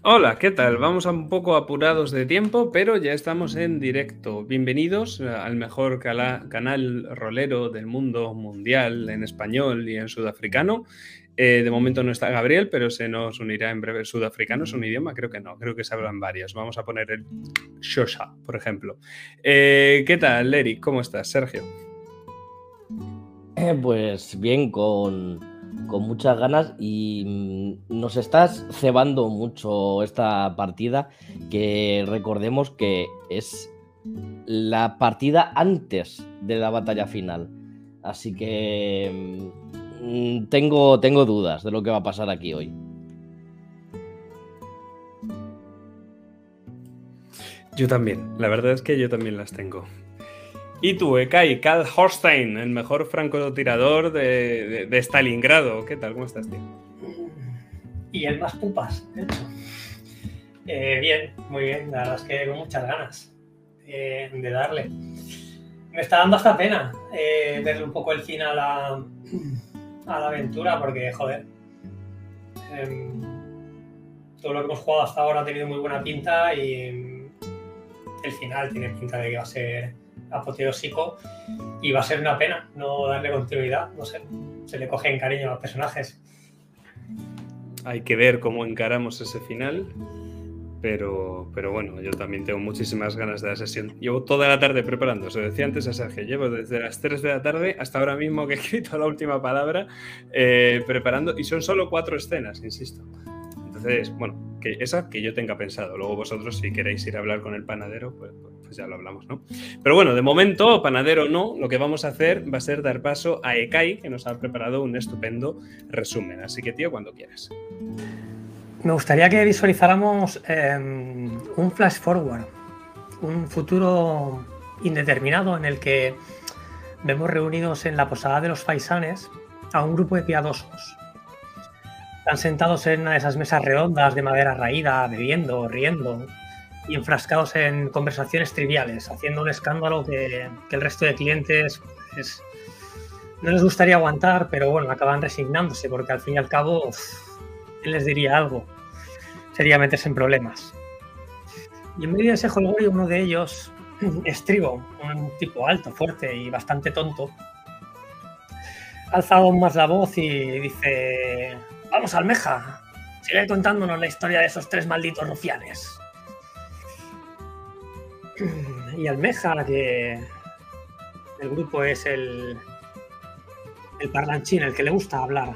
Hola, ¿qué tal? Vamos un poco apurados de tiempo, pero ya estamos en directo. Bienvenidos al mejor canal rolero del mundo mundial en español y en sudafricano. De momento no está Gabriel, pero se nos unirá en breve. ¿Sudafricano es un idioma? Creo que no, creo que se hablan varios. Vamos a poner el Xhosa, por ejemplo. ¿Qué tal, Eric? ¿Cómo estás, Sergio? Pues bien, con muchas ganas y nos estás cebando mucho esta partida, que recordemos que es la partida antes de la batalla final. Así que tengo dudas de lo que va a pasar aquí hoy. Yo también, la verdad es que yo también las tengo. Y tú, Ekai, Karl Horstein, el mejor francotirador de Stalingrado. ¿Qué tal? ¿Cómo estás, tío? Y el más pupas, de hecho. Bien, muy bien. La verdad es que con muchas ganas de darle. Me está dando hasta pena verle un poco el fin a la aventura, porque, joder, todo lo que hemos jugado hasta ahora ha tenido muy buena pinta y el final tiene pinta de que va a ser apoteósico y va a ser una pena no darle continuidad. No sé, se le cogen cariño a los personajes. Hay que ver cómo encaramos ese final, pero bueno, yo también tengo muchísimas ganas de la sesión. Llevo toda la tarde preparando, se decía antes a Sergio, llevo desde las 3 de la tarde hasta ahora mismo que he escrito la última palabra, preparando, y son solo 4 escenas, insisto. Entonces, bueno, que esa que yo tenga pensado. Luego vosotros, si queréis ir a hablar con el panadero, pues ya lo hablamos, ¿no? Pero bueno, de momento, panadero no, lo que vamos a hacer va a ser dar paso a Ekai, que nos ha preparado un estupendo resumen. Así que, tío, cuando quieras. Me gustaría que visualizáramos un flash forward, un futuro indeterminado en el que vemos reunidos en la posada de los faisanes a un grupo de piadosos. Están sentados en una de esas mesas redondas de madera raída, bebiendo, riendo y enfrascados en conversaciones triviales, haciendo un escándalo que el resto de clientes pues, no les gustaría aguantar, pero bueno, acaban resignándose porque al fin y al cabo él les diría algo, sería meterse en problemas. Y en medio de ese jolgorio, uno de ellos, Estribo, un tipo alto, fuerte y bastante tonto, alza aún más la voz y dice: «Vamos, Almeja, sigue contándonos la historia de esos 3 malditos rufianes». Y Almeja, que el grupo es el parlanchín, el que le gusta hablar,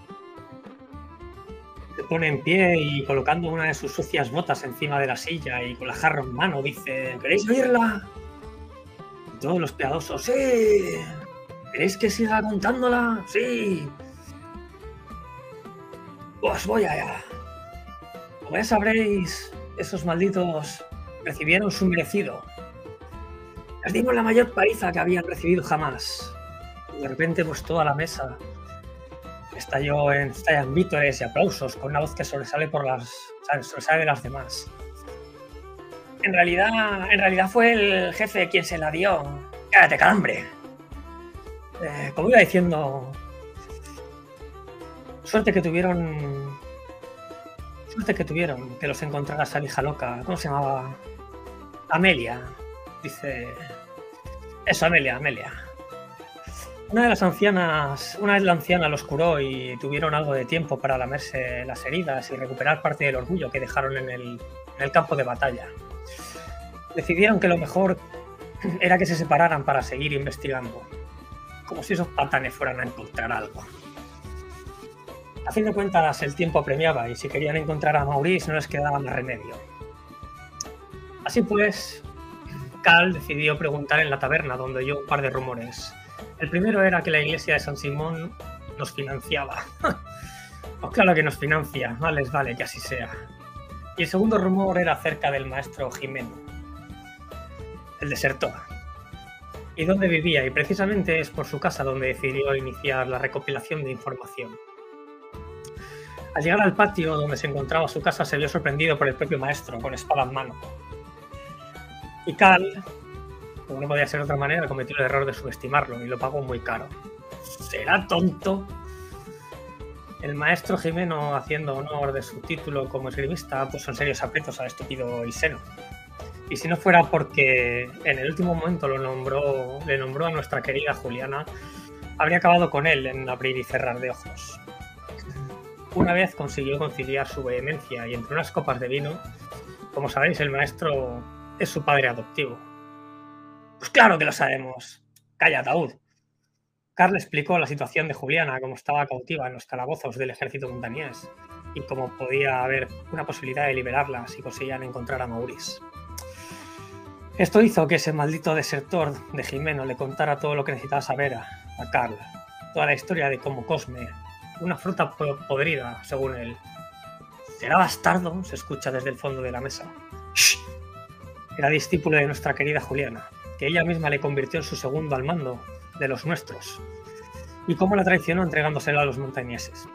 se pone en pie y colocando una de sus sucias botas encima de la silla y con la jarra en mano dice: «¿Queréis oírla?». Y todos los piadosos: «¡Sí!». «¿Queréis que siga contándola?». «Sí». «Pues voy allá. Como ya sabréis, esos malditos recibieron su merecido. Les dimos la mayor paliza que habían recibido jamás». Y de repente, pues toda la mesa estallan vítores y aplausos con una voz que sobresale de las demás. En realidad fue el jefe quien se la dio. ¡Cállate, calambre! Como iba diciendo, suerte que tuvieron que los encontrara esa hija loca. ¿Cómo se llamaba? Amelia. Dice... Eso, Amelia. Una vez la anciana los curó y tuvieron algo de tiempo para lamerse las heridas y recuperar parte del orgullo que dejaron en el campo de batalla. Decidieron que lo mejor era que se separaran para seguir investigando, como si esos patanes fueran a encontrar algo. A fin de cuentas, el tiempo apremiaba y si querían encontrar a Maurice no les quedaba más remedio. Así pues, Cal decidió preguntar en la taberna, donde oyó un par de rumores. El primero era que la iglesia de San Simón nos financiaba. Pues claro que nos financia, más les vale que así sea. Y el segundo rumor era acerca del maestro Jimeno, el desertor. Y dónde vivía, y precisamente es por su casa donde decidió iniciar la recopilación de información. Al llegar al patio donde se encontraba su casa, se vio sorprendido por el propio maestro, con espada en mano. Y Cal, como no podía ser de otra manera, cometió el error de subestimarlo y lo pagó muy caro. ¿Será tonto? El maestro Jimeno, haciendo honor de su título como esgrimista, puso en serios aprietos al estúpido Iseno. Y si no fuera porque en el último momento le nombró a nuestra querida Juliana, habría acabado con él en abrir y cerrar de ojos. Una vez consiguió conciliar su vehemencia y entre unas copas de vino, como sabéis, el maestro es su padre adoptivo. Pues claro que lo sabemos. Calla, ataúd. Carl explicó la situación de Juliana, cómo estaba cautiva en los calabozos del ejército montañés y cómo podía haber una posibilidad de liberarla si conseguían encontrar a Maurice. Esto hizo que ese maldito desertor de Jimeno le contara todo lo que necesitaba saber a Carl. Toda la historia de cómo Cosme, una fruta podrida, según él. ¿Será bastardo? Se escucha desde el fondo de la mesa. ¡Shh! Era discípulo de nuestra querida Juliana, que ella misma le convirtió en su segundo al mando de los nuestros, y cómo la traicionó entregándosela a los montañeses.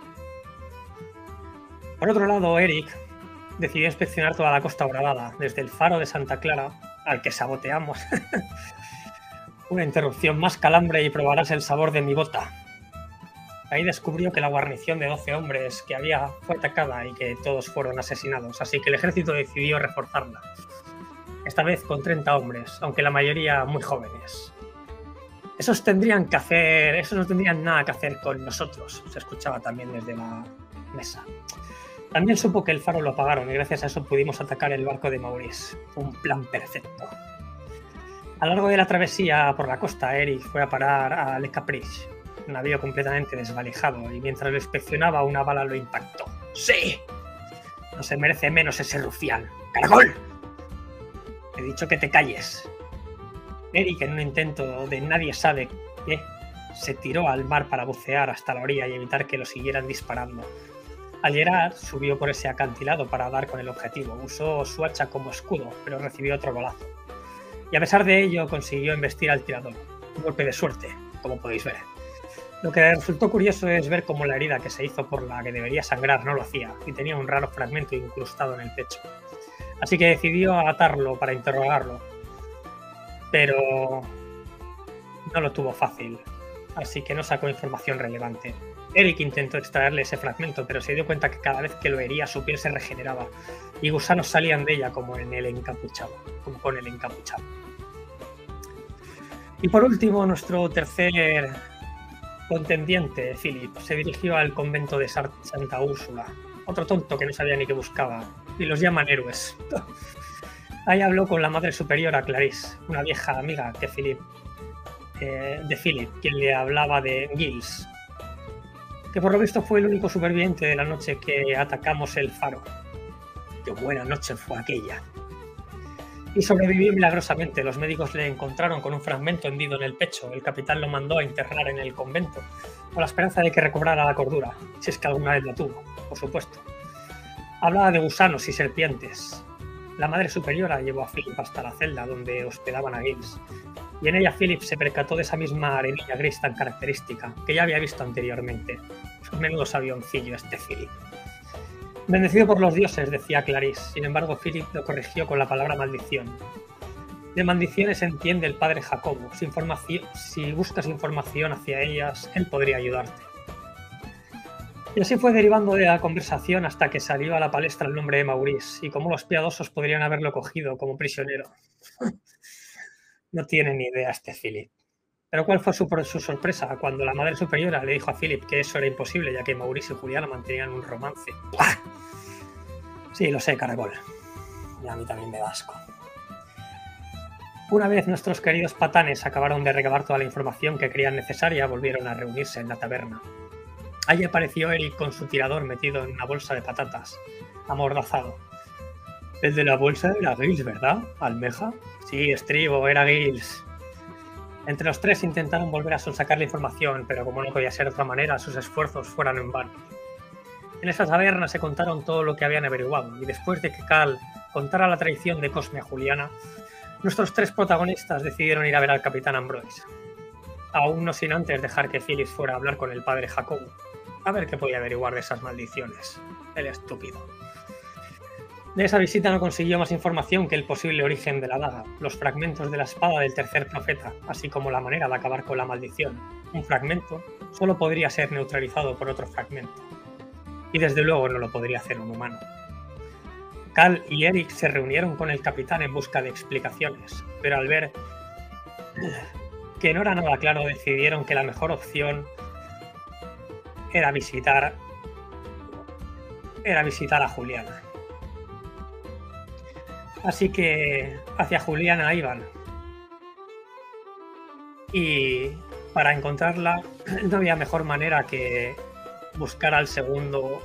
Por otro lado, Eric decidió inspeccionar toda la Costa Bravada, desde el faro de Santa Clara, al que saboteamos. Una interrupción, más calambre y probarás el sabor de mi bota. Ahí descubrió que la guarnición de 12 hombres que había fue atacada y que todos fueron asesinados, así que el ejército decidió reforzarla. Esta vez con 30 hombres, aunque la mayoría muy jóvenes. Esos no tendrían nada que hacer con nosotros, se escuchaba también desde la mesa. También supo que el faro lo apagaron y gracias a eso pudimos atacar el barco de Maurice. Un plan perfecto. A lo largo de la travesía por la costa, Eric fue a parar a Le Caprice, un navío completamente desvalijado, y mientras lo inspeccionaba una bala lo impactó. ¡Sí! No se merece menos ese rufián. ¡Caracol! He dicho que te calles. Eric, en un intento de nadie sabe qué, se tiró al mar para bucear hasta la orilla y evitar que lo siguieran disparando. Al llegar, subió por ese acantilado para dar con el objetivo. Usó su hacha como escudo, pero recibió otro balazo. Y a pesar de ello, consiguió embestir al tirador. Un golpe de suerte, como podéis ver. Lo que resultó curioso es ver cómo la herida que se hizo por la que debería sangrar no lo hacía, y tenía un raro fragmento incrustado en el pecho. Así que decidió atarlo para interrogarlo. Pero no lo tuvo fácil, así que no sacó información relevante. Eric intentó extraerle ese fragmento, pero se dio cuenta que cada vez que lo hería su piel se regeneraba y gusanos salían de ella como con el encapuchado. Y por último, nuestro tercer contendiente, Philip, se dirigió al convento de Santa Úrsula, otro tonto que no sabía ni qué buscaba, y los llaman héroes. Ahí habló con la madre superiora, Clarice, una vieja amiga de Philip, quien le hablaba de Giles, que por lo visto fue el único superviviente de la noche que atacamos el faro. ¡Qué buena noche fue aquella! Y sobrevivió milagrosamente. Los médicos le encontraron con un fragmento hendido en el pecho. El capitán lo mandó a enterrar en el convento, con la esperanza de que recobrara la cordura, si es que alguna vez la tuvo, por supuesto. Hablaba de gusanos y serpientes. La madre superiora llevó a Philip hasta la celda donde hospedaban a Giles, y en ella Philip se percató de esa misma arenilla gris tan característica que ya había visto anteriormente. Es un menudo sabioncillo este Philip. Bendecido por los dioses, decía Clarice. Sin embargo, Philip lo corrigió con la palabra maldición. De maldiciones entiende el padre Jacobo. Si buscas información hacia ellas, él podría ayudarte. Y así fue derivando de la conversación hasta que salió a la palestra el nombre de Maurice y cómo los piadosos podrían haberlo cogido como prisionero. No tiene ni idea este Philip. Pero ¿cuál fue su sorpresa cuando la madre superiora le dijo a Philip que eso era imposible, ya que Maurice y Juliana mantenían un romance? ¡Buah! Sí, lo sé, caracol. Y a mí también me da asco. Una vez nuestros queridos patanes acabaron de recabar toda la información que creían necesaria, volvieron a reunirse en la taberna. Allí apareció Eric con su tirador metido en una bolsa de patatas, amordazado. El de la bolsa era Giles, ¿verdad? ¿Almeja? Sí, estribo, era Giles. Entre los tres intentaron volver a sonsacar la información, pero como no podía ser de otra manera, sus esfuerzos fueron en vano. En esa taberna se contaron todo lo que habían averiguado, y después de que Carl contara la traición de Cosme a Juliana, nuestros tres protagonistas decidieron ir a ver al capitán Ambroise. Aún no sin antes dejar que Phyllis fuera a hablar con el padre Jacobo, a ver qué podía averiguar de esas maldiciones. El estúpido. De esa visita no consiguió más información que el posible origen de la daga, los fragmentos de la espada del tercer profeta, así como la manera de acabar con la maldición. Un fragmento solo podría ser neutralizado por otro fragmento. y desde luego no lo podría hacer un humano. Cal y Eric se reunieron con el capitán en busca de explicaciones, pero al ver que no era nada claro decidieron que la mejor opción era visitar a Juliana. Así que hacia Juliana iban. Y para encontrarla no había mejor manera que buscar al segundo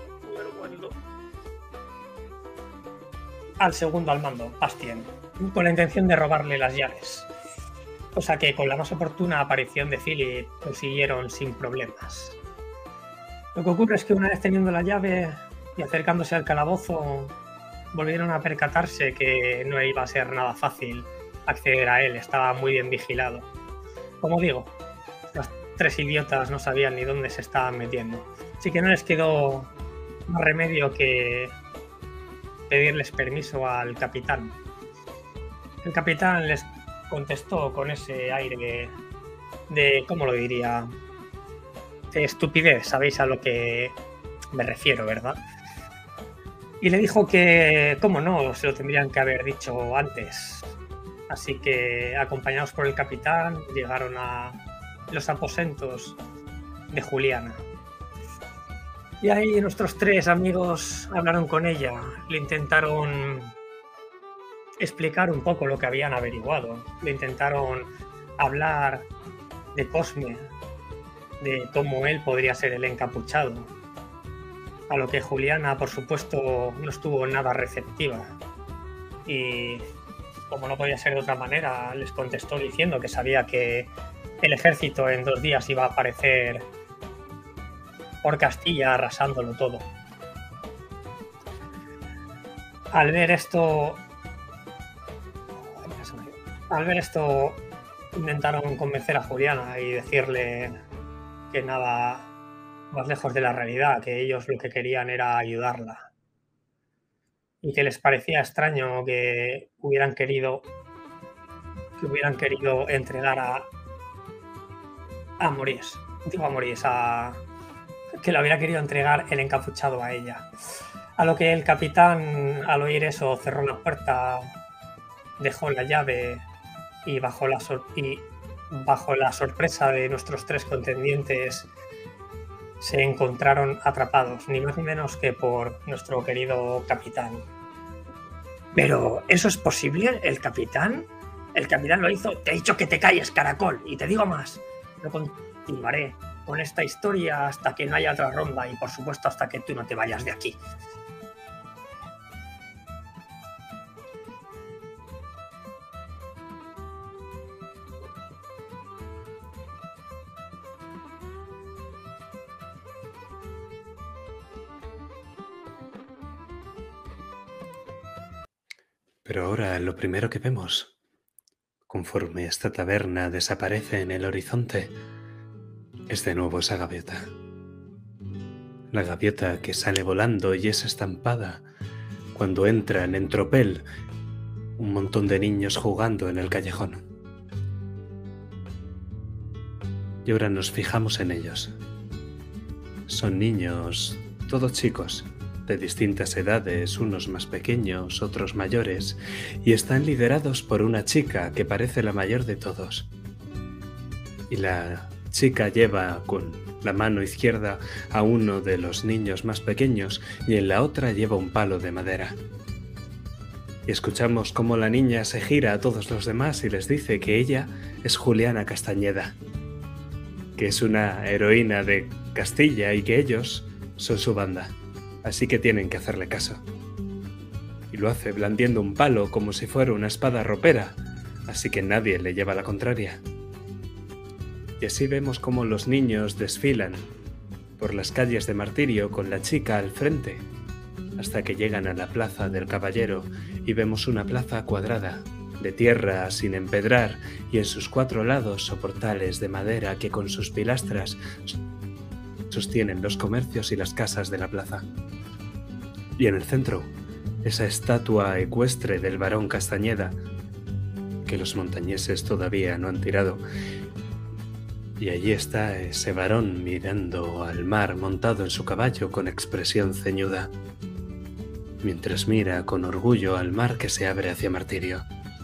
al mando, Bastien, con la intención de robarle las llaves. Cosa que con la más oportuna aparición de Philip consiguieron sin problemas. Lo que ocurre es que una vez teniendo la llave y acercándose al calabozo, volvieron a percatarse que no iba a ser nada fácil acceder a él, estaba muy bien vigilado. Como digo, los tres idiotas no sabían ni dónde se estaban metiendo, así que no les quedó más remedio que pedirles permiso al capitán. El capitán les contestó con ese aire de ¿cómo lo diría? De estupidez, sabéis a lo que me refiero, ¿verdad? Y le dijo que, cómo no, se lo tendrían que haber dicho antes. Así que, acompañados por el capitán, llegaron a los aposentos de Juliana. Y ahí nuestros tres amigos hablaron con ella, le intentaron explicar un poco lo que habían averiguado, le intentaron hablar de Cosme, de cómo él podría ser el encapuchado, a lo que Juliana, por supuesto, no estuvo nada receptiva. Y como no podía ser de otra manera, les contestó diciendo que sabía que el ejército en 2 días iba a aparecer por Castilla arrasándolo todo. Al ver esto, intentaron convencer a Juliana y decirle que nada más lejos de la realidad, que ellos lo que querían era ayudarla. Y que les parecía extraño que hubieran querido entregar a Maurice. Digo a Maurice, que le hubiera querido entregar el encapuchado a ella. A lo que el capitán, al oír eso, cerró la puerta, dejó la llave y bajo la sorpresa de nuestros 3 contendientes se encontraron atrapados, ni más ni menos que por nuestro querido capitán. Pero, ¿eso es posible? ¿El capitán? El capitán lo hizo. Te he dicho que te calles, caracol, y te digo más. No continuaré con esta historia hasta que no haya otra ronda y, por supuesto, hasta que tú no te vayas de aquí. Pero ahora lo primero que vemos, conforme esta taberna desaparece en el horizonte, es de nuevo esa gaviota. La gaviota que sale volando y es estampada cuando entran en tropel un montón de niños jugando en el callejón. Y ahora nos fijamos en ellos. Son niños, todos chicos, de distintas edades, unos más pequeños, otros mayores, y están liderados por una chica que parece la mayor de todos. Y la chica lleva con la mano izquierda a uno de los niños más pequeños y en la otra lleva un palo de madera. Y escuchamos cómo la niña se gira a todos los demás y les dice que ella es Juliana Castañeda, que es una heroína de Castilla y que ellos son su banda. Así que tienen que hacerle caso. Y lo hace blandiendo un palo como si fuera una espada ropera, así que nadie le lleva la contraria. Y así vemos cómo los niños desfilan por las calles de Martirio con la chica al frente, hasta que llegan a la Plaza del Caballero y vemos una plaza cuadrada, de tierra sin empedrar y en sus 4 lados soportales de madera que con sus pilastras sostienen los comercios y las casas de la plaza. Y en el centro, esa estatua ecuestre del barón Castañeda, que los montañeses todavía no han tirado, Y allí está ese varón mirando al mar montado en su caballo con expresión ceñuda, mientras mira con orgullo al mar que se abre hacia Martirio.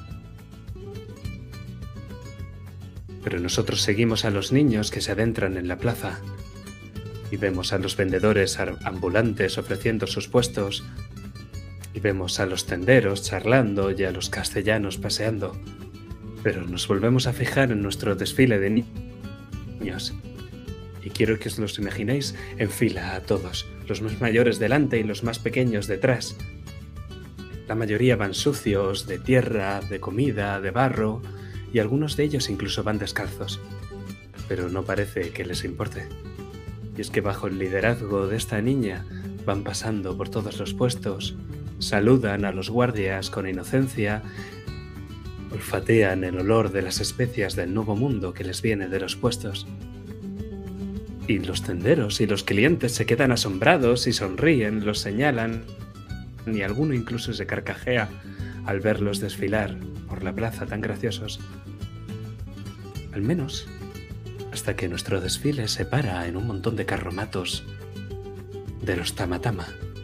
Pero nosotros seguimos a los niños que se adentran en la plaza y vemos a los vendedores ambulantes ofreciendo sus puestos y vemos a los tenderos charlando y a los castellanos paseando. Pero nos volvemos a fijar en nuestro desfile de niños. Y quiero que os los imaginéis en fila a todos, los más mayores delante y los más pequeños detrás. La mayoría van sucios, de tierra, de comida, de barro, y algunos de ellos incluso van descalzos. Pero no parece que les importe. Y es que bajo el liderazgo de esta niña van pasando por todos los puestos, saludan a los guardias con inocencia, olfatean el olor de las especias del nuevo mundo que les viene de los puestos. Y los tenderos y los clientes se quedan asombrados y sonríen, los señalan, y alguno incluso se carcajea al verlos desfilar por la plaza tan graciosos. Al menos hasta que nuestro desfile se para en un montón de carromatos de los Tamatama.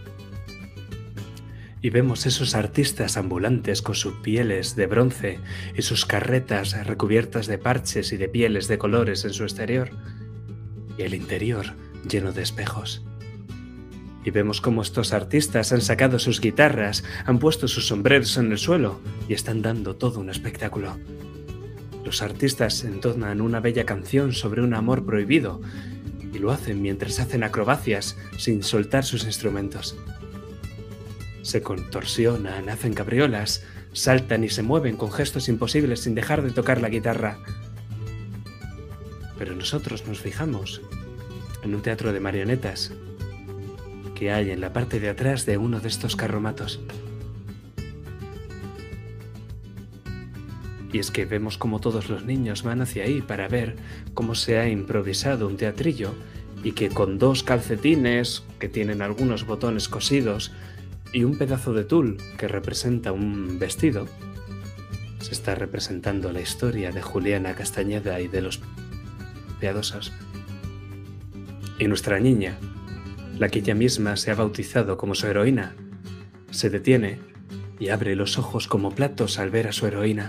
Y vemos esos artistas ambulantes con sus pieles de bronce y sus carretas recubiertas de parches y de pieles de colores en su exterior, y el interior lleno de espejos. Y vemos cómo estos artistas han sacado sus guitarras, han puesto sus sombreros en el suelo y están dando todo un espectáculo. Los artistas entonan una bella canción sobre un amor prohibido y lo hacen mientras hacen acrobacias sin soltar sus instrumentos. Se contorsionan, hacen cabriolas, saltan y se mueven con gestos imposibles sin dejar de tocar la guitarra. Pero nosotros nos fijamos en un teatro de marionetas que hay en la parte de atrás de uno de estos carromatos. Y es que vemos cómo todos los niños van hacia ahí para ver cómo se ha improvisado un teatrillo y que con 2 calcetines que tienen algunos botones cosidos y un pedazo de tul que representa un vestido, se está representando la historia de Juliana Castañeda y de los piadosos. Y nuestra niña, la que ella misma se ha bautizado como su heroína, se detiene y abre los ojos como platos al ver a su heroína.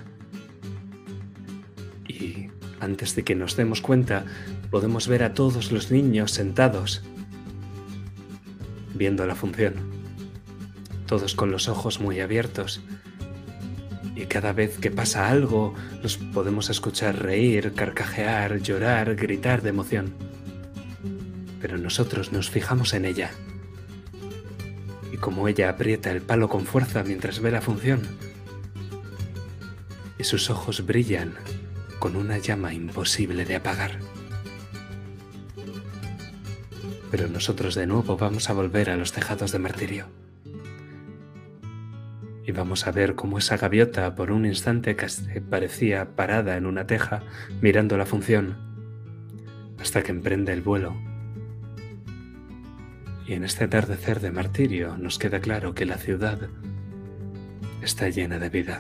Y antes de que nos demos cuenta, podemos ver a todos los niños sentados, viendo la función, todos con los ojos muy abiertos. Y cada vez que pasa algo, los podemos escuchar reír, carcajear, llorar, gritar de emoción. Pero nosotros nos fijamos en ella. Y como ella aprieta el palo con fuerza mientras ve la función, y sus ojos brillan con una llama imposible de apagar. Pero nosotros de nuevo vamos a volver a los tejados de Martirio. Y vamos a ver cómo esa gaviota por un instante parecía parada en una teja mirando la función, hasta que emprende el vuelo. Y en este atardecer de Martirio nos queda claro que la ciudad está llena de vida.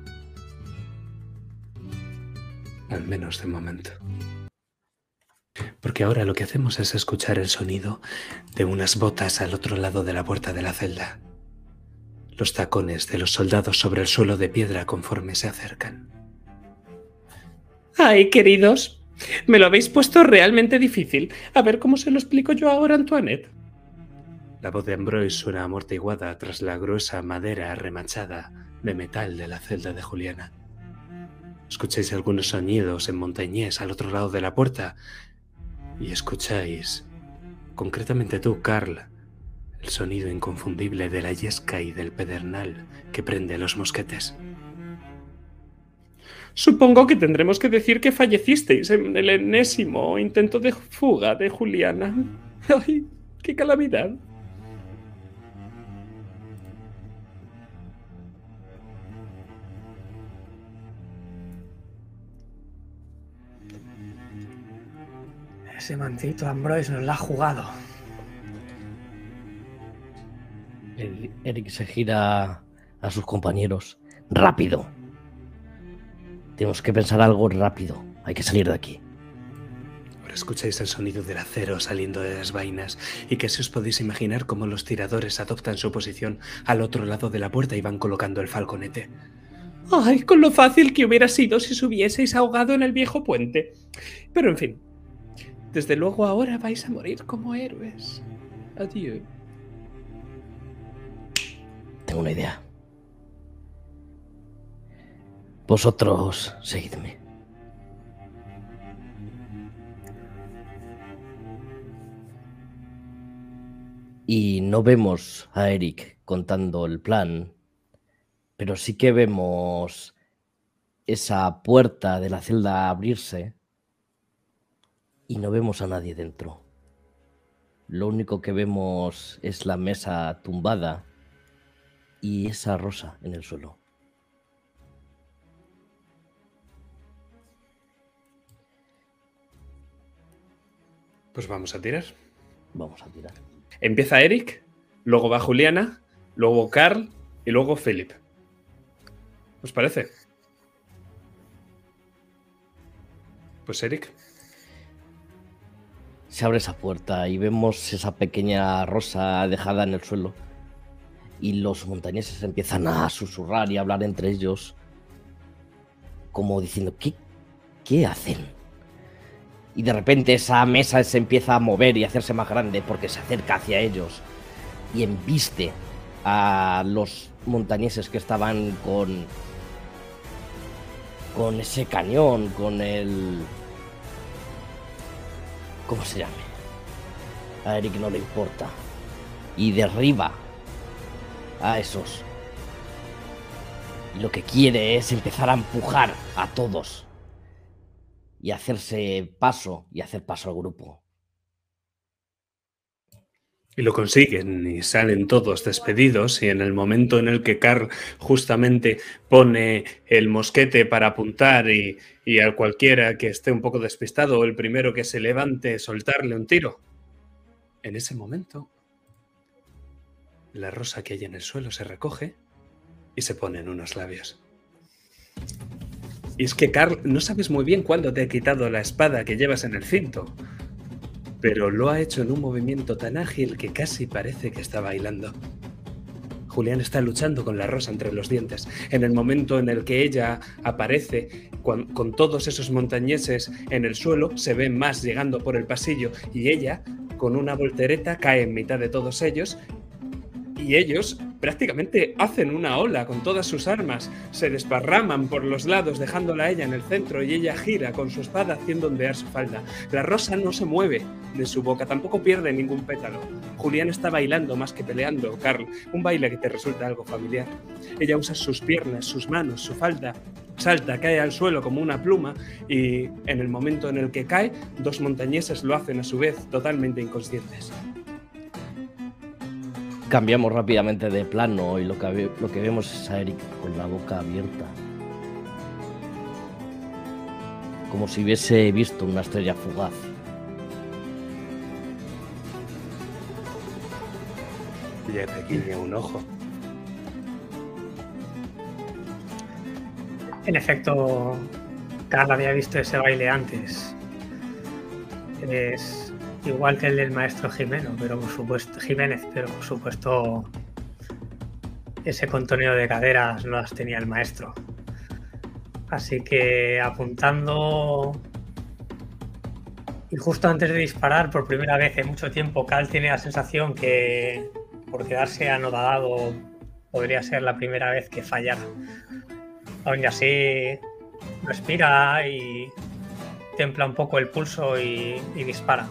Al menos de momento. Porque ahora lo que hacemos es escuchar el sonido de unas botas al otro lado de la puerta de la celda. Los tacones de los soldados sobre el suelo de piedra conforme se acercan. ¡Ay, queridos! Me lo habéis puesto realmente difícil. A ver cómo se lo explico yo ahora, Antoinette. La voz de Ambroise suena amortiguada tras la gruesa madera remachada de metal de la celda de Juliana. Escucháis algunos sonidos en montañés al otro lado de la puerta y escucháis, concretamente tú, Carl, el sonido inconfundible de la yesca y del pedernal que prende los mosquetes. Supongo que tendremos que decir que fallecisteis en el enésimo intento de fuga de Juliana. ¡Ay, qué calamidad! Ese maldito Ambroise nos la ha jugado. Eric se gira a sus compañeros. ¡Rápido! Tenemos que pensar algo rápido. Hay que salir de aquí. Ahora escucháis el sonido del acero saliendo de las vainas y que si os podéis imaginar cómo los tiradores adoptan su posición al otro lado de la puerta y van colocando el falconete. ¡Ay, con lo fácil que hubiera sido si os hubieseis ahogado en el viejo puente! Pero en fin, desde luego ahora vais a morir como héroes. Adiós. Tengo una idea. Vosotros, seguidme. Y no vemos a Eric contando el plan, pero sí que vemos esa puerta de la celda abrirse y no vemos a nadie dentro. Lo único que vemos es la mesa tumbada y esa rosa en el suelo. Pues vamos a tirar. Vamos a tirar. Empieza Eric, luego va Juliana, luego Carl y luego Philip. ¿Os parece? Pues Eric. Se abre esa puerta y vemos esa pequeña rosa dejada en el suelo. Y los montañeses empiezan a susurrar y a hablar entre ellos, como diciendo, ¿qué hacen? Y de repente esa mesa se empieza a mover y a hacerse más grande porque se acerca hacia ellos y embiste a los montañeses que estaban con ese cañón, con el... ¿Cómo se llame? A Eric no le importa. Y derriba a esos. Y lo que quiere es empezar a empujar a todos. Y hacerse paso, y hacer paso al grupo. Y lo consiguen y salen todos despedidos y en el momento en el que Carl justamente pone el mosquete para apuntar y a cualquiera que esté un poco despistado o el primero que se levante soltarle un tiro, en ese momento la rosa que hay en el suelo se recoge y se pone en unos labios. Y es que, Carl, no sabes muy bien cuándo te ha quitado la espada que llevas en el cinto, pero lo ha hecho en un movimiento tan ágil que casi parece que está bailando. Julián está luchando con la rosa entre los dientes. En el momento en el que ella aparece con todos esos montañeses en el suelo, se ven más llegando por el pasillo y ella, con una voltereta, cae en mitad de todos ellos y ellos prácticamente hacen una ola con todas sus armas, se desparraman por los lados dejándola a ella en el centro y ella gira con su espada haciendo ondear su falda. La rosa no se mueve de su boca, tampoco pierde ningún pétalo. Julián está bailando más que peleando, Carl, un baile que te resulta algo familiar. Ella usa sus piernas, sus manos, su falda, salta, cae al suelo como una pluma y en el momento en el que cae, dos montañeses lo hacen a su vez totalmente inconscientes. Cambiamos rápidamente de plano y lo que vemos es a Eric con la boca abierta. Como si hubiese visto una estrella fugaz. Ya te guiña un ojo. En efecto, Carl había visto ese baile antes. Es igual que el del maestro Jiménez, pero por supuesto ese contoneo de caderas no las tenía el maestro. Así que apuntando y justo antes de disparar por primera vez en mucho tiempo, Carl tiene la sensación que por quedarse anodado podría ser la primera vez que fallara. Aún así respira y templa un poco el pulso y dispara.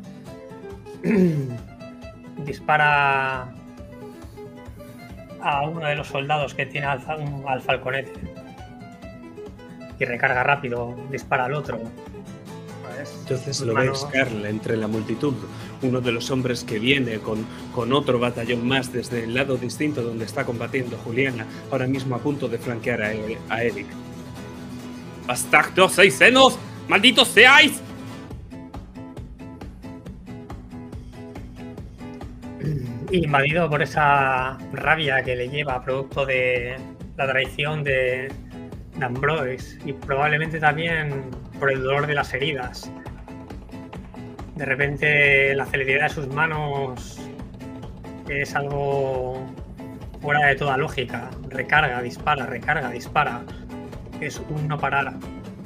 Dispara a uno de los soldados que tiene al falconete y recarga rápido, dispara al otro. Entonces lo ves, Carl, entre la multitud, uno de los hombres que viene con otro batallón más desde el lado distinto donde está combatiendo Juliana, ahora mismo a punto de flanquear a Eric. ¡Bastardos, seis senos! ¡Malditos seáis! Invadido por esa rabia que le lleva producto de la traición de Ambroise y probablemente también por el dolor de las heridas, De repente la celeridad de sus manos es algo fuera de toda lógica. Recarga, dispara. Es un no parar.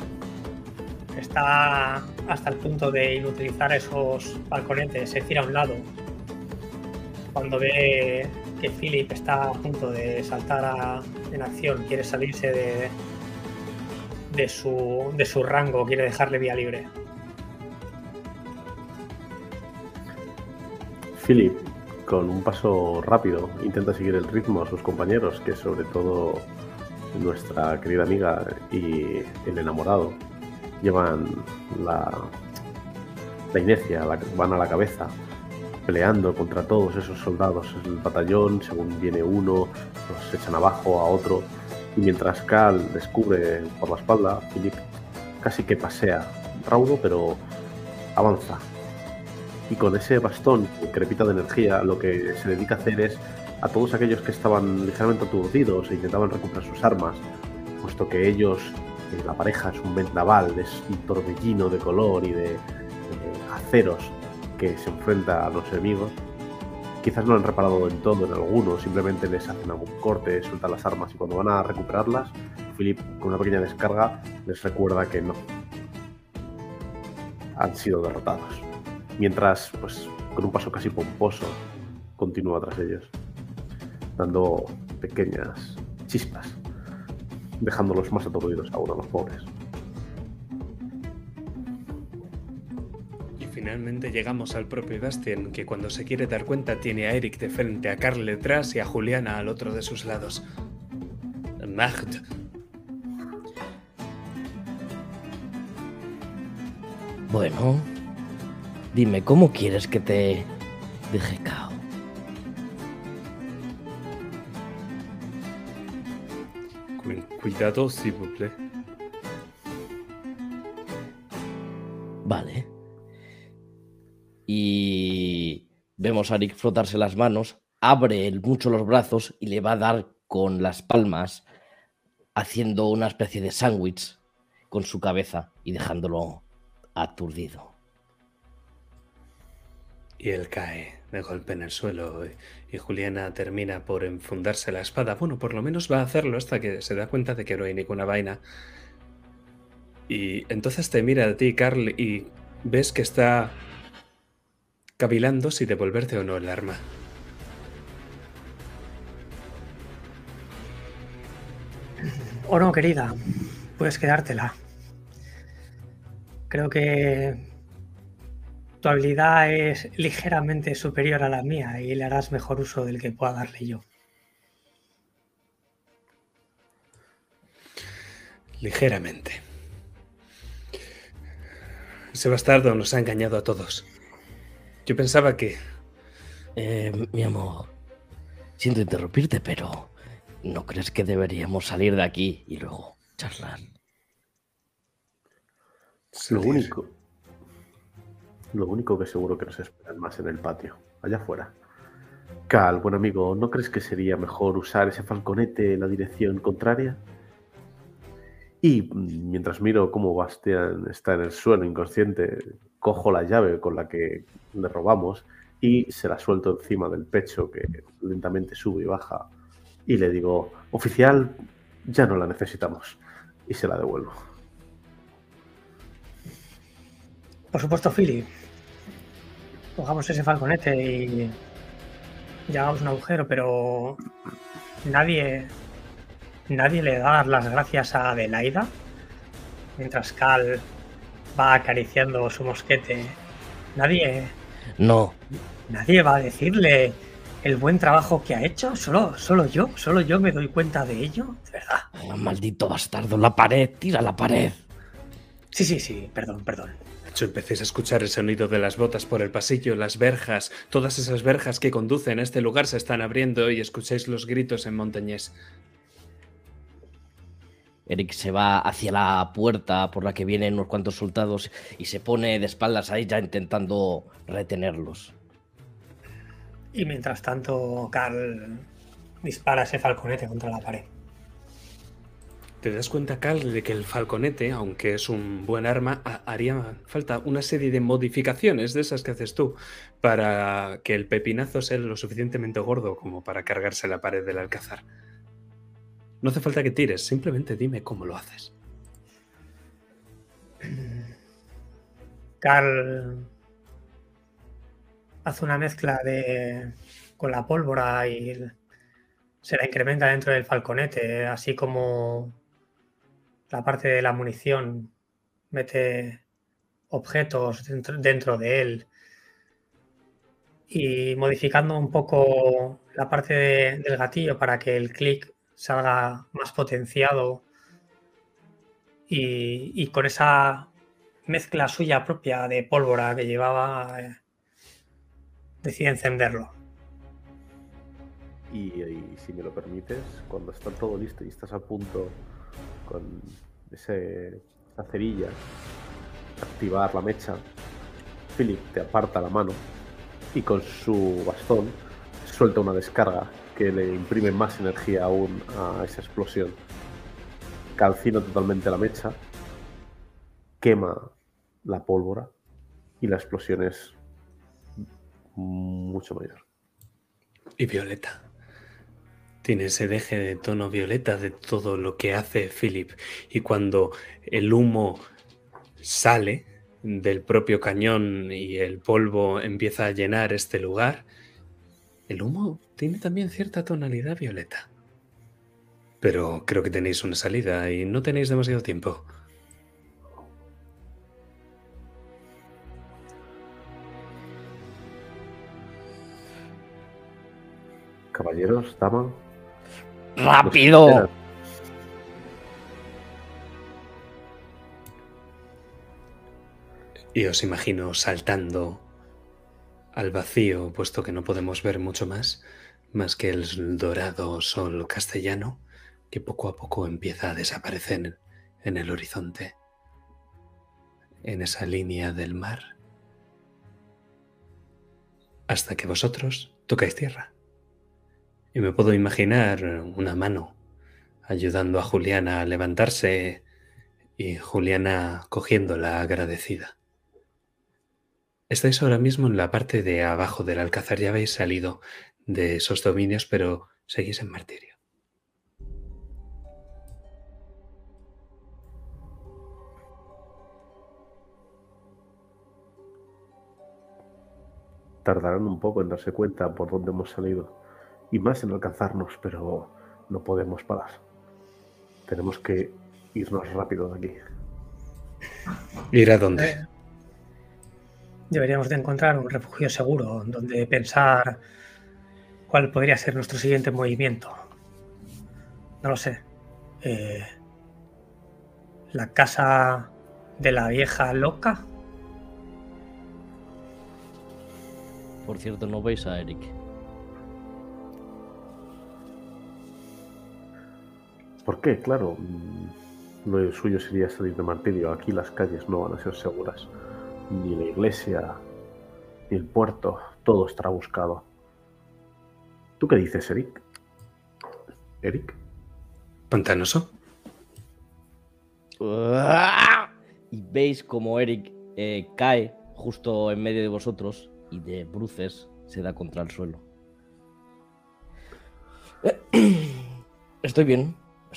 Está hasta el punto de inutilizar esos balconetes, se tira a un lado. Cuando ve que Philip está a punto de saltar en acción, quiere salirse de su rango, quiere dejarle vía libre. Philip, con un paso rápido, intenta seguir el ritmo a sus compañeros, que sobre todo nuestra querida amiga y el enamorado llevan la inercia, van a la cabeza, peleando contra todos esos soldados. El batallón, según viene uno, los echan abajo a otro, y mientras Cal descubre por la espalda, Philip casi que pasea, raudo, pero avanza. Y con ese bastón que crepita de energía, lo que se dedica a hacer es a todos aquellos que estaban ligeramente aturdidos e intentaban recuperar sus armas, puesto que ellos, la pareja es un vendaval, es un torbellino de color y de aceros que se enfrenta a los enemigos. Quizás no han reparado en todo, en algunos, simplemente les hacen algún corte, sueltan las armas, y cuando van a recuperarlas, Philip, con una pequeña descarga, les recuerda que no han sido derrotados. Mientras, pues, con un paso casi pomposo, continúa tras ellos, dando pequeñas chispas, dejándolos más aturdidos aún a los pobres. Y finalmente llegamos al propio Bastien, que cuando se quiere dar cuenta tiene a Eric de frente, a Carl detrás y a Juliana al otro de sus lados. Magd. Bueno, dime, ¿cómo quieres que te deje cao? Cuidado, s'il vous plaît. Vale. Y vemos a Eric frotarse las manos, abre mucho los brazos y le va a dar con las palmas, haciendo una especie de sándwich con su cabeza y dejándolo aturdido. Y él cae de golpe en el suelo y Juliana termina por enfundarse la espada. Bueno, por lo menos va a hacerlo hasta que se da cuenta de que no hay ninguna vaina. Y entonces te mira a ti, Carl, y ves que está cavilando si devolverte o no el arma. Oh no, querida, puedes quedártela. Creo que tu habilidad es ligeramente superior a la mía y le harás mejor uso del que pueda darle yo. Ligeramente. Ese bastardo nos ha engañado a todos. Yo pensaba que... Mi amor, siento interrumpirte, pero ¿no crees que deberíamos salir de aquí y luego charlar? Lo único que seguro que nos esperan más en el patio, allá afuera. Cal, buen amigo, ¿no crees que sería mejor usar ese falconete en la dirección contraria? Y mientras miro cómo Bastian está en el suelo inconsciente, cojo la llave con la que le robamos y se la suelto encima del pecho, que lentamente sube y baja, y le digo: oficial, ya no la necesitamos, y se la devuelvo. Por supuesto, Philip. Cogamos ese falconete y hagamos un agujero, pero nadie le da las gracias a Adelaida mientras Cal va acariciando su mosquete. Nadie va a decirle el buen trabajo que ha hecho. Solo yo me doy cuenta de ello, de verdad. Oh, maldito bastardo, la pared, tira la pared. Sí, perdón. De hecho, empecéis a escuchar el sonido de las botas por el pasillo, las verjas, todas esas verjas que conducen a este lugar se están abriendo y escucháis los gritos en montañés. Eric se va hacia la puerta por la que vienen unos cuantos soldados y se pone de espaldas a ella intentando retenerlos. Y mientras tanto, Carl dispara ese falconete contra la pared. Te das cuenta, Cal, de que el falconete, aunque es un buen arma, haría falta una serie de modificaciones de esas que haces tú para que el pepinazo sea lo suficientemente gordo como para cargarse la pared del alcázar. No hace falta que tires, simplemente dime cómo lo haces. Carl hace una mezcla con la pólvora y se la incrementa dentro del falconete, así como la parte de la munición, mete objetos dentro de él y modificando un poco la parte del gatillo para que el clic salga más potenciado y con esa mezcla suya propia de pólvora que llevaba, decide encenderlo. Y si me lo permites, cuando está todo listo y estás a punto con esa cerilla, activar la mecha, Philip te aparta la mano y con su bastón suelta una descarga que le imprime más energía aún a esa explosión. Calcina totalmente la mecha, quema la pólvora y la explosión es mucho mayor. Y violeta. Tiene ese deje de tono violeta de todo lo que hace Philip. Y cuando el humo sale del propio cañón y el polvo empieza a llenar este lugar, el humo tiene también cierta tonalidad violeta. Pero creo que tenéis una salida y no tenéis demasiado tiempo. Caballeros, dama. ¡Rápido! Y os imagino saltando al vacío, puesto que no podemos ver mucho más que el dorado sol castellano que poco a poco empieza a desaparecer en el horizonte, en esa línea del mar, hasta que vosotros tocáis tierra. Y me puedo imaginar una mano ayudando a Juliana a levantarse y Juliana cogiéndola agradecida. Estáis ahora mismo en la parte de abajo del alcázar, ya habéis salido de esos dominios, pero seguís en martirio. Tardarán un poco en darse cuenta por dónde hemos salido y más en alcanzarnos, pero no podemos parar. Tenemos que irnos rápido de aquí. ¿Ir a dónde? Deberíamos de encontrar un refugio seguro donde pensar cuál podría ser nuestro siguiente movimiento. No lo sé. ¿La casa de la vieja loca? Por cierto, no veis a Eric. ¿Por qué? Claro, lo suyo sería salir de martirio. Aquí las calles no van a ser seguras. Ni la iglesia, ni el puerto. Todo estará buscado. ¿Tú qué dices, Eric? ¿Eric? ¿Pantanoso? Y veis como Eric cae justo en medio de vosotros y de bruces se da contra el suelo. Estoy bien.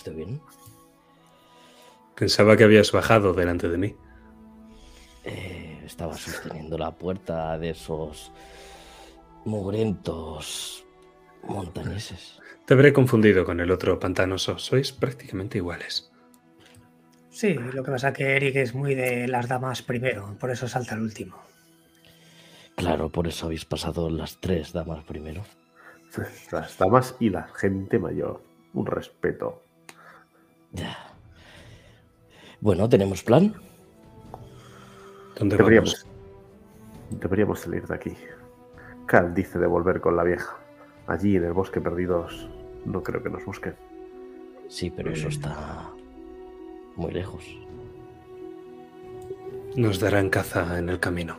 Pensaba que habías bajado delante de mí. Estaba sosteniendo la puerta de esos mugrientos montañeses. Te habré confundido con el otro pantanoso. Sois prácticamente iguales. Sí, lo que pasa es que Eric es muy de las damas primero, por eso salta el último. Claro, por eso habéis pasado las 3 damas primero. Las damas y la gente mayor. Un respeto. Ya. Bueno, ¿tenemos plan? ¿Dónde vamos? Deberíamos salir de aquí. Cal dice de volver con la vieja. Allí en el bosque perdidos no creo que nos busquen. Sí, pero eso está muy lejos. Nos darán caza en el camino.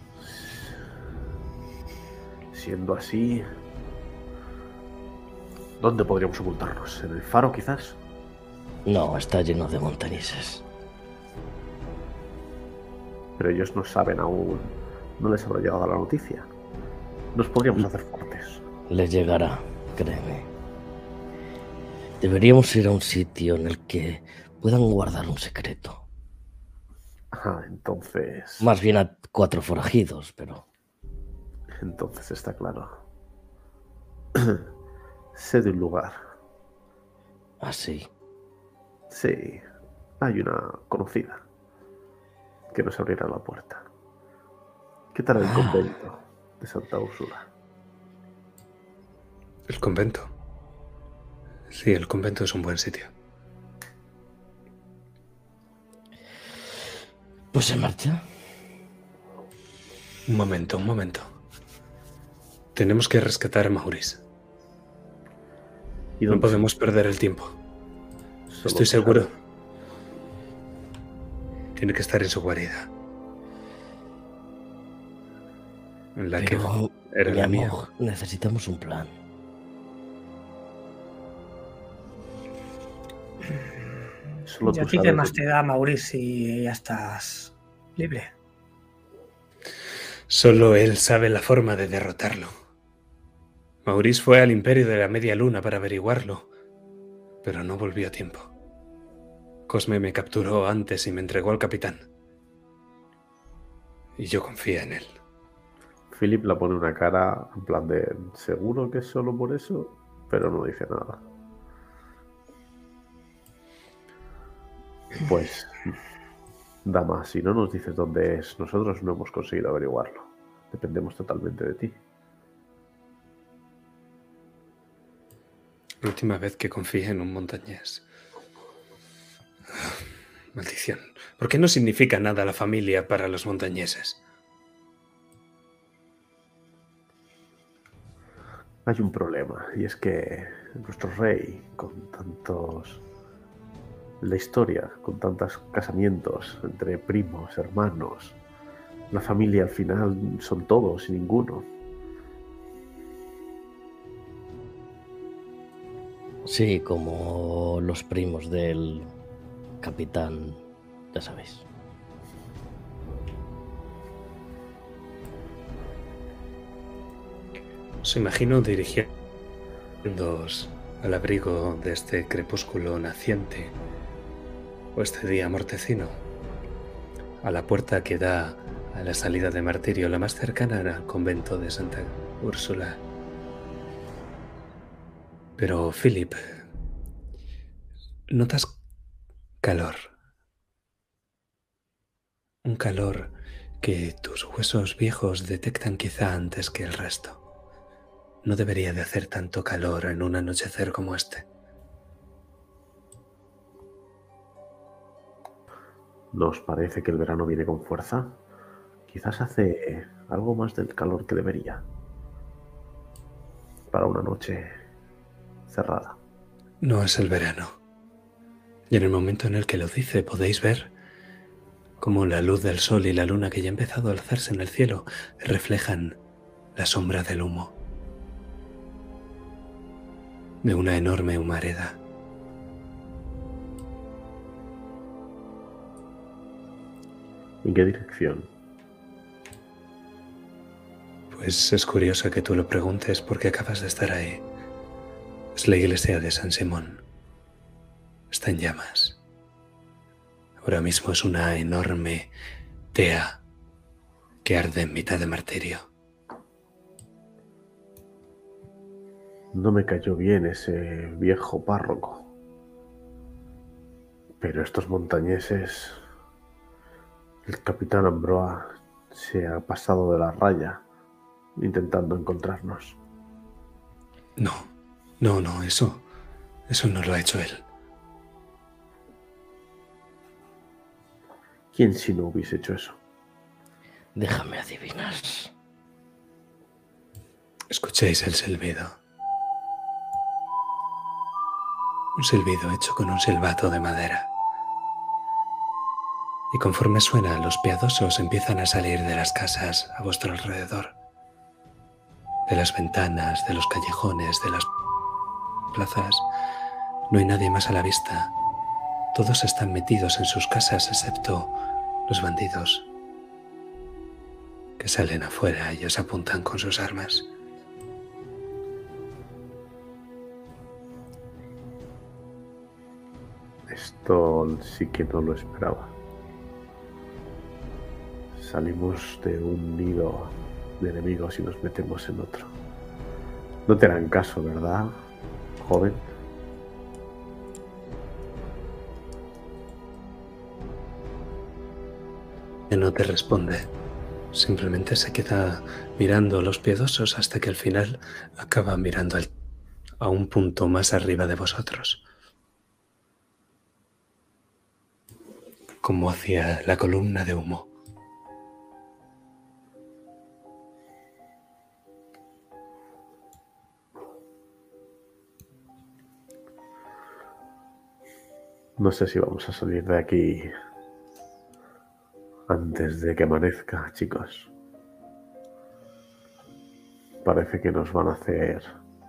Siendo así, ¿Dónde podríamos ocultarnos? ¿En el faro, quizás? No, está lleno de montañeses. Pero ellos no saben aún. No les habrá llegado la noticia. Nos podríamos hacer fuertes. Les llegará, créeme. Deberíamos ir a un sitio en el que puedan guardar un secreto. Ah, entonces... Más bien a 4 forajidos, pero... Entonces está claro. Sé de un lugar. Así. Sí, hay una conocida que nos abrirá la puerta. ¿Qué tal el convento de Santa Úrsula? El convento. Sí, el convento es un buen sitio. Pues se marcha. Un momento. Tenemos que rescatar a Maurice. ¿Y No dónde podemos perder el tiempo. solo Estoy se seguro. sabe? Tiene que estar en su guarida. En la Pero, que era mi la mía. amor, necesitamos un plan. Solo ¿Y a tú ti qué sabes más dónde- te da, Maurice, si ya estás libre? Solo él sabe la forma de derrotarlo. Maurice fue al Imperio de la Media Luna para averiguarlo, pero no volvió a tiempo. Cosme me capturó antes y me entregó al capitán. Y yo confía en él. Philip le pone una cara en plan de seguro que es solo por eso, pero no dice nada. Pues, dama, si no nos dices dónde es, nosotros no hemos conseguido averiguarlo. Dependemos totalmente de ti. La última vez que confié en un montañés. Maldición. ¿Por qué no significa nada la familia para los montañeses? Hay un problema, y es que nuestro rey, con tantos... La historia, con tantos casamientos entre primos, hermanos, la familia al final son todos y ninguno. Sí, como los primos del capitán, ya sabéis. Os imagino dirigiéndoos al abrigo de este crepúsculo naciente o este día mortecino, a la puerta que da a la salida de Martirio, la más cercana al convento de Santa Úrsula. Pero, Philip, notas calor. Un calor que tus huesos viejos detectan quizá antes que el resto. No debería de hacer tanto calor en un anochecer como este. ¿Nos parece que el verano viene con fuerza? Quizás hace algo más del calor que debería. Para una noche cerrada. No es el verano. Y en el momento en el que lo dice podéis ver cómo la luz del sol y la luna que ya ha empezado a alzarse en el cielo reflejan la sombra del humo de una enorme humareda. ¿En qué dirección? Pues es curioso que tú lo preguntes porque acabas de estar ahí. Es la iglesia de San Simón. Está en llamas. Ahora mismo es una enorme tea que arde en mitad de Martirio. No me cayó bien ese viejo párroco. Pero estos montañeses... El capitán Ambroa se ha pasado de la raya intentando encontrarnos. No, eso no lo ha hecho él. ¿Quién si no hubiese hecho eso? Déjame adivinar. Escuchéis el silbido. Un silbido hecho con un silbato de madera. Y conforme suena, los piadosos empiezan a salir de las casas a vuestro alrededor. De las ventanas, de los callejones, de las plazas. No hay nadie más a la vista. Todos están metidos en sus casas excepto los bandidos que salen afuera y os apuntan con sus armas. Esto sí que no lo esperaba. Salimos de un nido de enemigos y nos metemos en otro. No te harán caso, ¿verdad, joven? No te responde. Simplemente se queda mirando los piadosos hasta que al final acaba mirando a un punto más arriba de vosotros. Como hacia la columna de humo. No sé si vamos a salir de aquí antes de que amanezca, chicos. Parece que nos van a hacer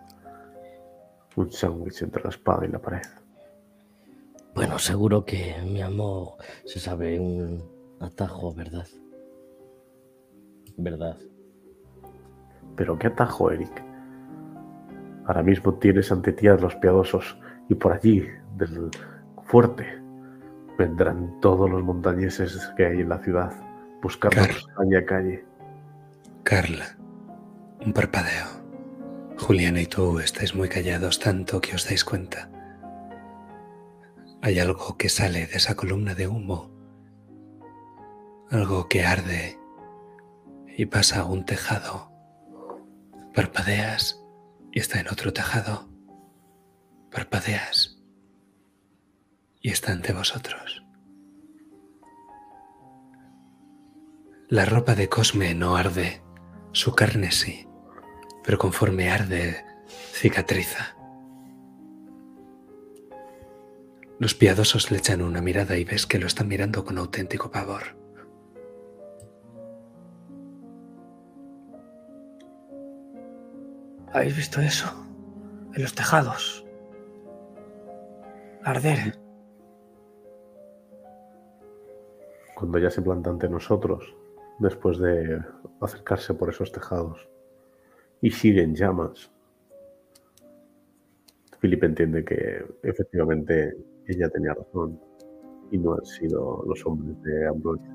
un sándwich entre la espada y la pared. Bueno, seguro que mi amo se sabe un atajo, ¿verdad? ¿Verdad? Pero qué atajo, Eric. Ahora mismo tienes ante ti a los piadosos y por allí, del fuerte, vendrán todos los montañeses que hay en la ciudad buscándonos calle a calle. Carla, un parpadeo. Juliana y tú estáis muy callados tanto que os dais cuenta. Hay algo que sale de esa columna de humo. Algo que arde y pasa a un tejado. Parpadeas y está en otro tejado. Parpadeas y está ante vosotros. La ropa de Cosme no arde, su carne sí, pero conforme arde, cicatriza. Los piadosos le echan una mirada y ves que lo están mirando con auténtico pavor. ¿Habéis visto eso? En los tejados. Arder. Cuando ya se planta ante nosotros, después de acercarse por esos tejados, y siguen llamas, Philip entiende que efectivamente ella tenía razón y no han sido los hombres de Ambrosia.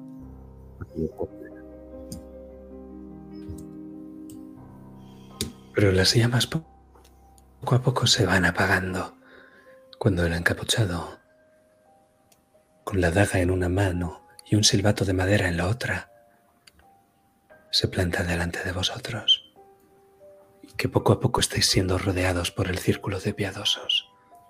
Pero las llamas poco a poco se van apagando cuando el encapuchado, con la daga en una mano y un silbato de madera en la otra, se planta delante de vosotros y que poco a poco estáis siendo rodeados por el círculo de piadosos.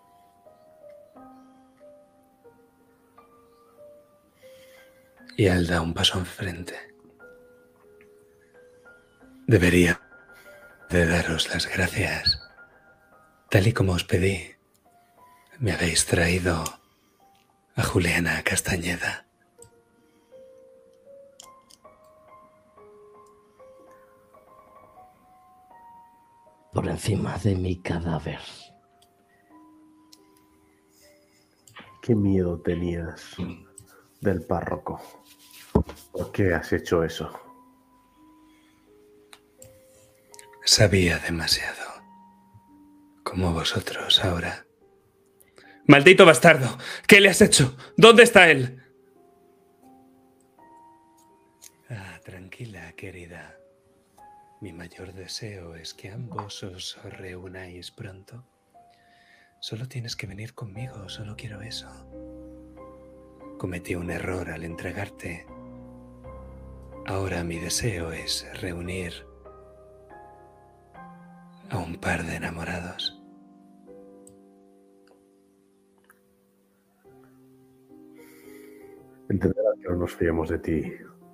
Y él da un paso enfrente. Debería de daros las gracias. Tal y como os pedí, me habéis traído a Juliana Castañeda. Por encima de mi cadáver. ¿Qué miedo tenías del párroco? ¿Por qué has hecho eso? Sabía demasiado. Como vosotros ahora. ¡Maldito bastardo! ¿Qué le has hecho? ¿Dónde está él? Ah, tranquila, querida. Mi mayor deseo es que ambos os reunáis pronto. Solo tienes que venir conmigo, solo quiero eso. Cometí un error al entregarte. Ahora mi deseo es reunir a un par de enamorados. Entenderás que no nos fiamos de ti.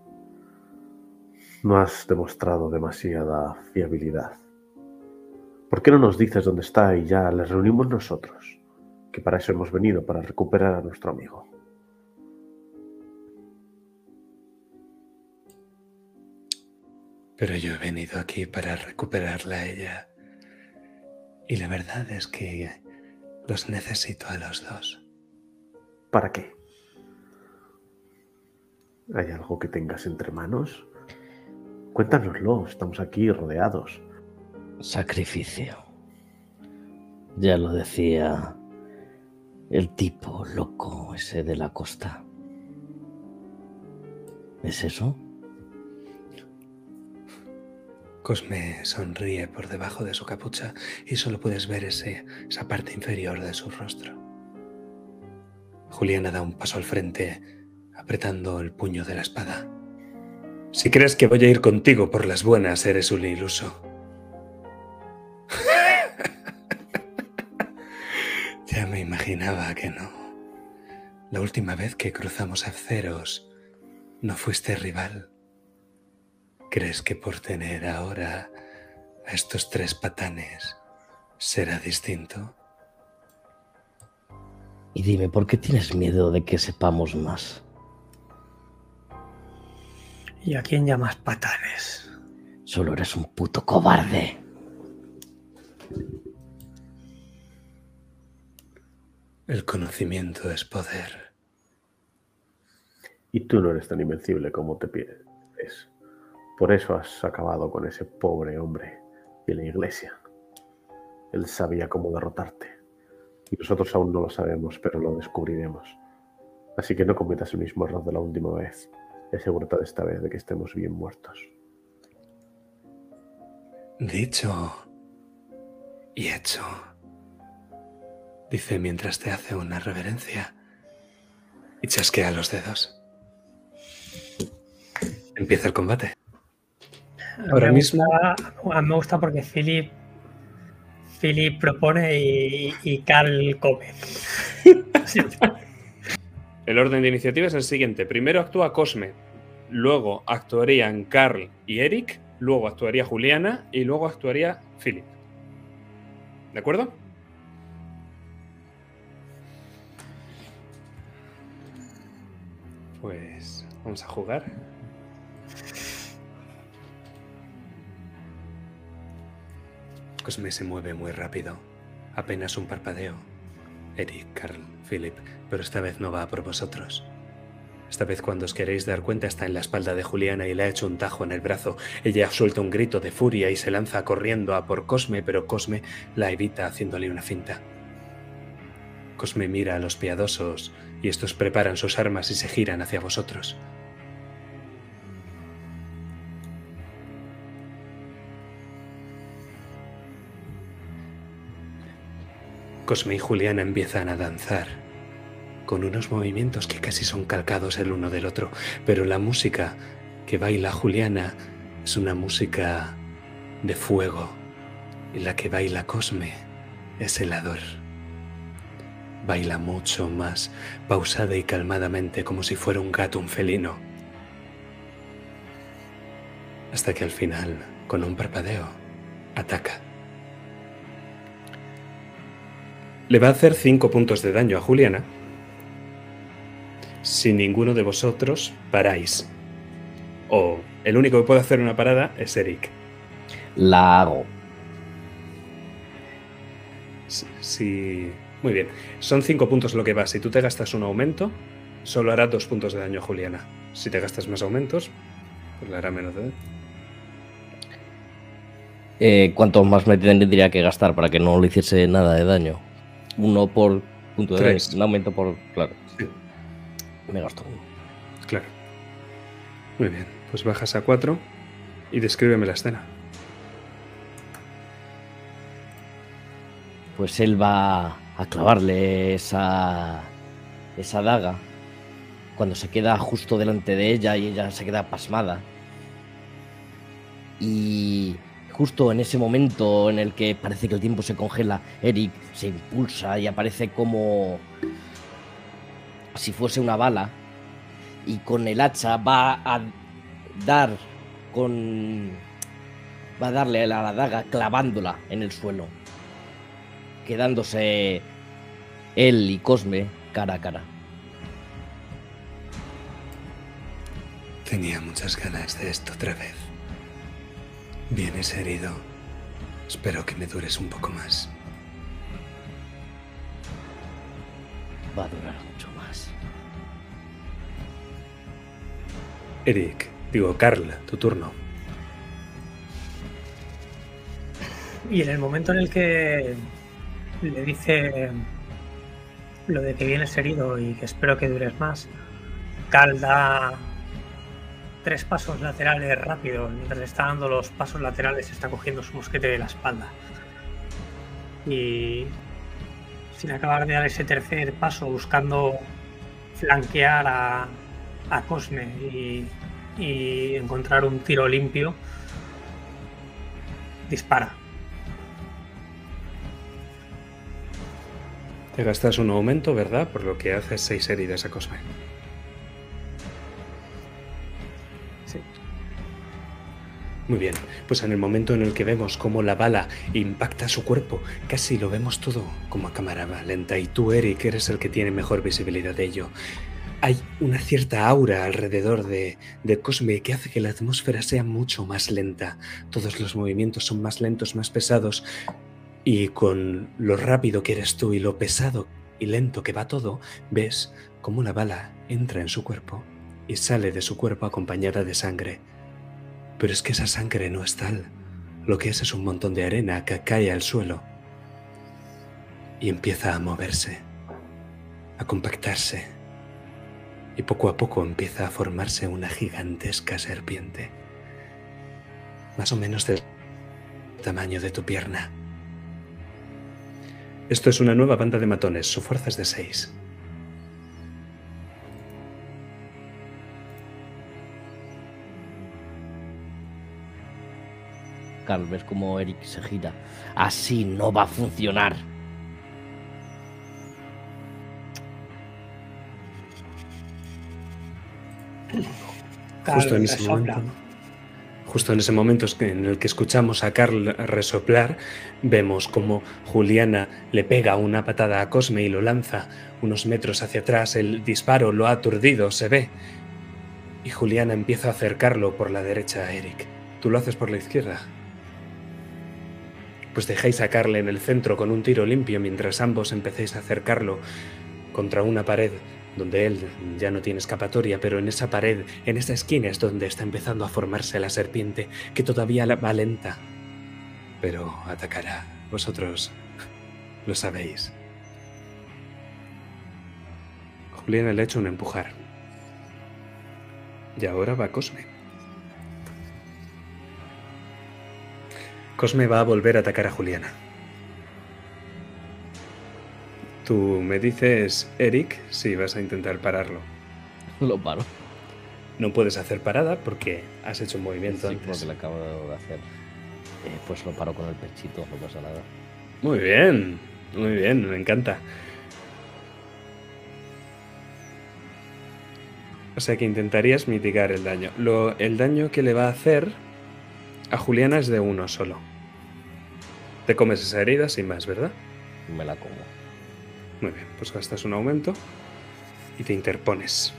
No has demostrado demasiada fiabilidad. ¿Por qué no nos dices dónde está y ya les reunimos nosotros? Que para eso hemos venido, para recuperar a nuestro amigo. Pero yo he venido aquí para recuperarla a ella. Y la verdad es que los necesito a los dos. ¿Para qué? ¿Hay algo que tengas entre manos? Cuéntanoslo, estamos aquí rodeados. Sacrificio. Ya lo decía el tipo loco ese de la costa. ¿Es eso? Cosme sonríe por debajo de su capucha y solo puedes ver esa parte inferior de su rostro. Juliana da un paso al frente, apretando el puño de la espada. Si crees que voy a ir contigo por las buenas, eres un iluso. Ya me imaginaba que no. La última vez que cruzamos aceros, no fuiste rival. ¿Crees que por tener ahora a estos 3 patanes será distinto? Y dime, ¿por qué tienes miedo de que sepamos más? ¿Y a quién llamas patanes? Solo eres un puto cobarde. El conocimiento es poder. Y tú no eres tan invencible como te pides. Por eso has acabado con ese pobre hombre y la iglesia. Él sabía cómo derrotarte. Y nosotros aún no lo sabemos, pero lo descubriremos. Así que no cometas el mismo error de la última vez. Y asegúrate de esta vez de que estemos bien muertos. Dicho y hecho, dice mientras te hace una reverencia y chasquea los dedos. Empieza el combate. Ahora mismo... A mí me gusta porque Philip propone y Carl come. El orden de iniciativa es el siguiente. Primero actúa Cosme, luego actuarían Carl y Eric, luego actuaría Juliana y luego actuaría Philip. ¿De acuerdo? Pues vamos a jugar. Cosme se mueve muy rápido, apenas un parpadeo. Eric, Carl, Philip, pero esta vez no va a por vosotros. Esta vez, cuando os queréis dar cuenta, está en la espalda de Juliana y le ha hecho un tajo en el brazo. Ella suelta un grito de furia y se lanza corriendo a por Cosme, pero Cosme la evita haciéndole una finta. Cosme mira a los piadosos y estos preparan sus armas y se giran hacia vosotros. Cosme y Juliana empiezan a danzar, con unos movimientos que casi son calcados el uno del otro, pero la música que baila Juliana es una música de fuego, y la que baila Cosme es helador. Baila mucho más pausada y calmadamente, como si fuera un gato, un felino, hasta que al final, con un parpadeo, ataca. Le va a hacer 5 puntos de daño a Juliana si ninguno de vosotros paráis. O el único que puede hacer una parada es Eric. La hago. Sí. Muy bien. Son 5 puntos lo que va. Si tú te gastas un aumento, solo hará 2 puntos de daño a Juliana. Si te gastas más aumentos, pues le hará menos de daño. ¿Cuánto más me tendría que gastar para que no le hiciese nada de daño? 1 por punto de daño. Un aumento por... Claro. Sí. Me gasto 1. Claro. Muy bien. Pues bajas a 4 y descríbeme la escena. Pues él va a clavarle esa daga cuando se queda justo delante de ella y ella se queda pasmada. Y justo en ese momento en el que parece que el tiempo se congela, Eric se impulsa y aparece como si fuese una bala y con el hacha va a darle a la daga clavándola en el suelo, quedándose él y Cosme cara a cara. Tenía muchas ganas de esto otra vez. Vienes herido. Espero que me dures un poco más. va a durar mucho más. Eric, digo, Carl, tu turno. Y en el momento en el que le dice lo de que vienes herido y que espero que dures más, Cal da 3 pasos laterales rápidos. Mientras le está dando los pasos laterales, está cogiendo su mosquete de la espalda. Y sin acabar de dar ese tercer paso, buscando flanquear a Cosme y encontrar un tiro limpio, dispara. Te gastas un aumento, ¿verdad? Por lo que haces 6 heridas a Cosme. Sí. Muy bien, pues en el momento en el que vemos cómo la bala impacta su cuerpo, casi lo vemos todo como a cámara lenta, y tú, Eric, eres el que tiene mejor visibilidad de ello. Hay una cierta aura alrededor de Cosme que hace que la atmósfera sea mucho más lenta. Todos los movimientos son más lentos, más pesados, y con lo rápido que eres tú y lo pesado y lento que va todo, ves cómo la bala entra en su cuerpo y sale de su cuerpo acompañada de sangre. Pero es que esa sangre no es tal. Lo que es un montón de arena que cae al suelo y empieza a moverse, a compactarse, y poco a poco empieza a formarse una gigantesca serpiente, más o menos del tamaño de tu pierna. Esto es una nueva banda de matones, su fuerza es de 6. Carl, ves como Eric se gira. Así no va a funcionar. Justo en ese momento, justo en ese momento en el que escuchamos a Carl resoplar, vemos como Juliana le pega una patada a Cosme y lo lanza unos metros hacia atrás. El disparo lo ha aturdido, se ve. Y Juliana empieza a acercarlo por la derecha a Eric. Tú lo haces por la izquierda. Pues dejáis a Carl en el centro con un tiro limpio mientras ambos empecéis a acercarlo contra una pared donde él ya no tiene escapatoria, pero en esa pared, en esa esquina es donde está empezando a formarse la serpiente, que todavía va lenta, pero atacará. Vosotros lo sabéis. Juliana le ha hecho un empujar. Y ahora va Cosme. Cosme va a volver a atacar a Juliana. Tú me dices, Eric, si vas a intentar pararlo. Lo paro. No puedes hacer parada porque has hecho un movimiento Sí, antes. porque le acabo de hacer. Pues lo paro con el pechito, no pasa nada. Muy bien, me encanta. O sea que intentarías mitigar el daño. El daño que le va a hacer a Juliana es de 1 solo. Te comes esa herida sin más, ¿verdad? Me la como. Muy bien, pues gastas un aumento y te interpones.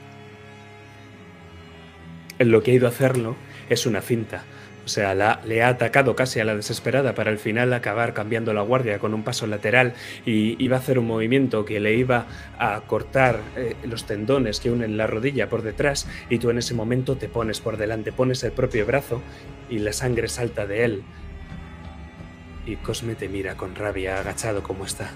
Lo que ha ido a hacerlo es una finta. O sea, le ha atacado casi a la desesperada para al final acabar cambiando la guardia con un paso lateral, y iba a hacer un movimiento que le iba a cortar los tendones que unen la rodilla por detrás, y tú en ese momento te pones por delante, pones el propio brazo y la sangre salta de él. Y Cosme te mira con rabia, agachado como está.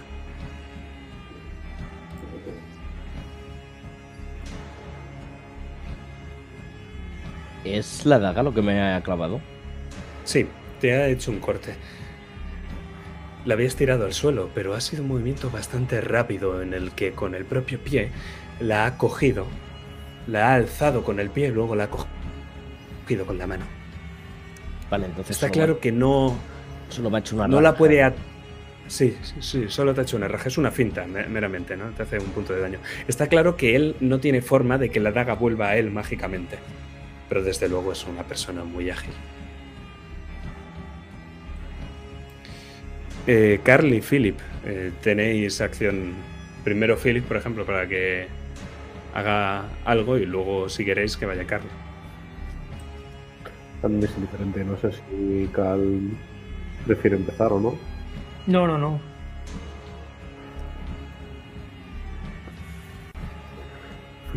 ¿Es la daga lo que me ha clavado? Sí, te ha hecho un corte. La habías tirado al suelo, pero ha sido un movimiento bastante rápido en el que con el propio pie la ha cogido, la ha alzado con el pie y luego la ha cogido con la mano. Vale, entonces Está claro que no... Solo me ha hecho una No la raja. puede... Sí, solo te ha hecho una raja. Es una finta, meramente, ¿no? Te hace un punto de daño. Está claro que él no tiene forma de que la daga vuelva a él mágicamente. Pero desde luego es una persona muy ágil. Carl y Philip, tenéis acción. Primero Philip, por ejemplo, para que haga algo, y luego, si queréis, que vaya Carl. También es indiferente, no sé si Cal prefiere empezar o no. No.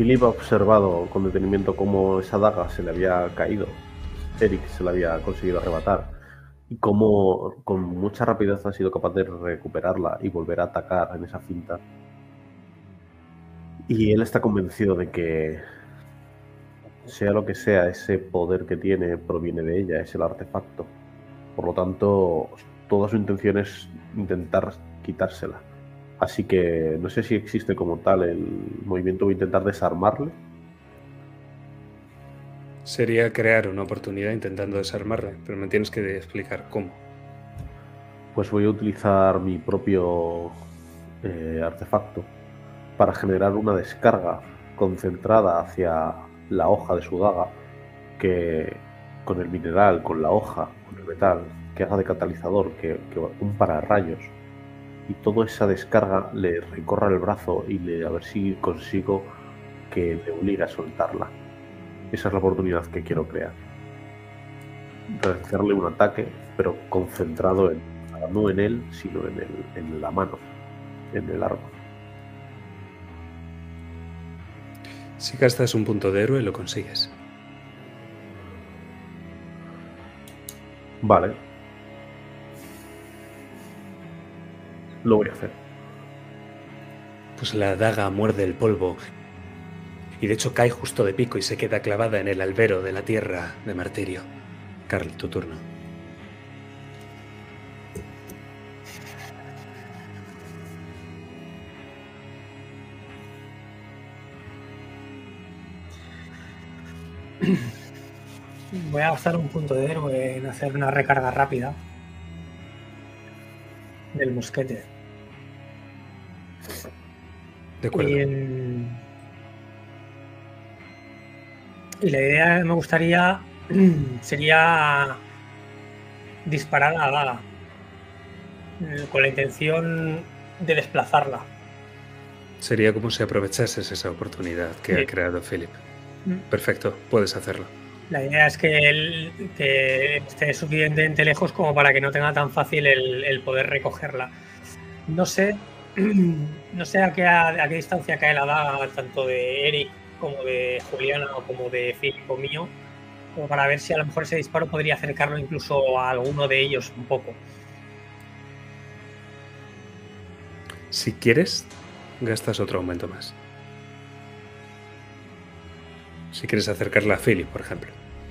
Philip ha observado con detenimiento cómo esa daga se le había caído. Eric se la había conseguido arrebatar. Y cómo con mucha rapidez ha sido capaz de recuperarla y volver a atacar en esa finta. Y él está convencido de que, sea lo que sea, ese poder que tiene proviene de ella, es el artefacto. Por lo tanto, toda su intención es intentar quitársela. Así que no sé si existe como tal el movimiento de intentar desarmarle. Sería crear una oportunidad intentando desarmarle, pero me tienes que explicar cómo. Pues voy a utilizar mi propio artefacto para generar una descarga concentrada hacia la hoja de su daga, que con el mineral, con la hoja, con el metal, que haga de catalizador, que un pararrayos, y toda esa descarga le recorra el brazo y a ver si consigo que le obligue a soltarla. Esa es la oportunidad que quiero crear. Realizarle un ataque, pero concentrado no en él, sino en la mano, en el arma. Si gastas un punto de héroe, lo consigues. Vale. Lo voy a hacer. Pues la daga muerde el polvo y de hecho cae justo de pico y se queda clavada en el albero de la tierra de martirio. Carl, tu turno. Voy a gastar un punto de héroe en hacer una recarga rápida del mosquete. De acuerdo. Y la idea que me gustaría sería disparar a la daga con la intención de desplazarla. Sería como si aprovechases esa oportunidad que ha creado Philip. Perfecto, puedes hacerlo. La idea es que él que esté suficientemente lejos como para que no tenga tan fácil el poder recogerla. No sé a qué distancia cae la daga, tanto de Eric como de Juliana o como de Philip o mío, como para ver si a lo mejor ese disparo podría acercarlo incluso a alguno de ellos un poco. Si quieres, gastas otro aumento más. Si quieres acercarla a Philip, por ejemplo.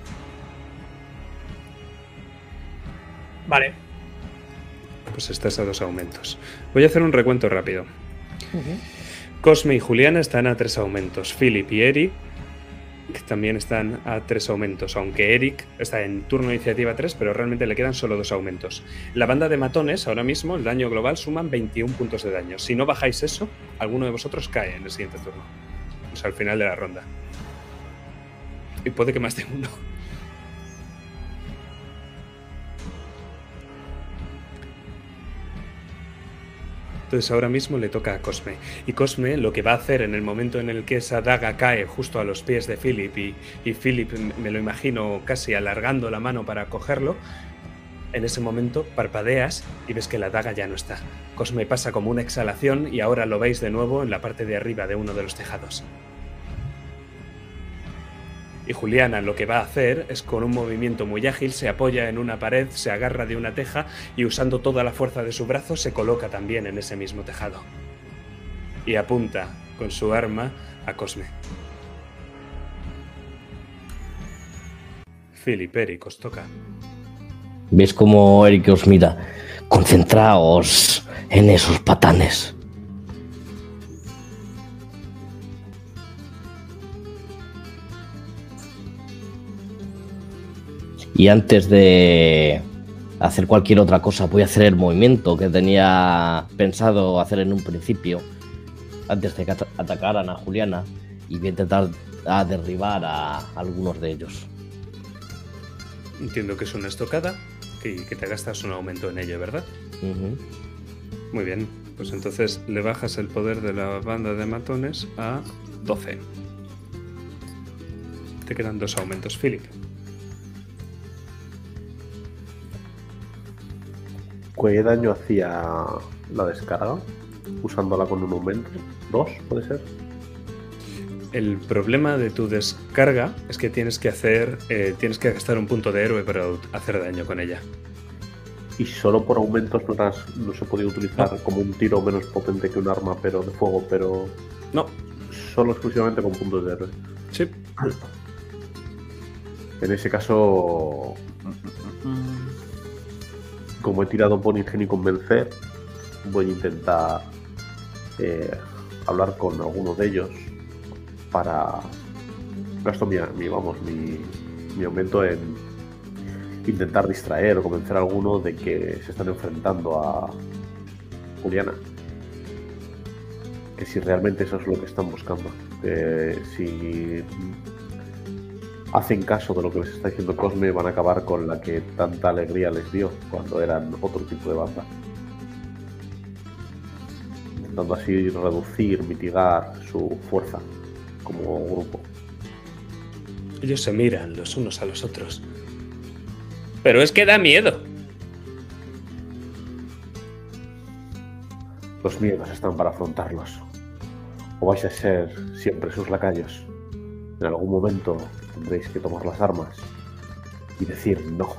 Vale. Pues estás a 2 aumentos. Voy a hacer un recuento rápido. Cosme y Juliana están a 3 aumentos. Philip y Eric también están a 3 aumentos, aunque Eric está en turno de iniciativa 3, pero realmente le quedan solo 2 aumentos. La banda de matones, ahora mismo, el daño global suman 21 puntos de daño. Si no bajáis eso, alguno de vosotros cae en el siguiente turno. O sea, al final de la ronda. Y puede que más de uno. Entonces ahora mismo le toca a Cosme. Y Cosme lo que va a hacer en el momento en el que esa daga cae justo a los pies de Philip y Philip me lo imagino casi alargando la mano para cogerlo, en ese momento parpadeas y ves que la daga ya no está. Cosme pasa como una exhalación y ahora lo veis de nuevo en la parte de arriba de uno de los tejados. Y Juliana lo que va a hacer es, con un movimiento muy ágil, se apoya en una pared, se agarra de una teja y, usando toda la fuerza de su brazo, se coloca también en ese mismo tejado. Y apunta con su arma a Cosme. Philip, Eric, os toca. ¿Ves cómo Eric os mira? Concentraos en esos patanes. Y antes de hacer cualquier otra cosa, voy a hacer el movimiento que tenía pensado hacer en un principio, antes de que atacaran a Juliana, y voy a intentar derribar a algunos de ellos. Entiendo que es una estocada y que te gastas un aumento en ello, ¿verdad? Muy bien, pues entonces le bajas el poder de la banda de matones a 12. Te quedan 2 aumentos, Philip. ¿Qué daño hacía la descarga? Usándola con un aumento. ¿2 puede ser? El problema de tu descarga es que tienes que gastar un punto de héroe para hacer daño con ella. Y solo por aumentos no se podía utilizar como un tiro menos potente que un arma pero de fuego, pero No, solo exclusivamente con puntos de héroe. sí. En ese caso, como he tirado por ingenio y convencer, voy a intentar hablar con alguno de ellos para... Gasto mi aumento en intentar distraer o convencer a alguno de que se están enfrentando a Juliana. Que si realmente eso es lo que están buscando. Si hacen caso de lo que les está diciendo Cosme, van a acabar con la que tanta alegría les dio cuando eran otro tipo de banda. Intentando así reducir, mitigar su fuerza como grupo. Ellos se miran los unos a los otros. Pero es que da miedo. Los miedos están para afrontarlos. O vais a ser siempre sus lacayos. En algún momento tendréis que tomar las armas y decir no.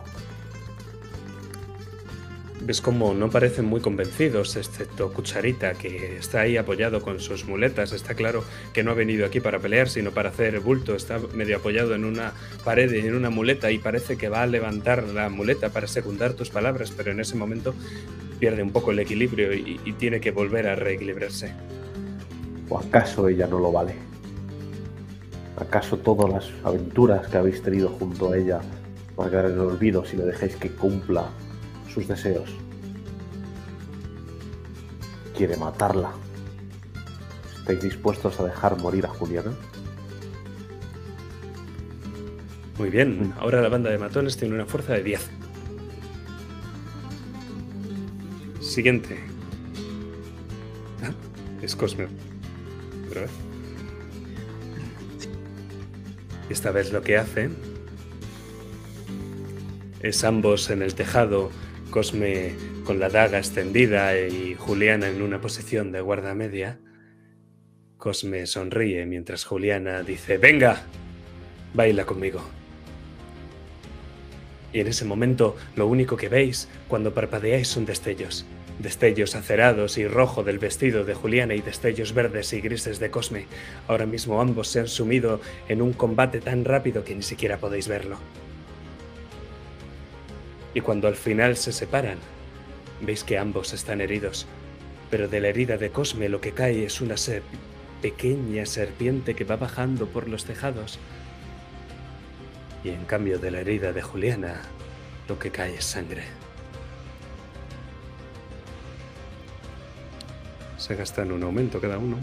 Ves como no parecen muy convencidos, excepto Cucharita, que está ahí apoyado con sus muletas. Está claro que no ha venido aquí para pelear, sino para hacer bulto. Está medio apoyado en una pared y en una muleta y parece que va a levantar la muleta para secundar tus palabras, pero en ese momento pierde un poco el equilibrio y tiene que volver a reequilibrarse. ¿O acaso ella no lo vale? ¿Acaso todas las aventuras que habéis tenido junto a ella van a quedar en el olvido si le dejáis que cumpla sus deseos? Quiere matarla. ¿Estáis dispuestos a dejar morir a Juliana? Muy bien, ahora la banda de matones tiene una fuerza de 10. Siguiente. Es Cosme. Otra vez. Y esta vez lo que hacen es ambos en el tejado, Cosme con la daga extendida y Juliana en una posición de guarda media. Cosme sonríe mientras Juliana dice: «Venga, baila conmigo». Y en ese momento lo único que veis cuando parpadeáis son destellos. Destellos acerados y rojo del vestido de Juliana y destellos verdes y grises de Cosme. Ahora mismo ambos se han sumido en un combate tan rápido que ni siquiera podéis verlo. Y cuando al final se separan, veis que ambos están heridos. Pero de la herida de Cosme lo que cae es una pequeña serpiente que va bajando por los tejados. Y en cambio de la herida de Juliana, lo que cae es sangre. Se gastan un aumento cada uno.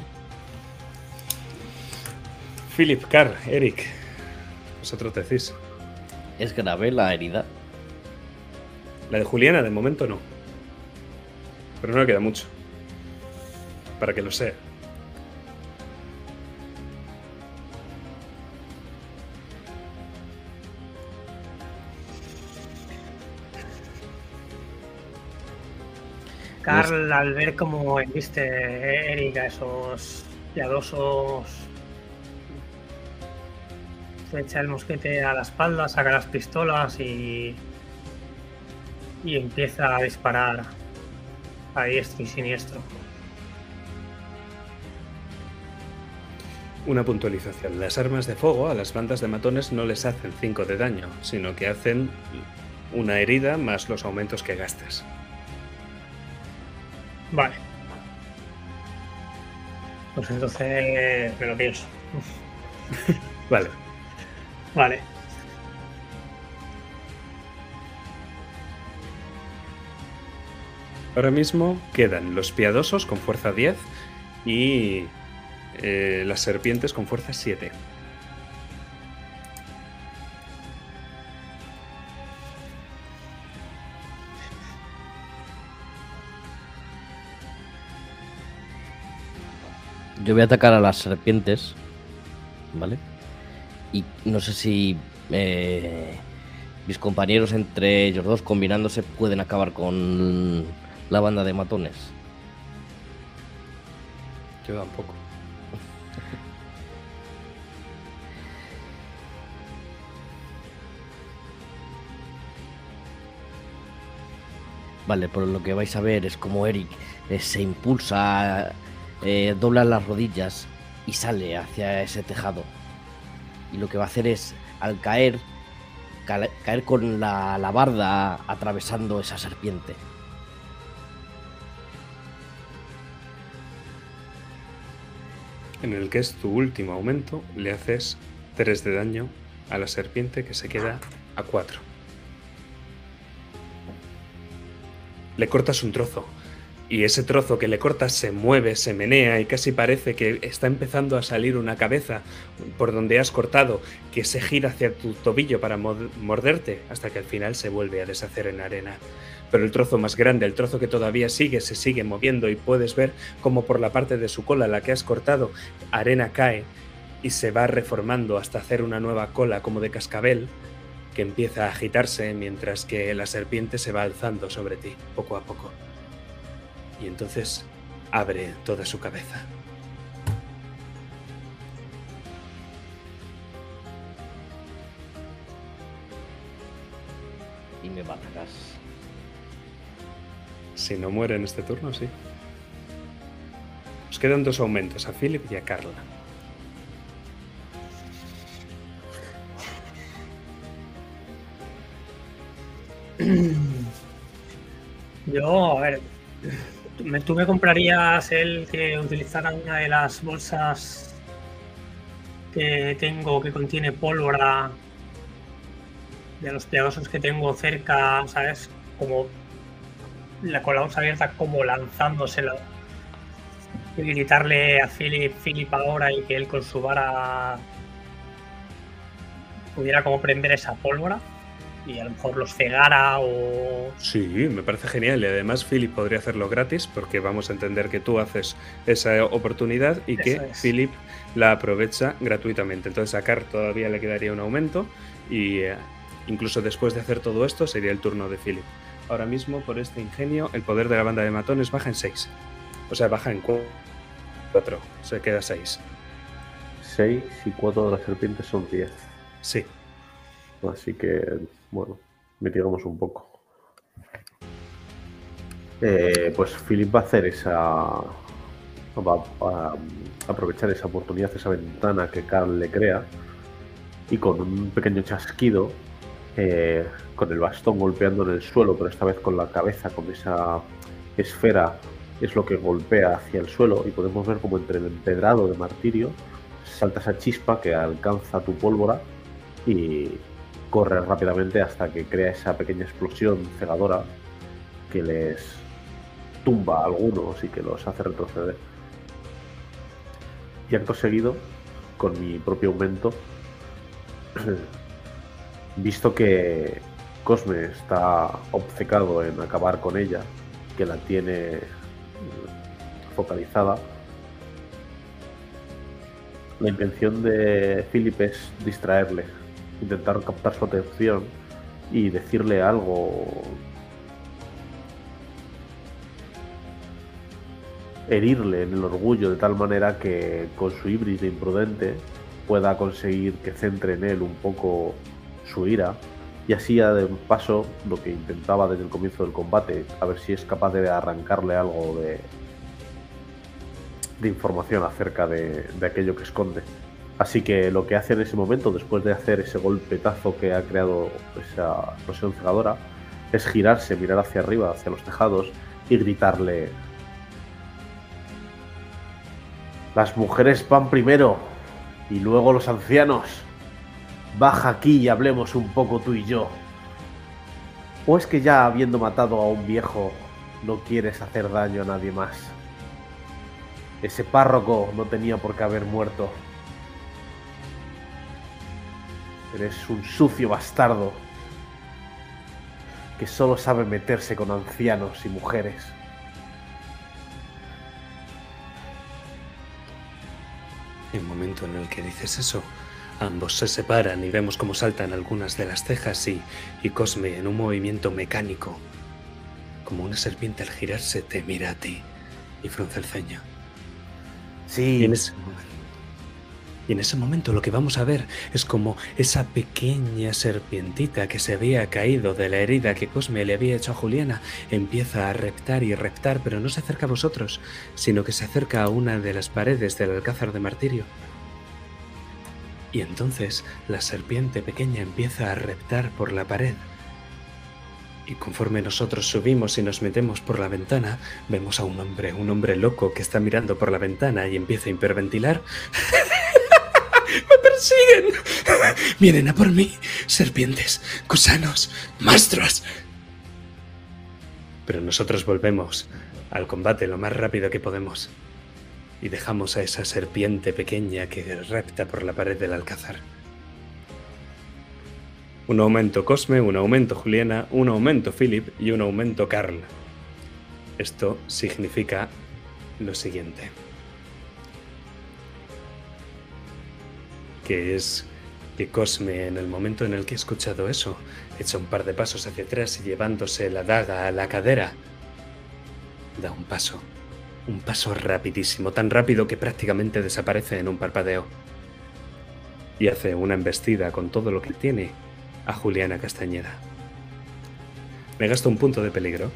Philip, Carl, Eric, vosotros decís. ¿Es grave la herida? La de Juliana de momento no. Pero no le queda mucho. Para que lo sea. Carl, al ver cómo viste Eric a esos piadosos, se echa el mosquete a la espalda, saca las pistolas y empieza a disparar a diestro y siniestro. Una puntualización. Las armas de fuego a las bandas de matones no les hacen 5 de daño, sino que hacen una herida más los aumentos que gastes. Vale. Pues entonces me lo pienso. Vale. Vale. Ahora mismo quedan los piadosos con fuerza 10 y las serpientes con fuerza 7. Yo voy a atacar a las serpientes, ¿vale? Y no sé si mis compañeros entre ellos dos combinándose pueden acabar con la banda de matones. Yo tampoco. Vale, por lo que vais a ver es como Eric se impulsa, dobla las rodillas y sale hacia ese tejado. Y lo que va a hacer es, al caer con la alabarda atravesando esa serpiente. En el que es tu último aumento, le haces 3 de daño a la serpiente, que se queda a 4. Le cortas un trozo, y ese trozo que le cortas se mueve, se menea y casi parece que está empezando a salir una cabeza por donde has cortado, que se gira hacia tu tobillo para morderte, hasta que al final se vuelve a deshacer en arena. Pero el trozo más grande, el trozo que todavía sigue, se sigue moviendo y puedes ver cómo por la parte de su cola, la que has cortado, arena cae y se va reformando hasta hacer una nueva cola como de cascabel que empieza a agitarse mientras que la serpiente se va alzando sobre ti, poco a poco. Y entonces abre toda su cabeza. Y me matarás. Si no muere en este turno, sí. Os quedan 2 aumentos, a Philip y a Carla. Yo, a ver, ¿tú me comprarías el que utilizara una de las bolsas que tengo que contiene pólvora de los piadosos que tengo cerca, ¿sabes? Como con la bolsa abierta, como lanzándoselo y gritarle a Philip ahora, y que él con su vara pudiera como prender esa pólvora y a lo mejor los cegara o... Sí, me parece genial, y además Philip podría hacerlo gratis porque vamos a entender que tú haces esa oportunidad y que Philip la aprovecha gratuitamente. Entonces a Carl todavía le quedaría un aumento y incluso después de hacer todo esto sería el turno de Philip. Ahora mismo, por este ingenio, el poder de la banda de matones baja en 6. O sea, baja en 4. Se queda 6. 6 y 4 de las serpientes son 10. Sí. Así que, bueno, mitigamos un poco. Pues Philip va a hacer va a aprovechar esa oportunidad, esa ventana que Carl le crea, y con un pequeño chasquido, con el bastón golpeando en el suelo, pero esta vez con la cabeza, con esa esfera, es lo que golpea hacia el suelo, y podemos ver como entre el empedrado de martirio salta esa chispa que alcanza tu pólvora y corre rápidamente hasta que crea esa pequeña explosión cegadora que les tumba a algunos y que los hace retroceder. Y acto seguido, con mi propio aumento, visto que Cosme está obcecado en acabar con ella, que la tiene focalizada, la intención de Philip es distraerle, intentar captar su atención y decirle algo, herirle en el orgullo de tal manera que con su híbrido imprudente pueda conseguir que centre en él un poco su ira, y así de paso lo que intentaba desde el comienzo del combate, a ver si es capaz de arrancarle algo de información acerca de aquello que esconde. Así que lo que hace en ese momento, después de hacer ese golpetazo que ha creado esa explosión cegadora, es girarse, mirar hacia arriba, hacia los tejados y gritarle: las mujeres van primero y luego los ancianos. Baja aquí y hablemos un poco tú y yo. ¿O es que ya habiendo matado a un viejo no quieres hacer daño a nadie más? Ese párroco no tenía por qué haber muerto. Eres un sucio bastardo que solo sabe meterse con ancianos y mujeres. En el momento en el que dices eso, ambos se separan y vemos cómo saltan algunas de las cejas y Cosme, en un movimiento mecánico, como una serpiente al girarse, te mira a ti y frunce el ceño. Sí. Y en ese momento, Y en ese momento lo que vamos a ver es como esa pequeña serpientita que se había caído de la herida que Cosme le había hecho a Juliana empieza a reptar y reptar, pero no se acerca a vosotros, sino que se acerca a una de las paredes del Alcázar de Martirio. Y entonces la serpiente pequeña empieza a reptar por la pared. Y conforme nosotros subimos y nos metemos por la ventana, vemos a un hombre loco que está mirando por la ventana y empieza a hiperventilar. ¡Me persiguen! ¡Vienen a por mí! ¡Serpientes! ¡Gusanos! ¡Monstruos! Pero nosotros volvemos al combate lo más rápido que podemos y dejamos a esa serpiente pequeña que repta por la pared del Alcázar. Un aumento Cosme, un aumento Juliana, un aumento Philip y un aumento Carl. Esto significa lo siguiente. Que es que Cosme, en el momento en el que ha escuchado eso, echa un par de pasos hacia atrás y llevándose la daga a la cadera, da un paso rapidísimo, tan rápido que prácticamente desaparece en un parpadeo. Y hace una embestida con todo lo que tiene a Juliana Castañeda. Me gasto un punto de peligro.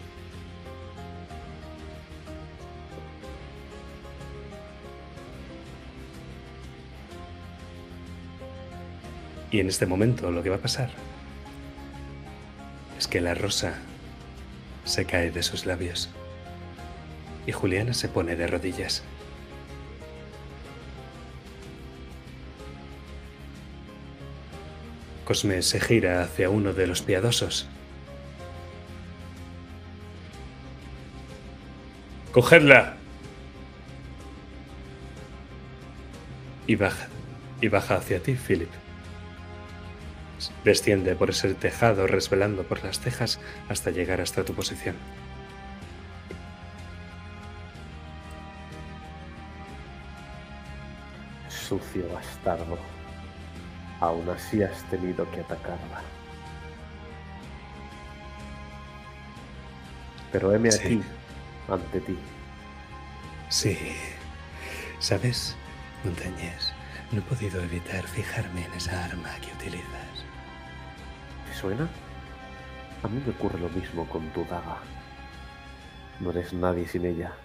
Y en este momento lo que va a pasar es que la rosa se cae de sus labios y Juliana se pone de rodillas. Cosme se gira hacia uno de los piadosos. ¡Cogedla! Y baja hacia ti, Philip. Desciende por ese tejado resbalando por las tejas hasta llegar hasta tu posición. Sucio bastardo. Aún así has tenido que atacarla. Pero heme Sí. aquí, ante ti. Sí. ¿Sabes, Montañés? No he podido evitar fijarme en esa arma que utilizas. ¿Te suena? A mí me ocurre lo mismo con tu daga. No eres nadie sin ella.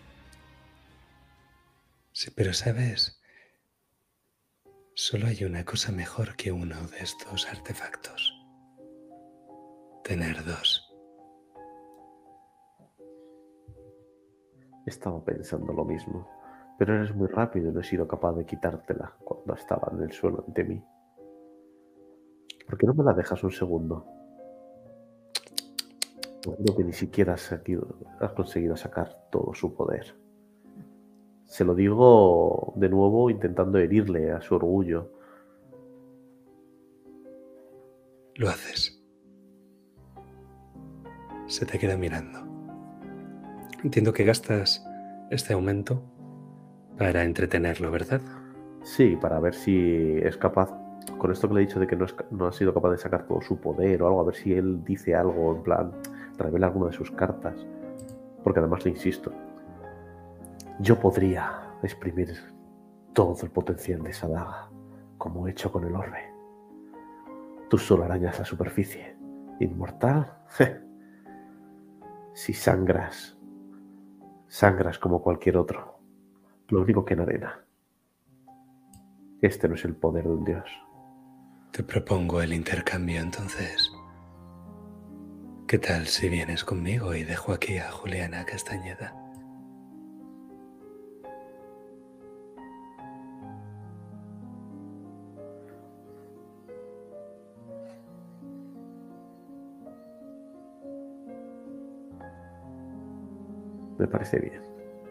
Sí, pero ¿sabes? Solo hay una cosa mejor que uno de estos artefactos. Tener dos. Estaba pensando lo mismo, pero eres muy rápido y no he sido capaz de quitártela cuando estaba en el suelo ante mí. ¿Por qué no me la dejas un segundo? Creo que ni siquiera has conseguido sacar todo su poder. Se lo digo de nuevo intentando herirle a su orgullo. Lo haces. Se te queda mirando. Entiendo que gastas este aumento para entretenerlo, ¿verdad? Sí, para ver si es capaz, con esto que le he dicho de que no ha sido capaz de sacar todo su poder o algo, a ver si él dice algo, en plan, revela alguna de sus cartas. Porque además le insisto, yo podría exprimir todo el potencial de esa daga, como he hecho con el orbe. Tú solo arañas la superficie. ¿Inmortal? Si sangras como cualquier otro. Lo único que en arena. Este no es el poder de un dios. Te propongo el intercambio, entonces. ¿Qué tal si vienes conmigo y dejo aquí a Juliana Castañeda? Me parece bien.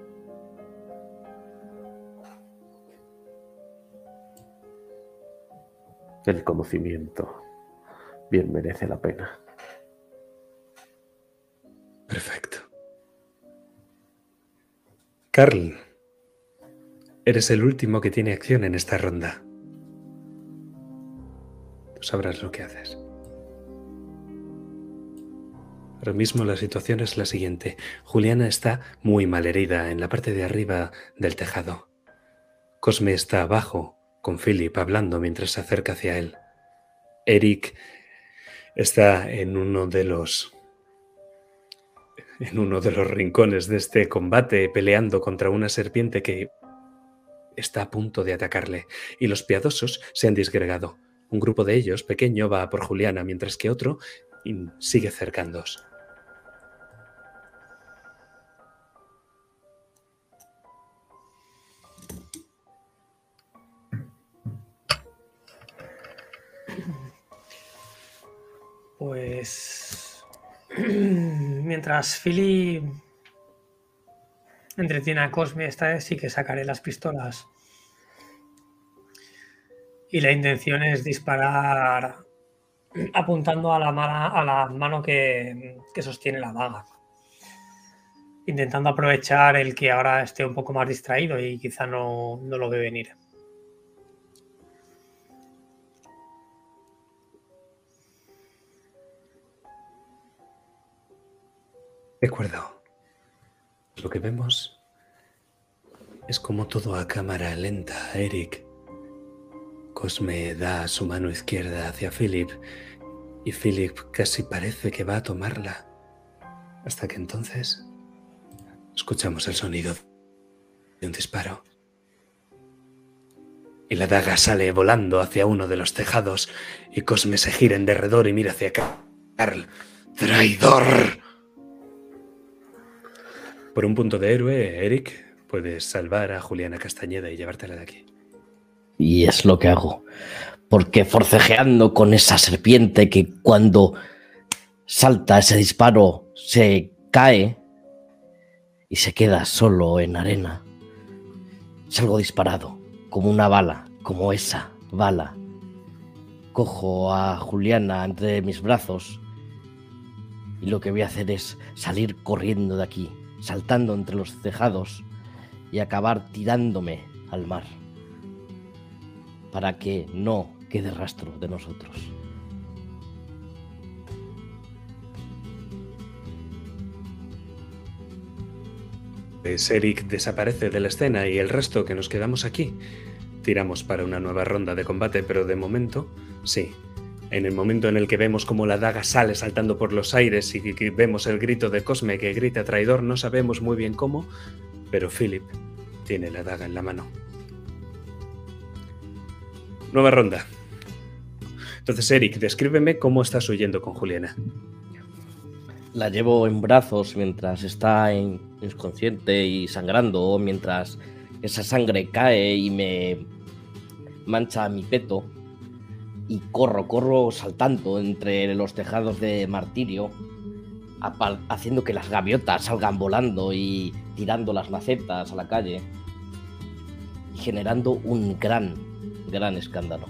El conocimiento bien merece la pena. Perfecto. Carl, eres el último que tiene acción en esta ronda. Tú sabrás lo que haces. Ahora mismo la situación es la siguiente. Juliana está muy mal herida en la parte de arriba del tejado. Cosme está abajo, con Philip hablando mientras se acerca hacia él. Eric está en uno de los rincones de este combate, peleando contra una serpiente que está a punto de atacarle, y los piadosos se han disgregado. Un grupo de ellos, pequeño, va a por Juliana, mientras que otro sigue cercándoos. Pues mientras Philly entretiene a Cosme, esta vez sí que sacaré las pistolas. Y la intención es disparar apuntando a la mano que sostiene la daga. Intentando aprovechar el que ahora esté un poco más distraído y quizá no lo ve venir. De acuerdo. Lo que vemos es como todo a cámara lenta, Eric. Cosme da su mano izquierda hacia Philip y Philip casi parece que va a tomarla. Hasta que entonces escuchamos el sonido de un disparo. Y la daga sale volando hacia uno de los tejados y Cosme se gira en derredor y mira hacia Carl. ¡Traidor! Por un punto de héroe, Eric, puedes salvar a Juliana Castañeda y llevártela de aquí. Y es lo que hago. Porque forcejeando con esa serpiente que cuando salta ese disparo se cae y se queda solo en arena, salgo disparado, como una bala, como esa bala. Cojo a Juliana entre mis brazos y lo que voy a hacer es salir corriendo de aquí, saltando entre los tejados y acabar tirándome al mar para que no quede rastro de nosotros. Pues Eric desaparece de la escena y el resto que nos quedamos aquí tiramos para una nueva ronda de combate, pero de momento, sí. En el momento en el que vemos cómo la daga sale saltando por los aires y que vemos el grito de Cosme que grita traidor, no sabemos muy bien cómo, pero Philip tiene la daga en la mano. Nueva ronda. Entonces, Eric, descríbeme cómo estás huyendo con Juliana. La llevo en brazos mientras está inconsciente y sangrando, mientras esa sangre cae y me mancha mi peto. Y corro saltando entre los tejados de martirio, haciendo que las gaviotas salgan volando y tirando las macetas a la calle, y generando un gran escándalo.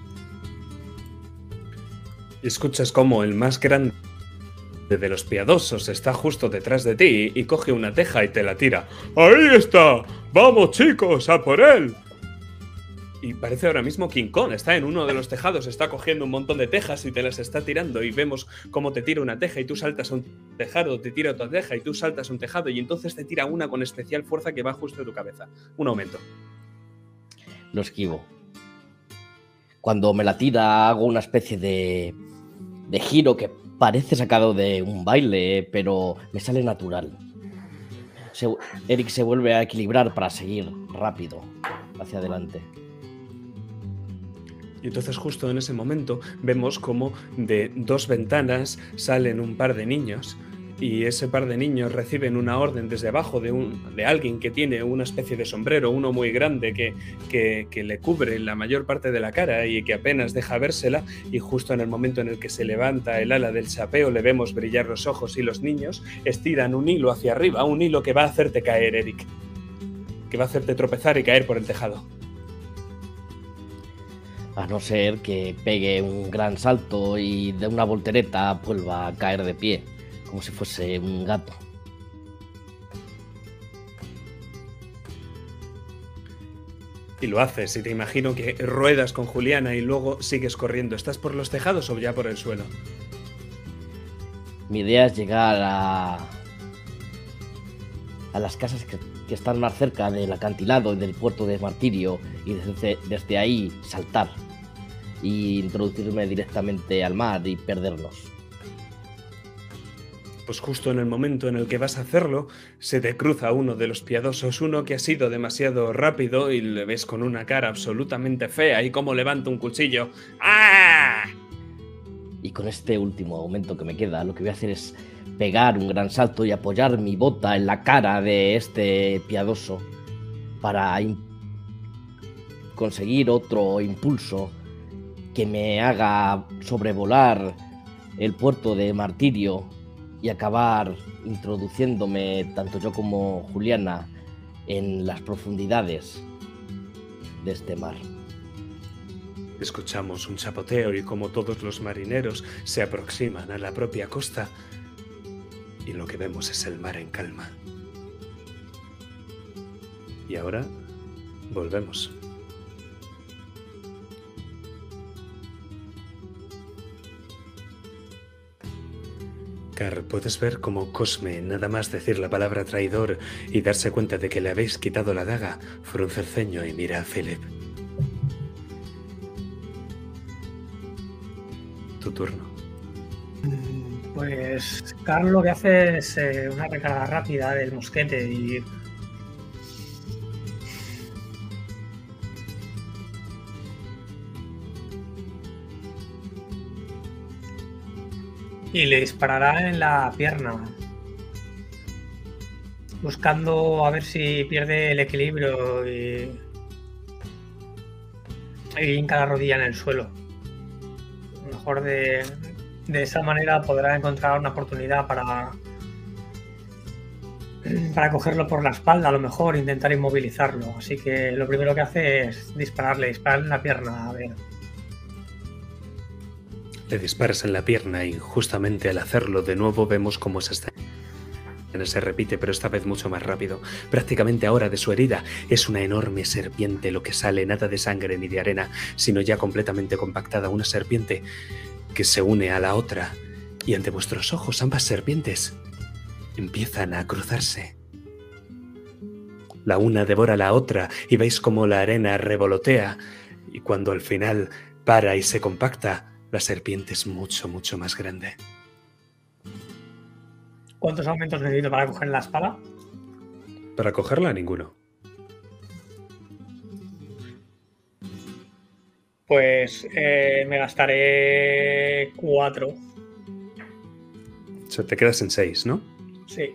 Escuchas cómo el más grande de los piadosos está justo detrás de ti y coge una teja y te la tira. ¡Ahí está! ¡Vamos, chicos, a por él! Y parece ahora mismo King Kong, está en uno de los tejados, está cogiendo un montón de tejas y te las está tirando y vemos cómo te tira una teja y tú saltas a un tejado, te tira otra teja y tú saltas a un tejado y entonces te tira una con especial fuerza que va justo de tu cabeza. Un aumento. Lo esquivo. Cuando me la tira hago una especie de giro que parece sacado de un baile, pero me sale natural. Eric se vuelve a equilibrar para seguir rápido hacia adelante. Y entonces justo en ese momento vemos como de dos ventanas salen un par de niños y ese par de niños reciben una orden desde abajo de alguien que tiene una especie de sombrero, uno muy grande que le cubre la mayor parte de la cara y que apenas deja vérsela, y justo en el momento en el que se levanta el ala del chapeo le vemos brillar los ojos y los niños estiran un hilo hacia arriba, un hilo que va a hacerte caer, Eric, que va a hacerte tropezar y caer por el tejado. A no ser que pegue un gran salto y de una voltereta vuelva a caer de pie, como si fuese un gato. Y lo haces, y te imagino que ruedas con Juliana y luego sigues corriendo. ¿Estás por los tejados o ya por el suelo? Mi idea es llegar a a las casas que están más cerca del acantilado del puerto de Martirio y desde ahí saltar e introducirme directamente al mar y perdernos. Pues justo en el momento en el que vas a hacerlo, se te cruza uno de los piadosos, uno que ha sido demasiado rápido y le ves con una cara absolutamente fea y cómo levanta un cuchillo. ¡Ah! Y con este último momento que me queda, lo que voy a hacer es pegar un gran salto y apoyar mi bota en la cara de este piadoso para conseguir otro impulso que me haga sobrevolar el puerto de Martirio y acabar introduciéndome, tanto yo como Juliana, en las profundidades de este mar. Escuchamos un chapoteo y como todos los marineros se aproximan a la propia costa y lo que vemos es el mar en calma. Y ahora volvemos. Carl, puedes ver cómo Cosme, nada más decir la palabra traidor y darse cuenta de que le habéis quitado la daga, frunce el ceño y mira a Philip. Tu turno. Pues Carl lo que hace es una recarga rápida del mosquete y le disparará en la pierna, buscando a ver si pierde el equilibrio y hinca la rodilla en el suelo. A lo mejor de esa manera podrá encontrar una oportunidad para cogerlo por la espalda, a lo mejor intentar inmovilizarlo. Así que lo primero que hace es dispararle en la pierna, a ver. Le disparas en la pierna y justamente al hacerlo de nuevo vemos cómo esa escena se repite, pero esta vez mucho más rápido. Prácticamente ahora de su herida es una enorme serpiente lo que sale, nada de sangre ni de arena, sino ya completamente compactada, una serpiente que se une a la otra y ante vuestros ojos ambas serpientes empiezan a cruzarse. La una devora a la otra y veis cómo la arena revolotea y cuando al final para y se compacta, la serpiente es mucho, mucho más grande. ¿Cuántos aumentos necesito para coger la espada? Para cogerla, ninguno. Pues me gastaré 4. O sea, te quedas en 6, ¿no? Sí.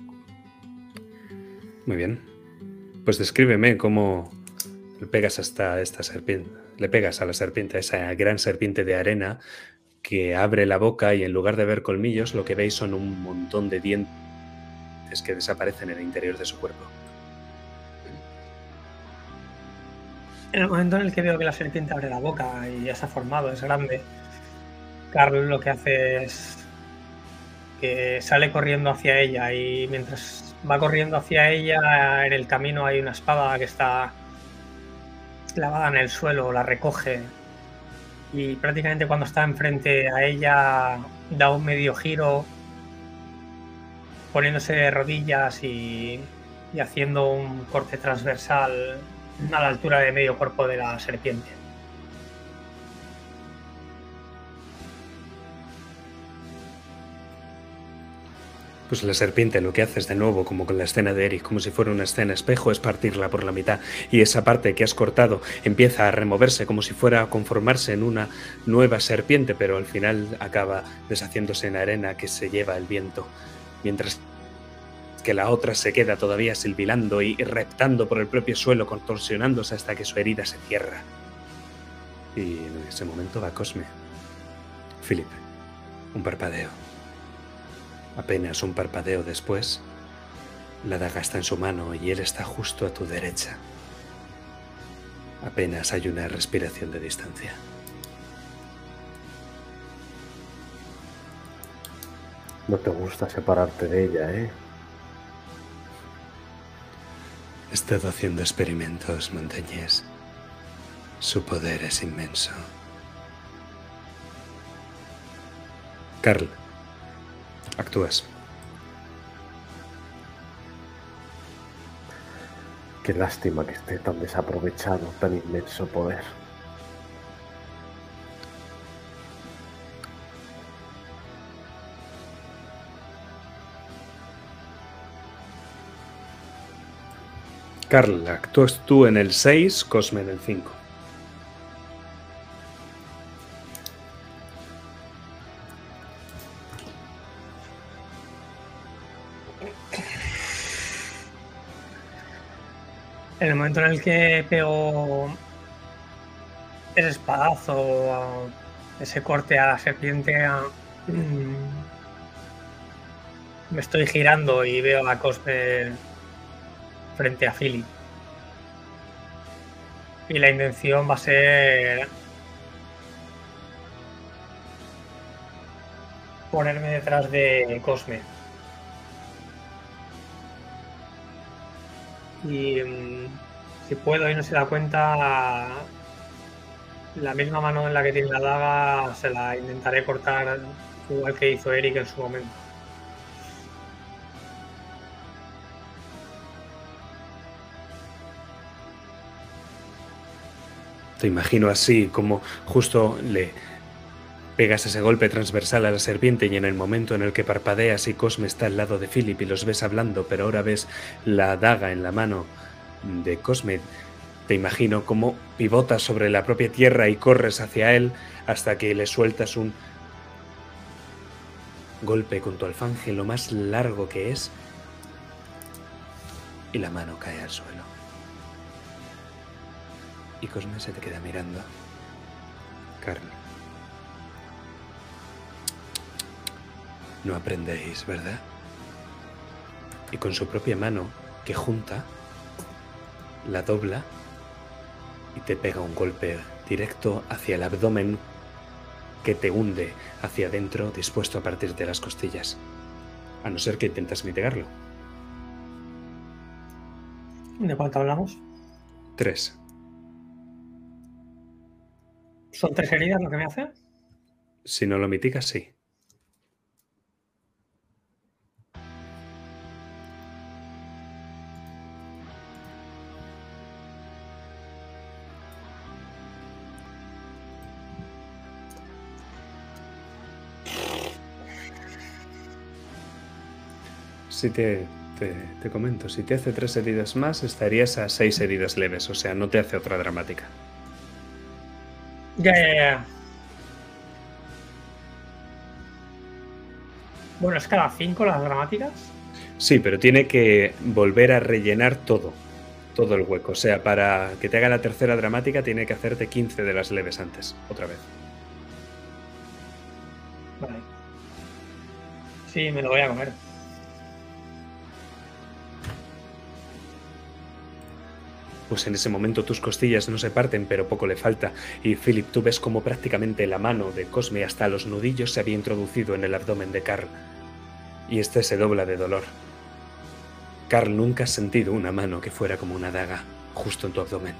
Muy bien. Pues descríbeme cómo le pegas hasta esta serpiente. Le pegas a la serpiente, a esa gran serpiente de arena que abre la boca y en lugar de ver colmillos lo que veis son un montón de dientes que desaparecen en el interior de su cuerpo. En el momento en el que veo que la serpiente abre la boca y ya se ha formado, es grande, Carl lo que hace es que sale corriendo hacia ella y mientras va corriendo hacia ella, en el camino hay una espada que está clavada en el suelo, la recoge y prácticamente cuando está enfrente a ella da un medio giro poniéndose de rodillas y haciendo un corte transversal a la altura de medio cuerpo de la serpiente. Pues la serpiente lo que hace es de nuevo, como con la escena de Eric, como si fuera una escena espejo, es partirla por la mitad. Y esa parte que has cortado empieza a removerse como si fuera a conformarse en una nueva serpiente, pero al final acaba deshaciéndose en arena que se lleva el viento. Mientras que la otra se queda todavía silbilando y reptando por el propio suelo, contorsionándose hasta que su herida se cierra. Y en ese momento va Cosme. Philip, un parpadeo. Apenas un parpadeo después, la daga está en su mano y él está justo a tu derecha. Apenas hay una respiración de distancia. No te gusta separarte de ella, ¿eh? He estado haciendo experimentos, Montañés. Su poder es inmenso. Carl, actúas. Qué lástima que esté tan desaprovechado, tan inmenso poder. Carl, actúas tú en el 6, Cosme en el 5. En el momento en el que pego ese espadazo, ese corte a la serpiente, me estoy girando y veo a Cosme frente a Philip. Y la intención va a ser ponerme detrás de Cosme. Y si puedo y no se da cuenta, la misma mano en la que tiene la daga se la intentaré cortar igual que hizo Eric en su momento. Te imagino así, como justo le pegas ese golpe transversal a la serpiente y en el momento en el que parpadeas y Cosme está al lado de Philip y los ves hablando, pero ahora ves la daga en la mano de Cosme, te imagino cómo pivotas sobre la propia tierra y corres hacia él hasta que le sueltas un golpe con tu alfanje lo más largo que es y la mano cae al suelo. Y Cosme se te queda mirando. Carl. No aprendéis, ¿verdad? Y con su propia mano, que junta, la dobla y te pega un golpe directo hacia el abdomen que te hunde hacia adentro, dispuesto a partirte las costillas. A no ser que intentas mitigarlo. ¿De cuánto hablamos? 3. ¿Son 3 heridas lo que me hace? Si no lo mitigas, sí. Si te comento, si te hace 3 heridas más, estarías a 6 heridas leves, o sea, no te hace otra dramática. Ya. Bueno, es cada 5 las dramáticas. Sí, pero tiene que volver a rellenar todo el hueco. O sea, para que te haga la tercera dramática, tiene que hacerte 15 de las leves antes, otra vez. Vale. Sí, me lo voy a comer. Pues en ese momento tus costillas no se parten, pero poco le falta. Y Philip, tú ves como prácticamente la mano de Cosme hasta los nudillos se había introducido en el abdomen de Carl. Y este se dobla de dolor. Carl, nunca has sentido una mano que fuera como una daga, justo en tu abdomen.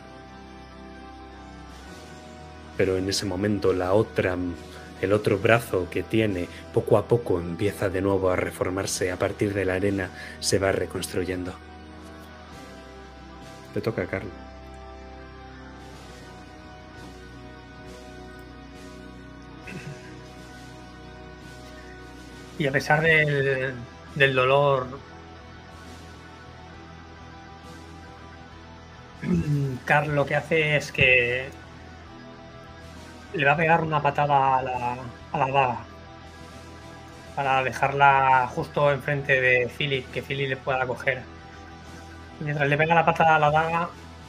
Pero en ese momento el otro brazo que tiene, poco a poco empieza de nuevo a reformarse. A partir de la arena se va reconstruyendo. Te toca, Carl. Y a pesar del dolor, Carl lo que hace es que le va a pegar una patada a la daga para dejarla justo enfrente de Philip, que Philip le pueda coger. Y mientras le pega la patada a la daga,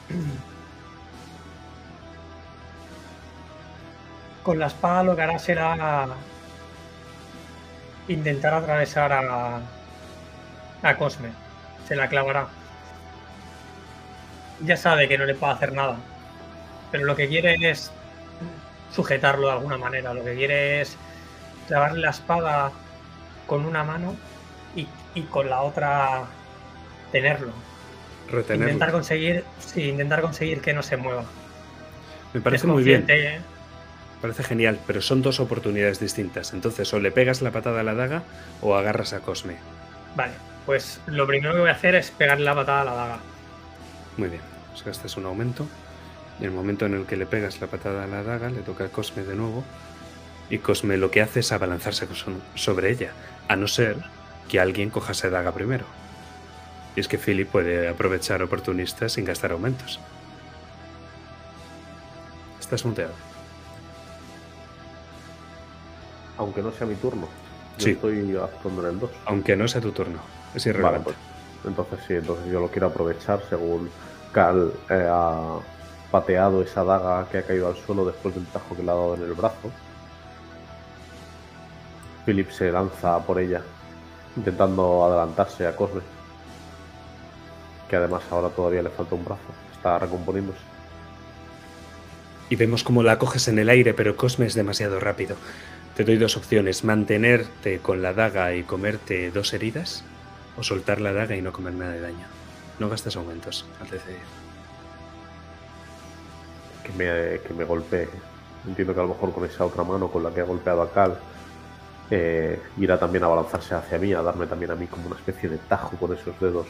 con la espada lo que hará será intentar atravesar a Cosme. Se la clavará. Ya sabe que no le puede hacer nada, pero lo que quiere es sujetarlo de alguna manera. Lo que quiere es clavarle la espada con una mano y con la otra tenerlo. Retenerlo. Intentar conseguir que no se mueva. Me parece muy bien. Parece genial, pero son 2 oportunidades distintas. Entonces, o le pegas la patada a la daga o agarras a Cosme. Vale, pues lo primero que voy a hacer es pegarle la patada a la daga. Muy bien, pues gastas un aumento. En el momento en el que le pegas la patada a la daga, le toca a Cosme de nuevo. Y Cosme lo que hace es abalanzarse sobre ella, a no ser que alguien coja esa daga primero. Y es que Philip puede aprovechar oportunistas sin gastar aumentos. Estás muteado. Aunque no sea mi turno. Yo Sí. estoy actuando en el 2. Aunque no sea tu turno. Es Vale, irrelevante. pues entonces sí, entonces yo lo quiero aprovechar según Cal ha pateado esa daga que ha caído al suelo después del tajo que le ha dado en el brazo. Philip se lanza por ella, intentando adelantarse a Cosme, que además ahora todavía le falta un brazo, está recomponiéndose. Y vemos cómo la coges en el aire, pero Cosme es demasiado rápido. Te doy dos opciones: mantenerte con la daga y comerte 2 heridas, o soltar la daga y no comer nada de daño. No gastas aumentos al decidir. Que me golpee. Entiendo que a lo mejor con esa otra mano con la que ha golpeado a Cal irá también a abalanzarse hacia mí, a darme también a mí como una especie de tajo con esos dedos.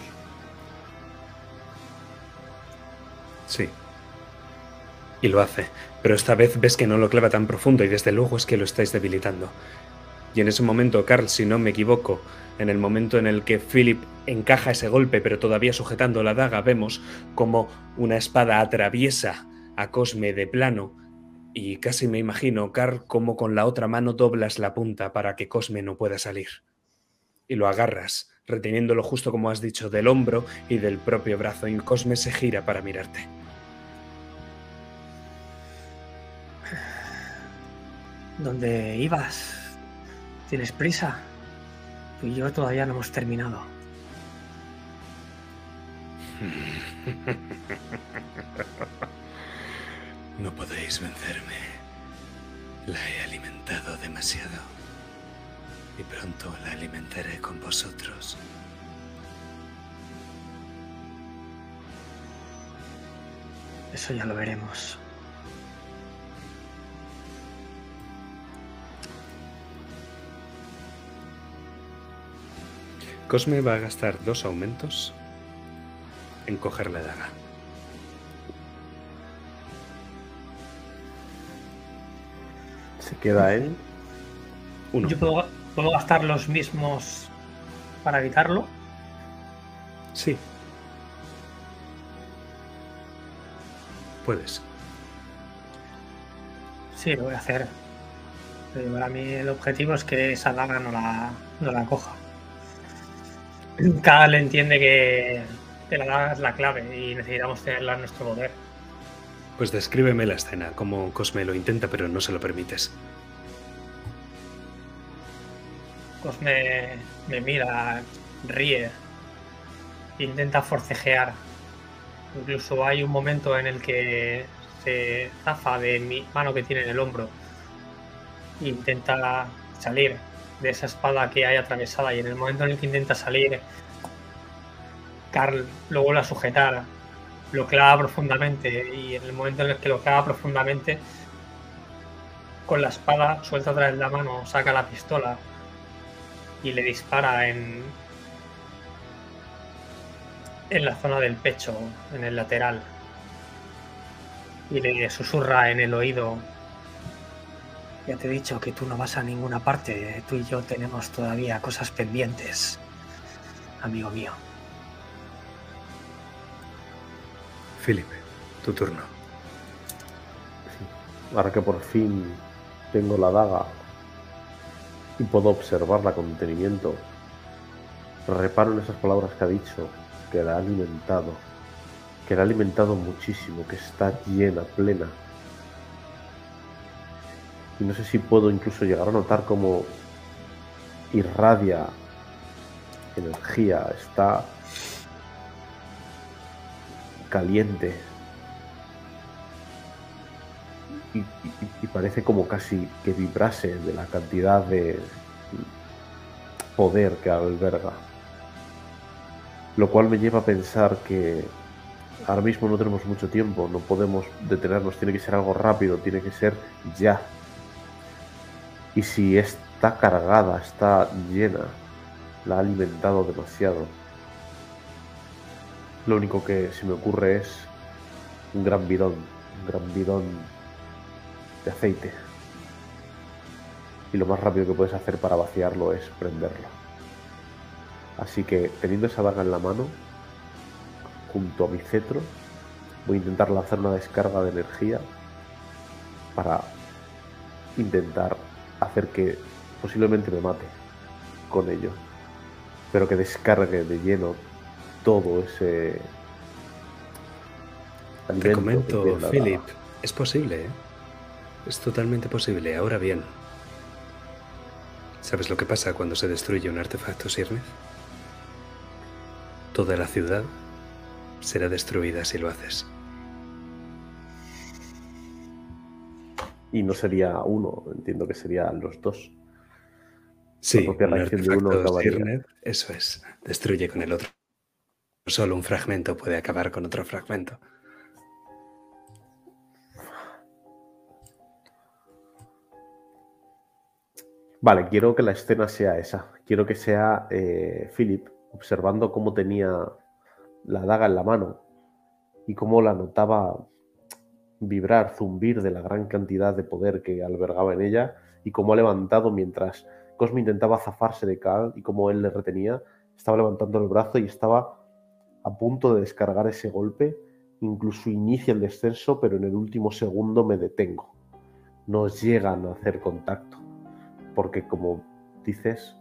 Sí. Y lo hace, pero esta vez ves que no lo clava tan profundo y desde luego es que lo estáis debilitando. Y en ese momento, Carl, si no me equivoco, en el momento en el que Philip encaja ese golpe pero todavía sujetando la daga, vemos como una espada atraviesa a Cosme de plano y casi me imagino, Carl, como con la otra mano doblas la punta para que Cosme no pueda salir. Y lo agarras, reteniéndolo justo como has dicho, del hombro y del propio brazo, y Cosme se gira para mirarte. ¿Dónde ibas? ¿Tienes prisa? Tú y yo todavía no hemos terminado. No podéis vencerme. La he alimentado demasiado. Y pronto la alimentaré con vosotros. Eso ya lo veremos. Cosme va a gastar 2 aumentos en coger la daga. Se queda en 1. ¿Yo puedo gastar los mismos para evitarlo? Sí. Puedes. Sí, lo voy a hacer. Pero para mí el objetivo es que esa daga no la coja. Cal entiende que la daga es la clave y necesitamos tenerla en nuestro poder. Pues descríbeme la escena, cómo Cosme lo intenta pero no se lo permites. Cosme me mira, ríe, intenta forcejear. Incluso hay un momento en el que se zafa de mi mano que tiene en el hombro e intenta salir de esa espada que hay atravesada, y en el momento en el que intenta salir, Carl lo vuelve a sujetar, lo clava profundamente, y en el momento en el que lo clava profundamente, con la espada suelta otra vez la mano, saca la pistola y le dispara en la zona del pecho, en el lateral, y le susurra en el oído: ya te he dicho que tú no vas a ninguna parte, tú y yo tenemos todavía cosas pendientes, amigo mío. Philip, tu turno. ahora que por fin tengo la daga y puedo observarla con detenimiento, reparo en esas palabras que ha dicho, que la ha alimentado muchísimo, que está llena, plena. Y no sé si puedo incluso llegar a notar cómo irradia energía, está caliente. Y parece como casi que vibrase de la cantidad de poder que alberga. Lo cual me lleva a pensar que ahora mismo no tenemos mucho tiempo, no podemos detenernos, tiene que ser algo rápido, tiene que ser ya. Y si está cargada, está llena, la ha alimentado demasiado. Lo único que se me ocurre es un gran bidón de aceite. Y lo más rápido que puedes hacer para vaciarlo es prenderlo. Así que, teniendo esa daga en la mano, junto a mi cetro, voy a intentar lanzar una descarga de energía para intentar hacer que posiblemente me mate con ello, pero que descargue de lleno todo ese alimento. Te comento, que tiene la Philip, daga. es posible, ¿eh? Es totalmente posible. Ahora bien, ¿sabes lo que pasa cuando se destruye un artefacto Sirneth? Toda la ciudad será destruida si lo haces. Y no sería uno, entiendo que serían los dos. Sí, La propia un reacción de uno artefacto acabaría. Sirneth, eso es, destruye con el otro. Solo un fragmento puede acabar con otro fragmento. Vale, quiero que la escena sea esa. Quiero que sea Philip observando cómo tenía la daga en la mano y cómo la notaba vibrar, zumbir de la gran cantidad de poder que albergaba en ella y cómo ha levantado mientras Cosme intentaba zafarse de Cal y cómo él le retenía, estaba levantando el brazo y estaba a punto de descargar ese golpe. Incluso inicia el descenso, pero en el último segundo me detengo. No llegan a hacer contacto. Porque, como dices,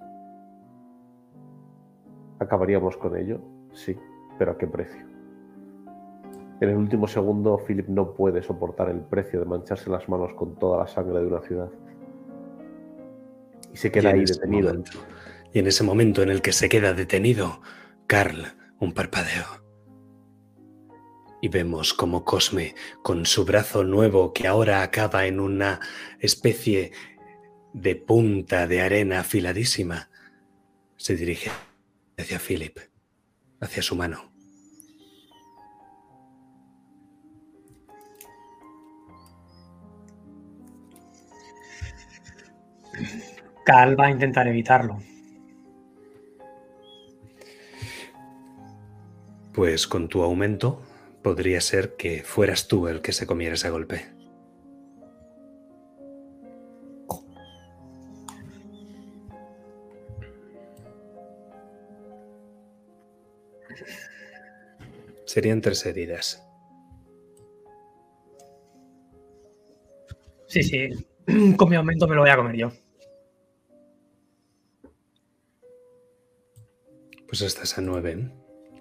¿acabaríamos con ello? Sí, pero ¿a qué precio? En el último segundo, Philip no puede soportar el precio de mancharse las manos con toda la sangre de una ciudad. Y se queda ahí detenido. Y en ese momento en el que se queda detenido, Carl, un parpadeo. Y vemos como Cosme, con su brazo nuevo que ahora acaba en una especie de punta de arena afiladísima, se dirige hacia Philip, hacia su mano. Cal va a intentar evitarlo. Pues con tu aumento podría ser que fueras tú el que se comiera ese golpe. Serían 3 heridas. Sí, sí. Con mi aumento me lo voy a comer yo. Pues estás a 9.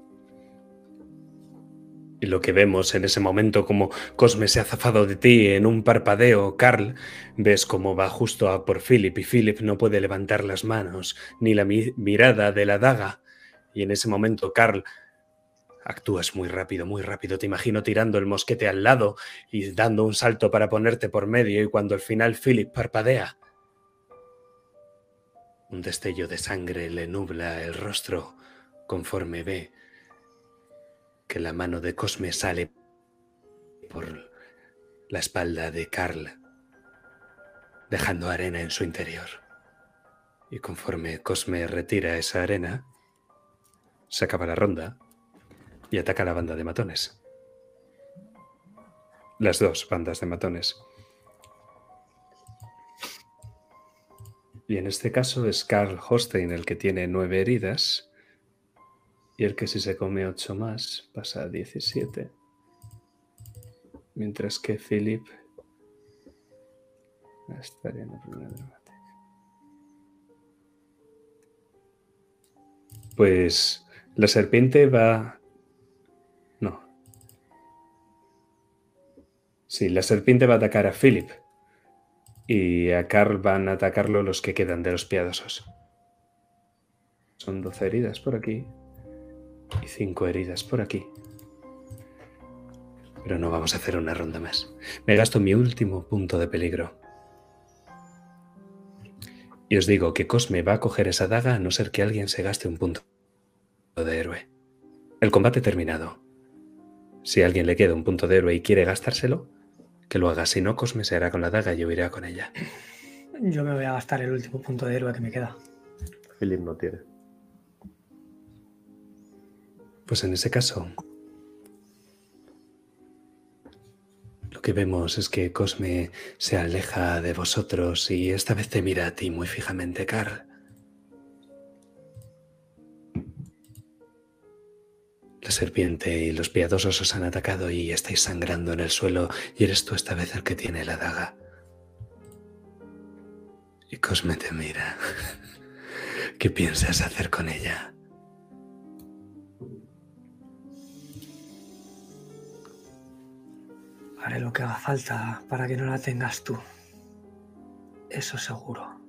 Y lo que vemos en ese momento, como Cosme se ha zafado de ti en un parpadeo, Carl, ves cómo va justo a por Philip y Philip no puede levantar las manos ni la mirada de la daga. Y en ese momento, Carl, actúas muy rápido. Te imagino tirando el mosquete al lado y dando un salto para ponerte por medio, y cuando al final Philip parpadea, un destello de sangre le nubla el rostro conforme ve que la mano de Cosme sale por la espalda de Carl, dejando arena en su interior. Y conforme Cosme retira esa arena, se acaba la ronda y ataca a la banda de matones. Las dos bandas de matones. Y en este caso es Carl Holstein el que tiene 9 heridas, y el que si se come 8 más pasa a 17. Mientras que Philip estaría en la primera dramática. Pues la serpiente va... No. Sí, la serpiente va a atacar a Philip. Y a Carl van a atacarlo los que quedan de los piadosos. Son 12 heridas por aquí. Y 5 heridas por aquí. Pero no vamos a hacer una ronda más. Me gasto mi último punto de peligro. Y os digo que Cosme va a coger esa daga a no ser que alguien se gaste un punto de héroe. El combate terminado. Si a alguien le queda un punto de héroe y quiere gastárselo, que lo haga. Si no, Cosme se hará con la daga y yo iré con ella. Yo me voy a gastar el último punto de héroe que me queda. Philip no tiene. Pues en ese caso, que vemos es que Cosme se aleja de vosotros y esta vez te mira a ti muy fijamente, Carl. La serpiente y los piadosos os han atacado y estáis sangrando en el suelo y eres tú esta vez el que tiene la daga. Y Cosme te mira. ¿Qué piensas hacer con ella? Haré lo que haga falta para que no la tengas tú. Eso seguro.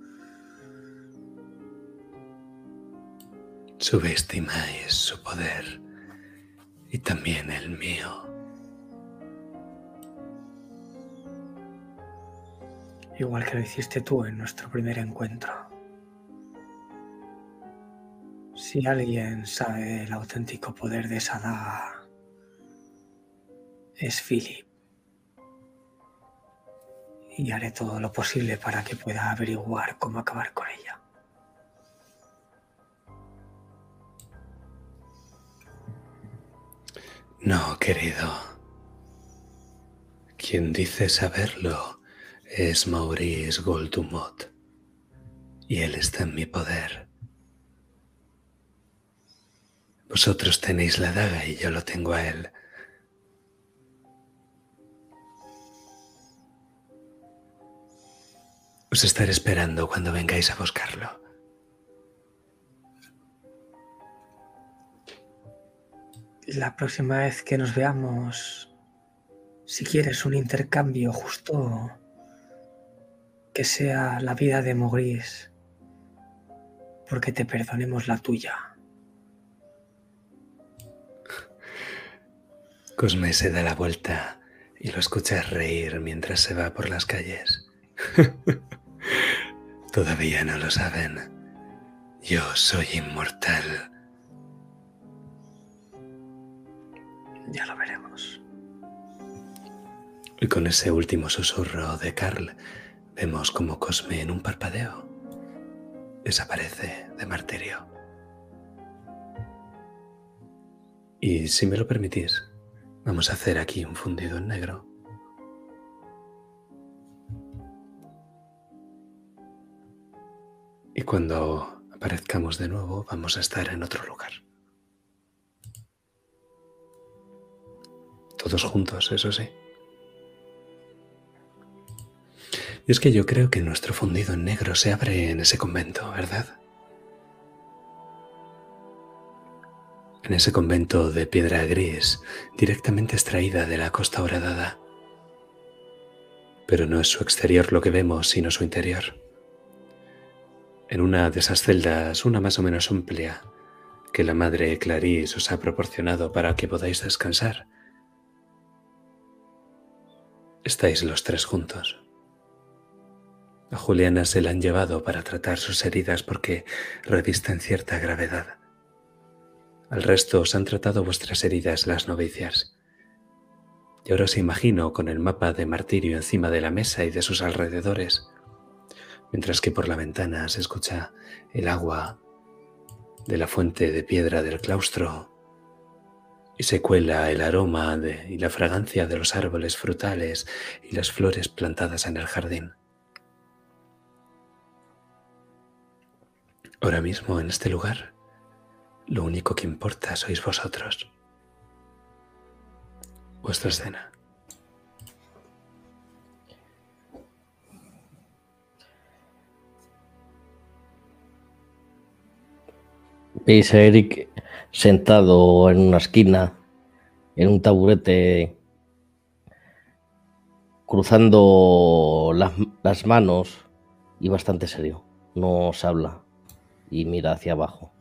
Subestimáis su poder y también el mío. Igual que lo hiciste tú en nuestro primer encuentro. Si alguien sabe el auténtico poder de esa daga, es Philip. Y haré todo lo posible para que pueda averiguar cómo acabar con ella. No, querido. Quien dice saberlo es Maurice Goldumot. Y él está en mi poder. Vosotros tenéis la daga y yo lo tengo a él. Os estaré esperando cuando vengáis a buscarlo. La próxima vez que nos veamos, si quieres un intercambio justo, que sea la vida de Maurice, porque te perdonemos la tuya. Cosme se da la vuelta y lo escuchas reír mientras se va por las calles. Todavía no lo saben. Yo soy inmortal. Ya lo veremos. Y con ese último susurro de Carl, vemos como Cosme en un parpadeo desaparece de martirio. Y si me lo permitís, vamos a hacer aquí un fundido en negro. Y cuando aparezcamos de nuevo, vamos a estar en otro lugar. Todos juntos, eso sí. Y es que yo creo que nuestro fundido en negro se abre en ese convento, ¿verdad? En ese convento de piedra gris, directamente extraída de la Costa Horadada. Pero no es su exterior lo que vemos, sino su interior. En una de esas celdas, una más o menos amplia, que la madre Clarice os ha proporcionado para que podáis descansar, estáis los tres juntos. A Juliana se la han llevado para tratar sus heridas porque revisten cierta gravedad. Al resto os han tratado vuestras heridas las novicias. Y ahora os imagino con el mapa de martirio encima de la mesa y de sus alrededores, mientras que por la ventana se escucha el agua de la fuente de piedra del claustro y se cuela el aroma y la fragancia de los árboles frutales y las flores plantadas en el jardín. Ahora mismo, en este lugar, lo único que importa sois vosotros. Vuestra escena. Veis a Eric sentado en una esquina, en un taburete, cruzando las manos y bastante serio. No os habla y mira hacia abajo.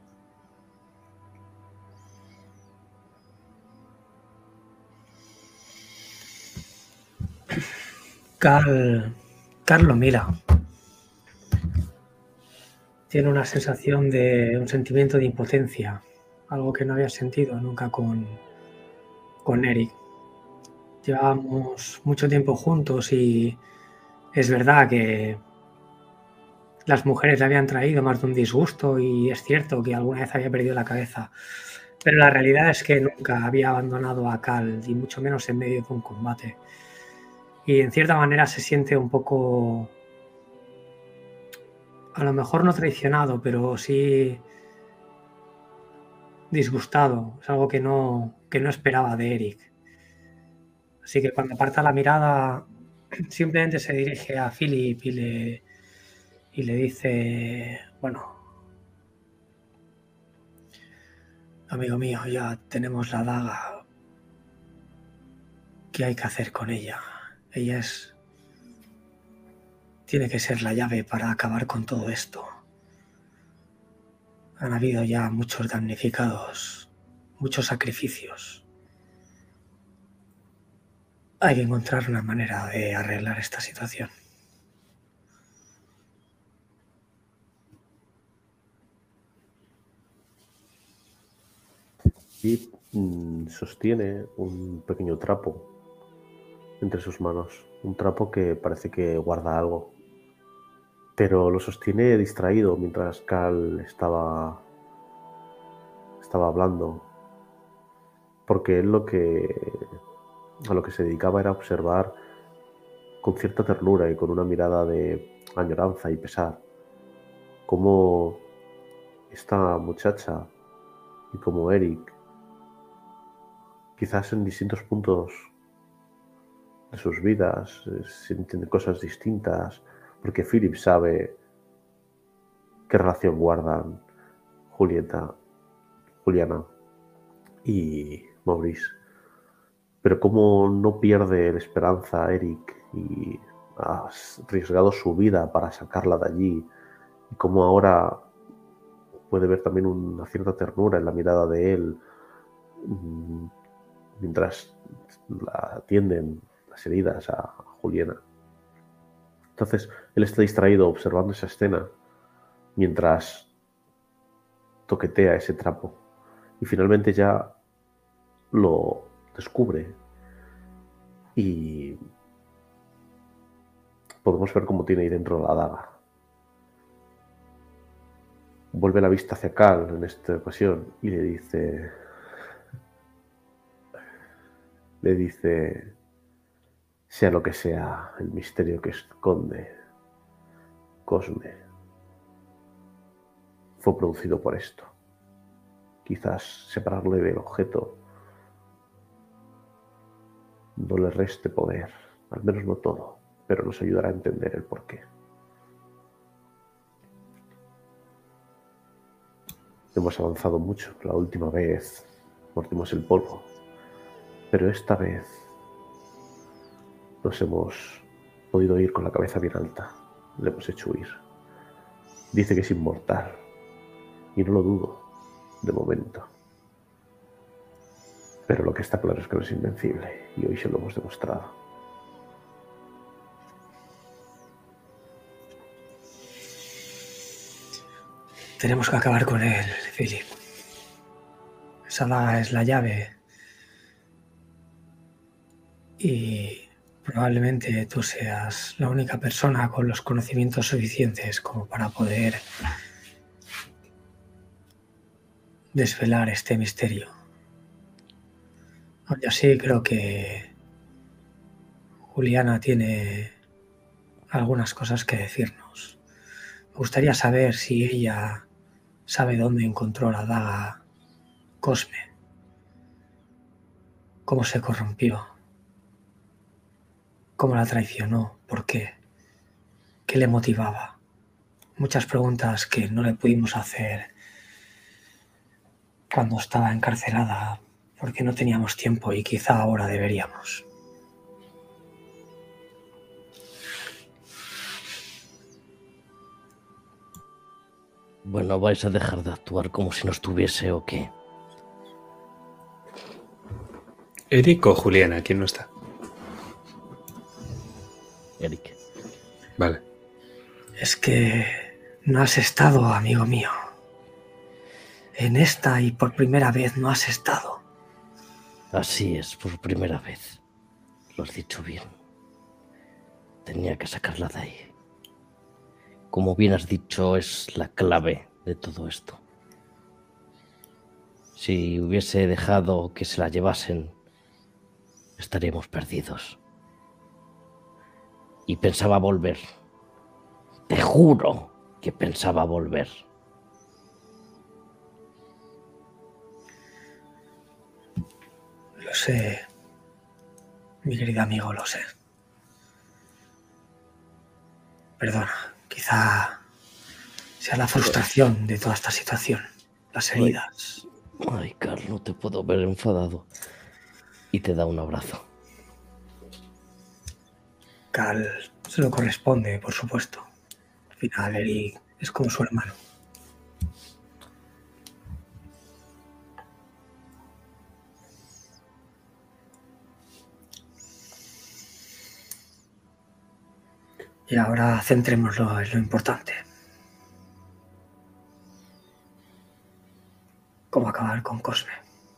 Carl lo mira. Tiene una sensación de un sentimiento de impotencia, algo que no había sentido nunca con Eric. Llevábamos mucho tiempo juntos y es verdad que las mujeres le habían traído más de un disgusto y es cierto que alguna vez había perdido la cabeza, Pero la realidad es que nunca había abandonado a Cal, y mucho menos en medio de un combate. Y en cierta manera se siente un poco, a lo mejor no traicionado, pero sí disgustado. Es algo que no esperaba de Eric. Así que cuando aparta la mirada, simplemente se dirige a Philip y le dice, bueno, amigo mío, ya tenemos la daga. ¿Qué hay que hacer con ella? Ella tiene que ser la llave para acabar con todo esto. Han habido ya muchos damnificados, muchos sacrificios. Hay que encontrar una manera de arreglar esta situación. Y sostiene un pequeño trapo entre sus manos. Un trapo que parece que guarda algo. Pero lo sostiene distraído mientras Cal estaba hablando. Porque él a lo que se dedicaba era observar con cierta ternura y con una mirada de añoranza y pesar cómo esta muchacha y como Eric, quizás en distintos puntos de sus vidas, sienten cosas distintas, porque Philip sabe qué relación guardan Juliana y Maurice. Pero cómo no pierde la esperanza Eric y ha arriesgado su vida para sacarla de allí, y cómo ahora puede ver también una cierta ternura en la mirada de él mientras la atienden las heridas a Juliana. Entonces él está distraído observando esa escena mientras toquetea ese trapo y finalmente ya lo descubre y podemos ver cómo tiene ahí dentro la daga. Vuelve la vista hacia Cal en esta ocasión y le dice, sea lo que sea el misterio que esconde Cosme, fue producido por esto. Quizás separarle del objeto no le reste poder, al menos no todo, pero nos ayudará a entender el porqué. Hemos avanzado mucho. La última vez mordimos el polvo, pero esta vez nos hemos podido ir con la cabeza bien alta. Le hemos hecho huir. Dice que es inmortal, y no lo dudo, de momento. Pero lo que está claro es que no es invencible, y hoy se lo hemos demostrado. Tenemos que acabar con él, Philip. Esa daga es la llave. Y probablemente tú seas la única persona con los conocimientos suficientes como para poder desvelar este misterio. Aún así, creo que Juliana tiene algunas cosas que decirnos. Me gustaría saber si ella sabe dónde encontró la daga Cosme, cómo se corrompió, cómo la traicionó, por qué le motivaba. Muchas preguntas que no le pudimos hacer cuando estaba encarcelada porque no teníamos tiempo y quizá ahora deberíamos. Bueno, ¿vais a dejar de actuar como si no estuviese o qué? ¿Eric o Juliana? ¿Quién no está? Eric. Vale. Es que no has estado, amigo mío. En esta y por primera vez no has estado. Así es, por primera vez. Lo has dicho bien. Tenía que sacarla de ahí. Como bien has dicho, es la clave de todo esto. Si hubiese dejado que se la llevasen, estaríamos perdidos. Y pensaba volver. Te juro que pensaba volver. Lo sé, mi querido amigo, lo sé. Perdona, quizá sea la frustración de toda esta situación, las heridas. Ay, Carl, no te puedo ver enfadado. Y te da un abrazo. Cal se lo corresponde, por supuesto. Al final, Eric es como su hermano. Y ahora centrémonos en lo importante. ¿Cómo acabar con Cosme?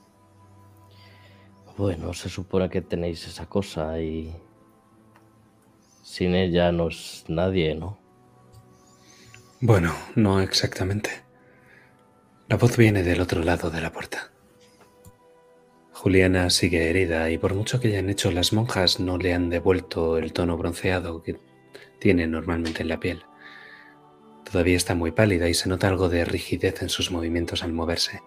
Bueno, se supone que tenéis esa cosa y sin ella no es nadie, ¿no? Bueno, no exactamente. La voz viene del otro lado de la puerta. Juliana sigue herida y por mucho que hayan hecho las monjas no le han devuelto el tono bronceado que tiene normalmente en la piel. Todavía está muy pálida y se nota algo de rigidez en sus movimientos al moverse.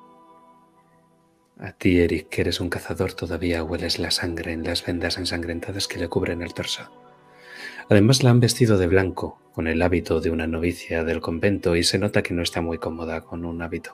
A ti, Eric, que eres un cazador, todavía hueles la sangre en las vendas ensangrentadas que le cubren el torso. Además la han vestido de blanco, con el hábito de una novicia del convento, y se nota que no está muy cómoda con un hábito.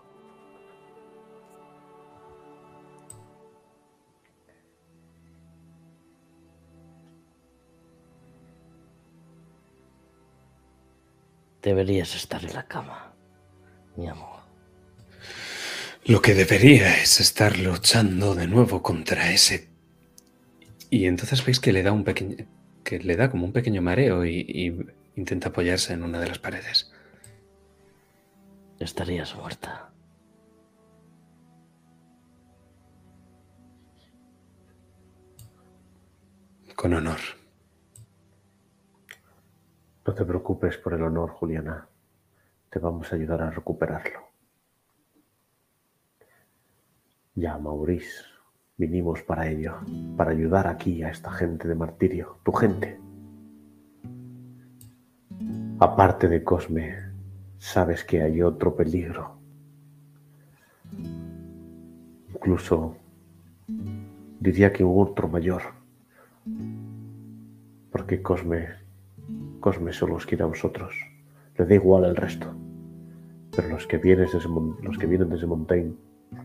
Deberías estar en la cama, mi amor. Lo que debería es estar luchando de nuevo contra ese... Y entonces veis que le da como un pequeño mareo y intenta apoyarse en una de las paredes. Estarías muerta. Con honor. No te preocupes por el honor, Juliana. Te vamos a ayudar a recuperarlo. Ya, Maurice, vinimos para ello, para ayudar aquí a esta gente de martirio, tu gente. Aparte de Cosme, sabes que hay otro peligro. Incluso diría que un otro mayor. Porque Cosme solo os quiere a vosotros. Le da igual el resto. Pero los que vienen desde Montaigne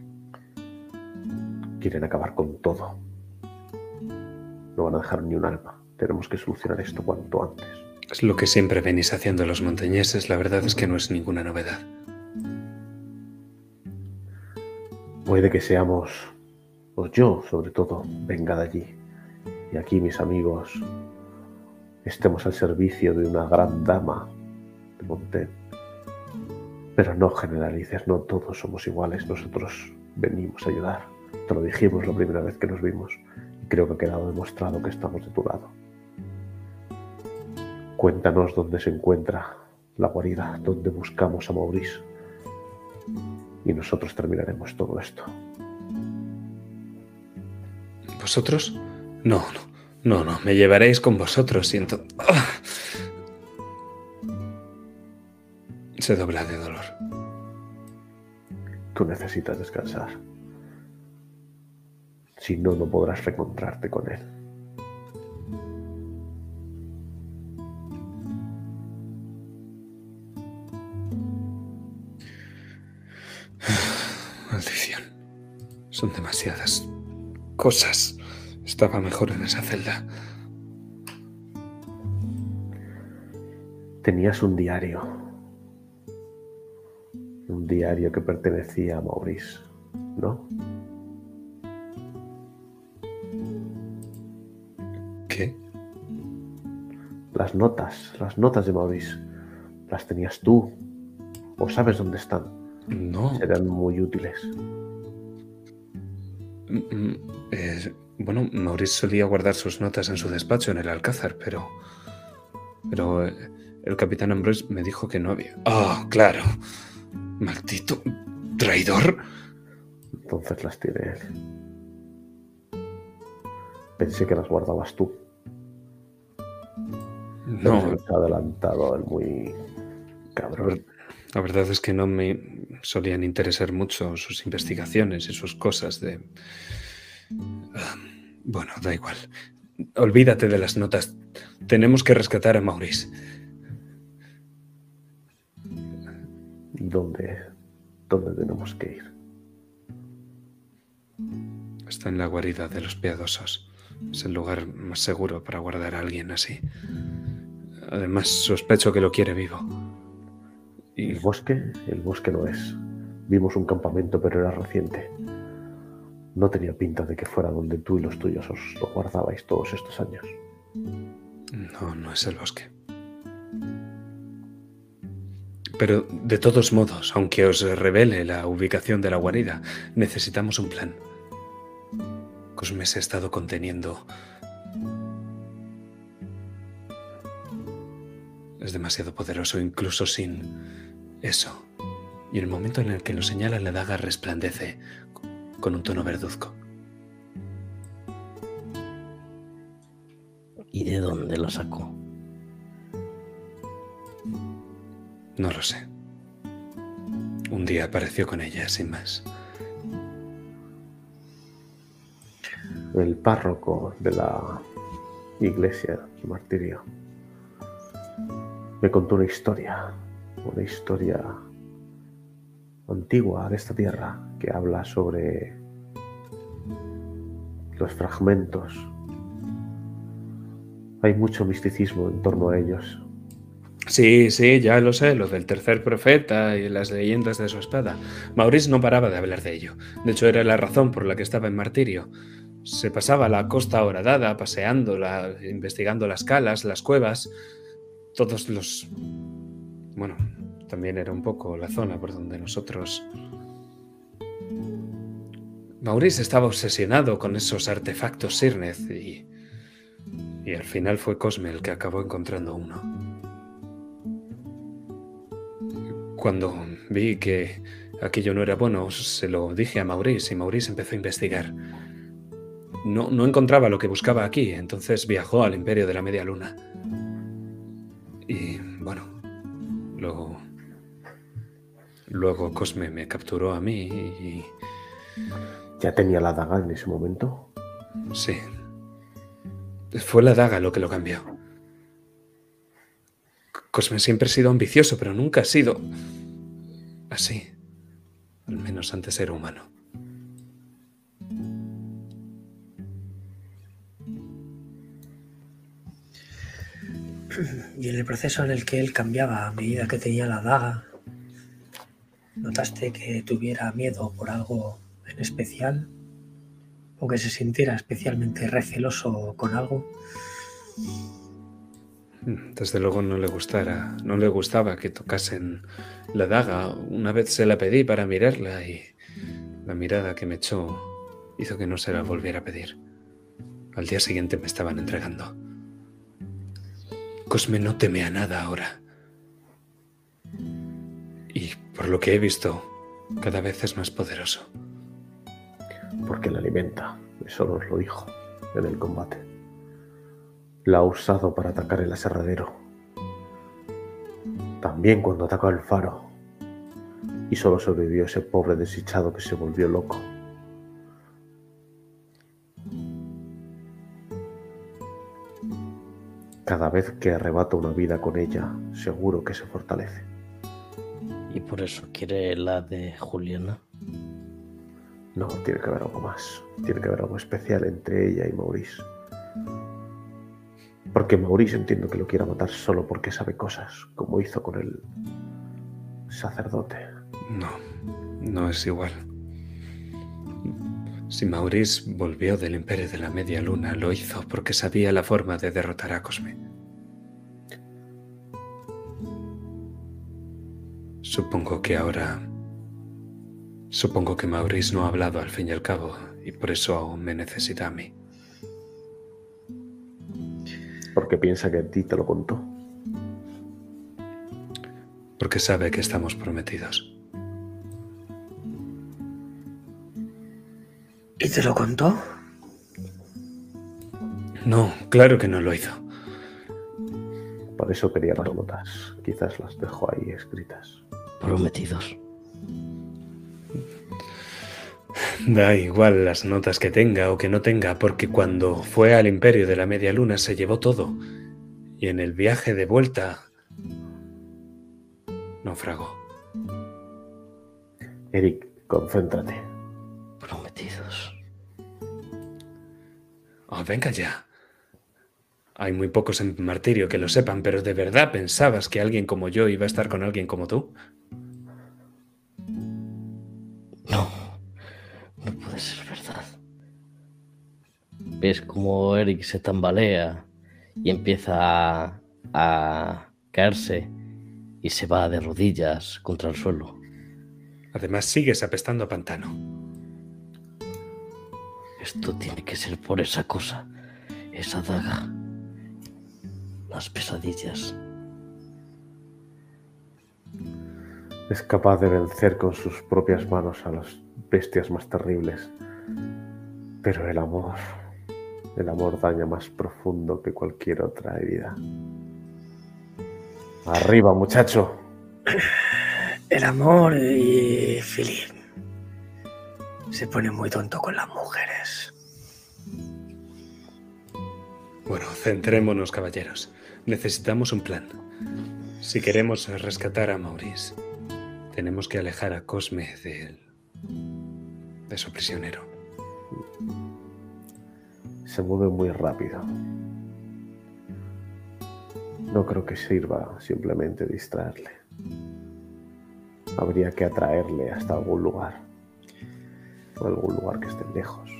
quieren acabar con todo. No van a dejar ni un alma. Tenemos que solucionar esto cuanto antes. Es lo que siempre venís haciendo los montañeses. La verdad es que no es ninguna novedad. Puede que seamos, o yo sobre todo, venga de allí. Y aquí mis amigos estemos al servicio de una gran dama de Montaigne. Pero no generalices, no todos somos iguales. Nosotros venimos a ayudar. Te lo dijimos la primera vez que nos vimos y creo que ha quedado demostrado que estamos de tu lado. Cuéntanos dónde se encuentra la guarida, dónde buscamos a Maurice y nosotros terminaremos todo esto. ¿Vosotros? No, me llevaréis con vosotros, siento... Se dobla de dolor. Tú necesitas descansar. Si no, no podrás reencontrarte con él. Maldición. Son demasiadas cosas. Estaba mejor en esa celda. Tenías un diario. Un diario que pertenecía a Maurice, ¿no? ¿Qué? Las notas de Maurice. ¿Las tenías tú? ¿O sabes dónde están? No. Serán muy útiles. Bueno, Maurice solía guardar sus notas en su despacho en el Alcázar, pero el capitán Ambrose me dijo que no había. ¡Oh, claro! ¡Maldito traidor! Entonces las tiene él. Pensé que las guardabas tú. Pero No, se les ha adelantado el muy cabrón. la verdad es que no me solían interesar mucho sus investigaciones y sus cosas de... Bueno, da igual. Olvídate de las notas. Tenemos que rescatar a Maurice. ¿Dónde tenemos que ir? Está en la guarida de los piadosos. Es el lugar más seguro para guardar a alguien así. Además, sospecho que lo quiere vivo. Y El bosque no es. Vimos un campamento, pero era reciente. No tenía pinta de que fuera donde tú y los tuyos os lo guardabais todos estos años. no, no es el bosque. Pero de todos modos, aunque os revele la ubicación de la guarida, necesitamos un plan. Cosme se ha estado conteniendo. Es demasiado poderoso, incluso sin eso. Y el momento en el que lo señala, la daga resplandece con un tono verduzco. ¿Y de dónde lo sacó? No lo sé. Un día apareció con ella, sin más. El párroco de la iglesia de martirio me contó una historia antigua de esta tierra que habla sobre los fragmentos. Hay mucho misticismo en torno a ellos. Sí, ya lo sé, lo del tercer profeta y las leyendas de su espada. Maurice no paraba de hablar de ello. De hecho, era la razón por la que estaba en martirio. Se pasaba la costa horadada, paseándola, investigando las calas, las cuevas, todos los... Bueno, también era un poco la zona por donde nosotros... Maurice estaba obsesionado con esos artefactos Sirneth y al final fue Cosme el que acabó encontrando uno. Cuando vi que aquello no era bueno, se lo dije a Maurice y Maurice empezó a investigar. No encontraba lo que buscaba aquí, entonces viajó al Imperio de la Media Luna. Y bueno, luego Cosme me capturó a mí y... ¿Ya tenía la daga en ese momento? Sí. Fue la daga lo que lo cambió. Cosme siempre ha sido ambicioso, pero nunca ha sido así. Al menos antes era humano. Y en el proceso en el que él cambiaba a medida que tenía la daga, ¿notaste que tuviera miedo por algo en especial? ¿O que se sintiera especialmente receloso con algo? Desde luego no le gustaba que tocasen la daga. Una vez se la pedí para mirarla y la mirada que me echó hizo que no se la volviera a pedir. Al día siguiente me estaban entregando. Cosme no teme a nada ahora. Y por lo que he visto, cada vez es más poderoso. Porque la alimenta, eso nos lo dijo en el combate. La ha usado para atacar el aserradero. También cuando atacó el faro. Y solo sobrevivió ese pobre desdichado que se volvió loco. Cada vez que arrebata una vida con ella, seguro que se fortalece. ¿Y por eso quiere la de Juliana? No, tiene que haber algo más. Tiene que haber algo especial entre ella y Maurice. Porque Maurice entiendo que lo quiera matar solo porque sabe cosas, como hizo con el sacerdote. No es igual. Si Maurice volvió del Imperio de la Media Luna, lo hizo porque sabía la forma de derrotar a Cosme. Supongo que Maurice no ha hablado al fin y al cabo, y por eso aún me necesita a mí. Porque piensa que a ti te lo contó. Porque sabe que estamos prometidos. ¿Y te lo contó? No, claro que no lo hizo. Por eso quería las notas. Quizás las dejo ahí escritas. Prometidos. Da igual las notas que tenga o que no tenga, porque cuando fue al Imperio de la Media Luna se llevó todo. Y en el viaje de vuelta naufragó. Eric, concéntrate. Prometidos. Oh, venga ya. Hay muy pocos en Martirio que lo sepan, pero ¿de verdad pensabas que alguien como yo iba a estar con alguien como tú? No puede ser verdad. Ves como Eric se tambalea y empieza a caerse y se va de rodillas contra el suelo. Además, sigues apestando a pantano. Esto tiene que ser por esa cosa, esa daga, las pesadillas. Es capaz de vencer con sus propias manos a las bestias más terribles. Pero el amor daña más profundo que cualquier otra herida. Arriba, muchacho. El amor y Philip se pone muy tonto con las mujeres. Bueno, centrémonos, caballeros. Necesitamos un plan. Si queremos rescatar a Maurice, tenemos que alejar a Cosme de su prisionero. Se mueve muy rápido. No creo que sirva simplemente distraerle. Habría que atraerle hasta algún lugar. O algún lugar que esté lejos.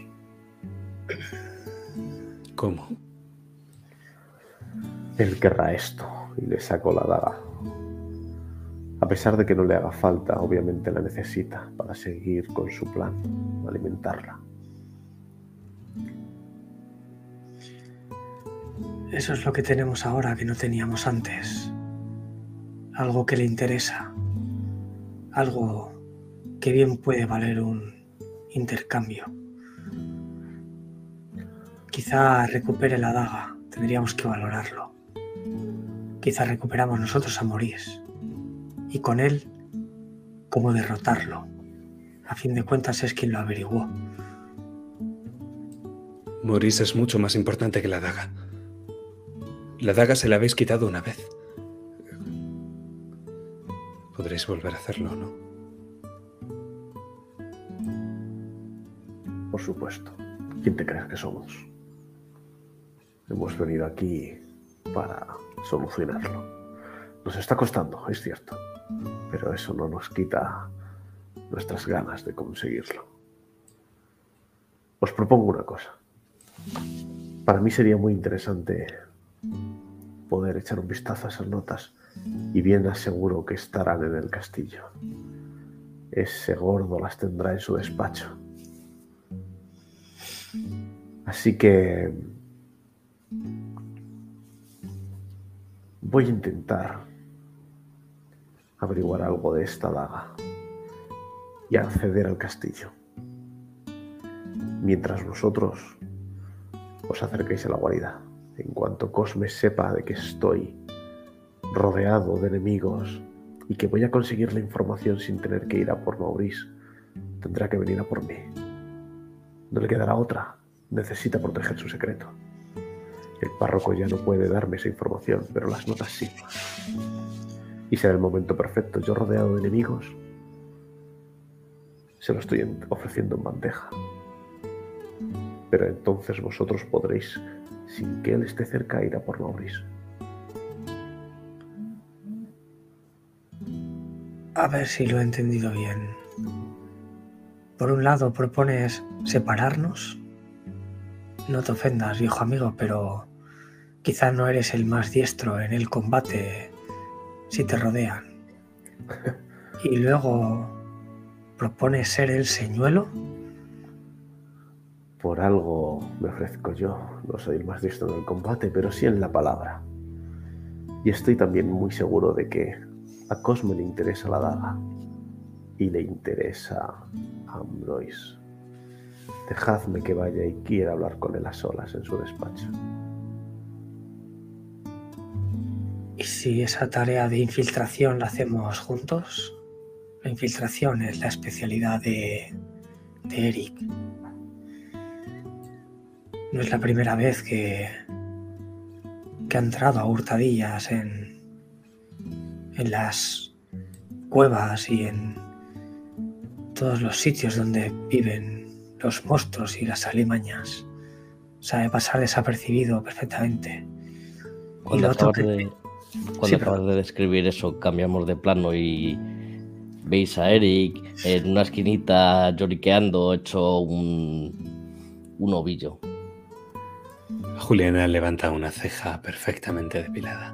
¿Cómo? Él querrá esto y le saco la daga. A pesar de que no le haga falta, obviamente la necesita para seguir con su plan, alimentarla. Eso es lo que tenemos ahora que no teníamos antes. Algo que le interesa. Algo que bien puede valer un intercambio. Quizá recupere la daga. Tendríamos que valorarlo. Quizá recuperamos nosotros a Maurice. Y con él, cómo derrotarlo. A fin de cuentas es quien lo averiguó. Maurice es mucho más importante que la daga. La daga se la habéis quitado una vez. Podréis volver a hacerlo, ¿no? Por supuesto. ¿Quién te crees que somos? Hemos venido aquí para solucionarlo. Nos está costando, es cierto, pero eso no nos quita nuestras ganas de conseguirlo. Os propongo una cosa. Para mí sería muy interesante poder echar un vistazo a esas notas y bien aseguro que estarán en el castillo. Ese gordo las tendrá en su despacho. Así que voy a intentar averiguar algo de esta daga y acceder al castillo. Mientras vosotros os acerquéis a la guarida. En cuanto Cosme sepa de que estoy rodeado de enemigos y que voy a conseguir la información sin tener que ir a por Maurice, tendrá que venir a por mí. No le quedará otra. Necesita proteger su secreto. El párroco ya no puede darme esa información, pero las notas sí. Y será el momento perfecto. Yo rodeado de enemigos, se lo estoy ofreciendo en bandeja. Pero entonces vosotros podréis, sin que él esté cerca, ir a por Maurice. A ver si lo he entendido bien. Por un lado propones separarnos. No te ofendas, viejo amigo, pero quizá no eres el más diestro en el combate si te rodean. Y luego propones ser el señuelo. Por algo me ofrezco yo. No soy el más diestro en el combate, pero sí en la palabra. Y estoy también muy seguro de que a Cosme le interesa la daga y le interesa a Ambroise. Dejadme que vaya y quiera hablar con él a solas en su despacho. ¿Y si esa tarea de infiltración la hacemos juntos? La infiltración es la especialidad de Eric. No es la primera vez que ha entrado a hurtadillas en las cuevas y en todos los sitios donde viven los monstruos y las alimañas. Sabe pasar desapercibido perfectamente. Cuando acabas Sí, de describir eso, cambiamos de plano y veis a Eric en una esquinita lloriqueando, hecho un ovillo. Juliana levanta una ceja perfectamente depilada.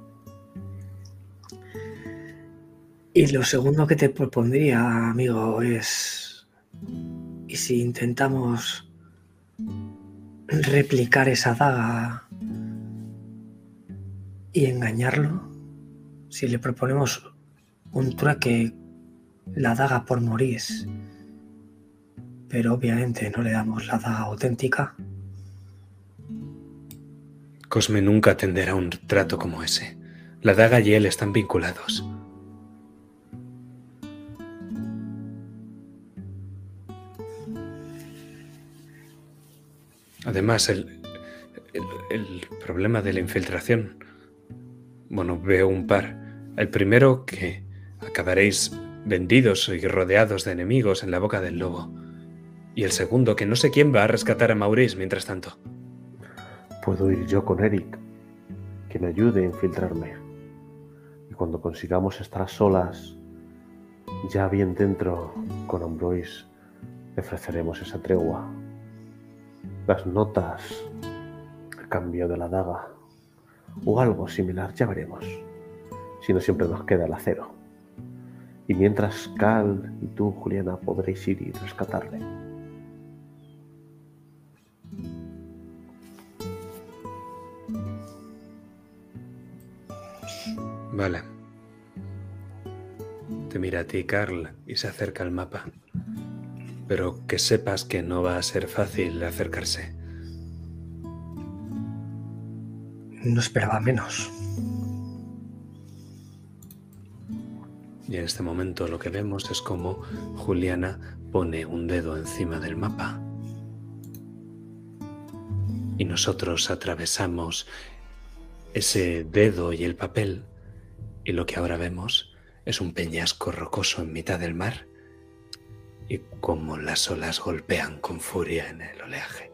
Y lo segundo que te propondría, amigo, es... ¿Y si intentamos replicar esa daga y engañarlo? Si le proponemos un trueque, la daga por Maurice, pero obviamente no le damos la daga auténtica. Cosme nunca atenderá un trato como ese. La daga y él están vinculados. Además, el problema de la infiltración... Bueno, veo un par. El primero, que acabaréis vendidos y rodeados de enemigos en la boca del lobo. Y el segundo, que no sé quién va a rescatar a Maurice mientras tanto. Puedo ir yo con Eric, que me ayude a infiltrarme. Y cuando consigamos estar a solas, ya bien dentro con Ambroise, le ofreceremos esa tregua. Las notas, el cambio de la daga o algo similar, ya veremos. Si no, siempre nos queda el acero. Y mientras Cal y tú, Juliana, podréis ir y rescatarle. Vale. Te mira a ti, Carl, y se acerca al mapa. Pero que sepas que no va a ser fácil acercarse. No esperaba menos. Y en este momento lo que vemos es como Juliana pone un dedo encima del mapa. Y nosotros atravesamos ese dedo y el papel, y lo que ahora vemos es un peñasco rocoso en mitad del mar, y cómo las olas golpean con furia en el oleaje.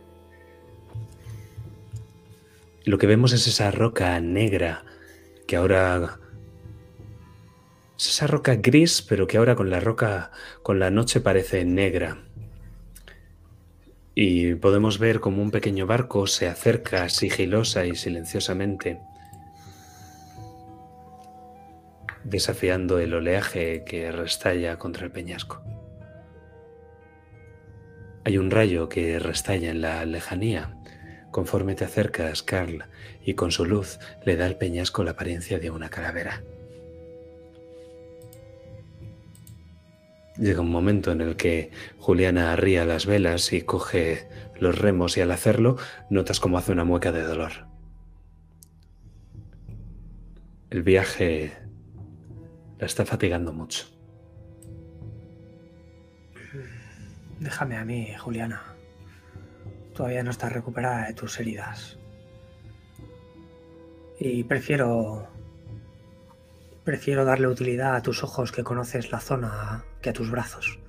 Y lo que vemos es esa roca negra que ahora... Es esa roca gris, pero que ahora con la noche parece negra. Y podemos ver como un pequeño barco se acerca sigilosa y silenciosamente, desafiando el oleaje que restalla contra el peñasco. Hay un rayo que restalla en la lejanía. Conforme te acercas, Carl, y con su luz le da al peñasco la apariencia de una calavera. Llega un momento en el que Juliana arría las velas y coge los remos, y al hacerlo notas cómo hace una mueca de dolor. El viaje la está fatigando mucho. Déjame a mí, Juliana. Todavía no estás recuperada de tus heridas. Y prefiero darle utilidad a tus ojos, que conoces la zona, que a tus brazos.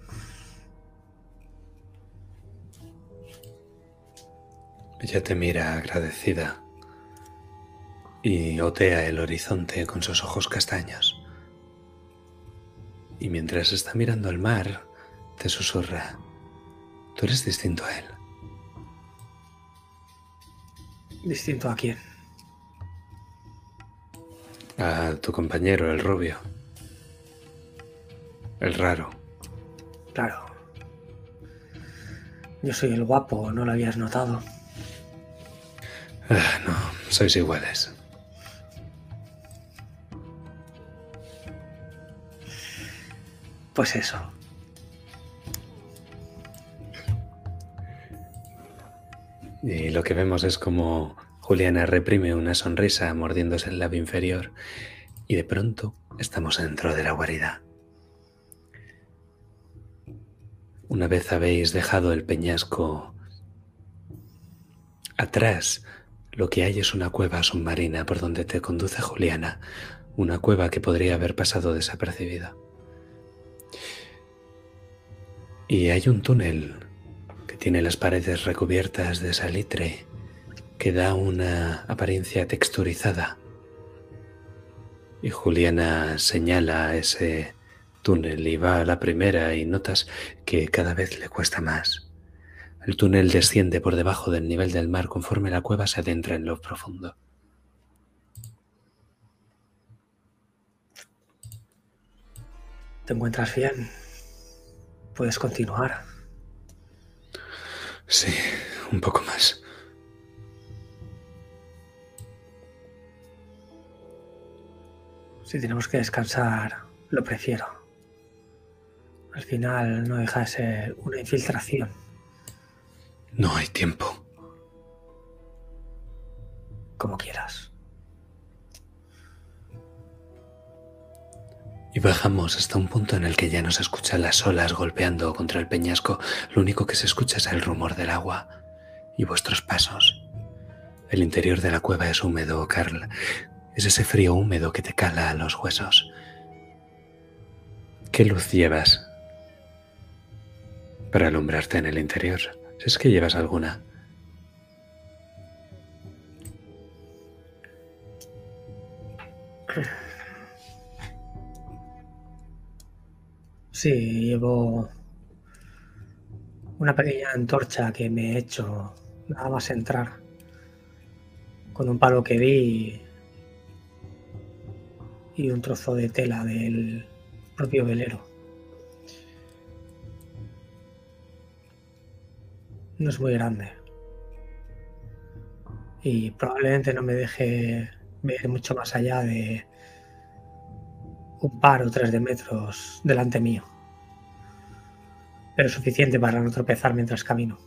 Ella te mira agradecida y otea el horizonte con sus ojos castaños. Y mientras está mirando al mar, te susurra: tú eres distinto a él. ¿Distinto a quién? A tu compañero, el rubio. El raro. Claro. Yo soy el guapo, ¿no lo habías notado? No, sois iguales. Pues eso. Y lo que vemos es como Juliana reprime una sonrisa mordiéndose el labio inferior y de pronto estamos dentro de la guarida. Una vez habéis dejado el peñasco atrás, lo que hay es una cueva submarina por donde te conduce Juliana, una cueva que podría haber pasado desapercibida. Y hay un túnel que tiene las paredes recubiertas de salitre que da una apariencia texturizada. Y Juliana señala ese túnel y va a la primera y notas que cada vez le cuesta más. El túnel desciende por debajo del nivel del mar conforme la cueva se adentra en lo profundo. ¿Te encuentras bien? ¿Puedes continuar? Sí, un poco más. Si tenemos que descansar, lo prefiero. Al final no deja de ser una infiltración. No hay tiempo. Como quieras. Y bajamos hasta un punto en el que ya no se escuchan las olas golpeando contra el peñasco. Lo único que se escucha es el rumor del agua y vuestros pasos. El interior de la cueva es húmedo, Carl. Es ese frío húmedo que te cala a los huesos. ¿Qué luz llevas para alumbrarte en el interior? Si es que llevas alguna. Sí, llevo una pequeña antorcha que me he hecho nada más entrar. Con un palo que vi y un trozo de tela del propio velero. No es muy grande. Y probablemente no me deje ver mucho más allá de un par o 3 de metros delante mío. Pero suficiente para no tropezar mientras camino.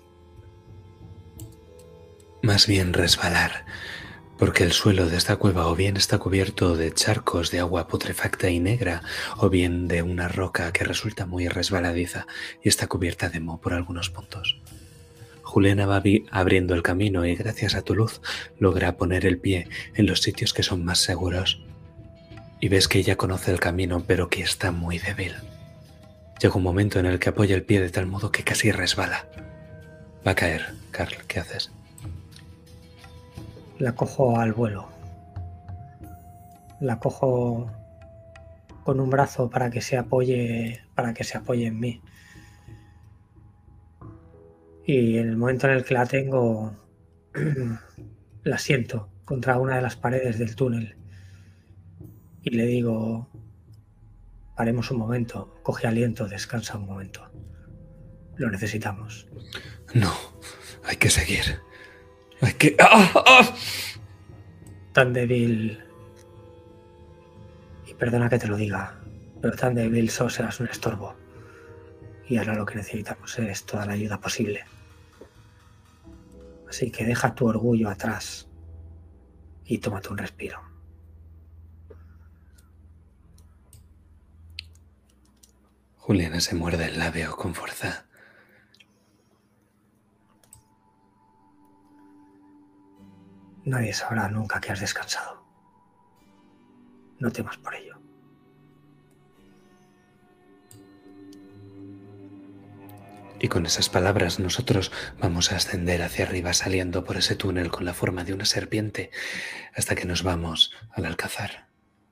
Más bien resbalar, porque el suelo de esta cueva o bien está cubierto de charcos de agua putrefacta y negra, o bien de una roca que resulta muy resbaladiza y está cubierta de moho por algunos puntos. Juliana va abriendo el camino y gracias a tu luz logra poner el pie en los sitios que son más seguros. Y ves que ella conoce el camino, pero que está muy débil. Llega un momento en el que apoya el pie de tal modo que casi resbala. Va a caer. Carl, ¿qué haces? La cojo al vuelo. La cojo con un brazo para que se apoye en mí. Y en el momento en el que la tengo, la siento contra una de las paredes del túnel. Y le digo, paremos un momento, coge aliento, descansa un momento. Lo necesitamos. No, hay que seguir. Hay que... ¡Ah! ¡Ah! Tan débil, y perdona que te lo diga, pero tan débil solo serás un estorbo. Y ahora lo que necesitamos es toda la ayuda posible. Así que deja tu orgullo atrás y tómate un respiro. Juliana se muerde el labio con fuerza. Nadie sabrá nunca que has descansado. No temas por ello. Y con esas palabras nosotros vamos a ascender hacia arriba saliendo por ese túnel con la forma de una serpiente hasta que nos vamos al alcázar.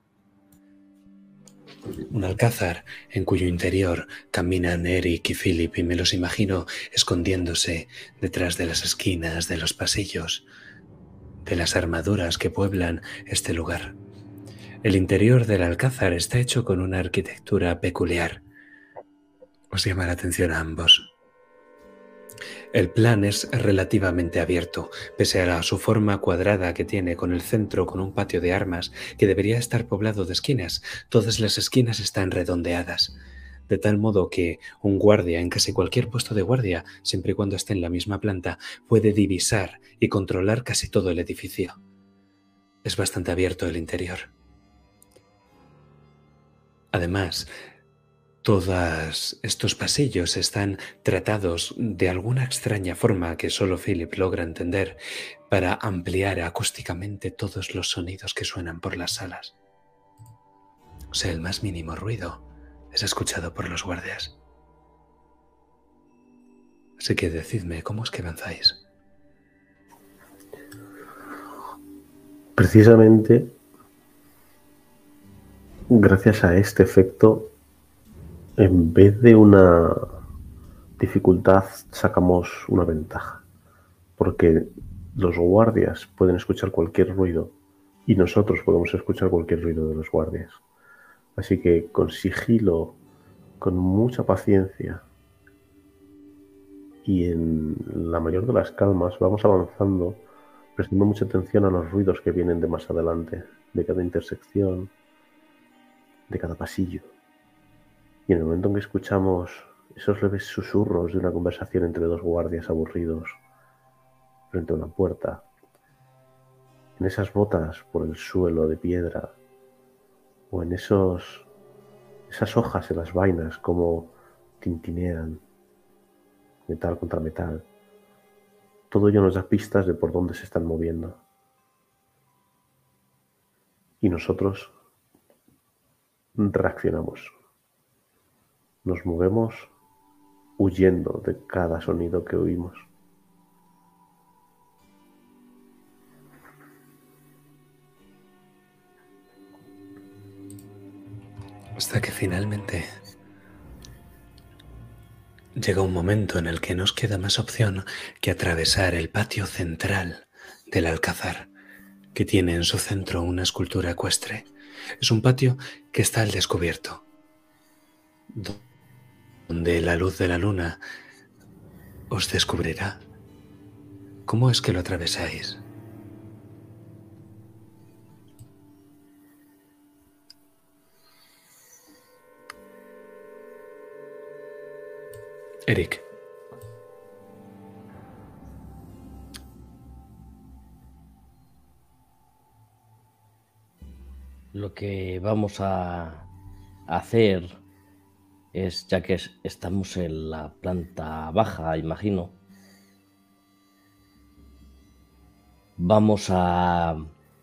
Un alcázar en cuyo interior caminan Eric y Philip y me los imagino escondiéndose detrás de las esquinas de los pasillos, de las armaduras que pueblan este lugar. El interior del alcázar está hecho con una arquitectura peculiar. Os llama la atención a ambos. El plan es relativamente abierto, pese a su forma cuadrada que tiene con el centro con un patio de armas que debería estar poblado de esquinas. Todas las esquinas están redondeadas. de tal modo que un guardia en casi cualquier puesto de guardia, siempre y cuando esté en la misma planta, puede divisar y controlar casi todo el edificio. Es bastante abierto el interior. Además, todos estos pasillos están tratados de alguna extraña forma que solo Philip logra entender para ampliar acústicamente todos los sonidos que suenan por las salas. O sea, el más mínimo ruido es escuchado por los guardias. Así que decidme, ¿cómo es que avanzáis? Precisamente, gracias a este efecto, en vez de una dificultad, sacamos una ventaja. Porque los guardias pueden escuchar cualquier ruido y nosotros podemos escuchar cualquier ruido de los guardias. Así que con sigilo, con mucha paciencia y en la mayor de las calmas vamos avanzando, prestando mucha atención a los ruidos que vienen de más adelante, de cada intersección, de cada pasillo. Y en el momento en que escuchamos esos leves susurros de una conversación entre dos guardias aburridos frente a una puerta, en esas botas por el suelo de piedra, o en esas hojas en las vainas como tintinean metal contra metal, todo ello nos da pistas de por dónde se están moviendo. Y nosotros reaccionamos. Nos movemos huyendo de cada sonido que oímos. Hasta que finalmente llega un momento en el que no os queda más opción que atravesar el patio central del Alcázar, que tiene en su centro una escultura ecuestre. Es un patio que está al descubierto, donde la luz de la luna os descubrirá. ¿Cómo es que lo atravesáis? Eric. Lo que vamos a hacer es, ya que estamos en la planta baja, imagino, vamos a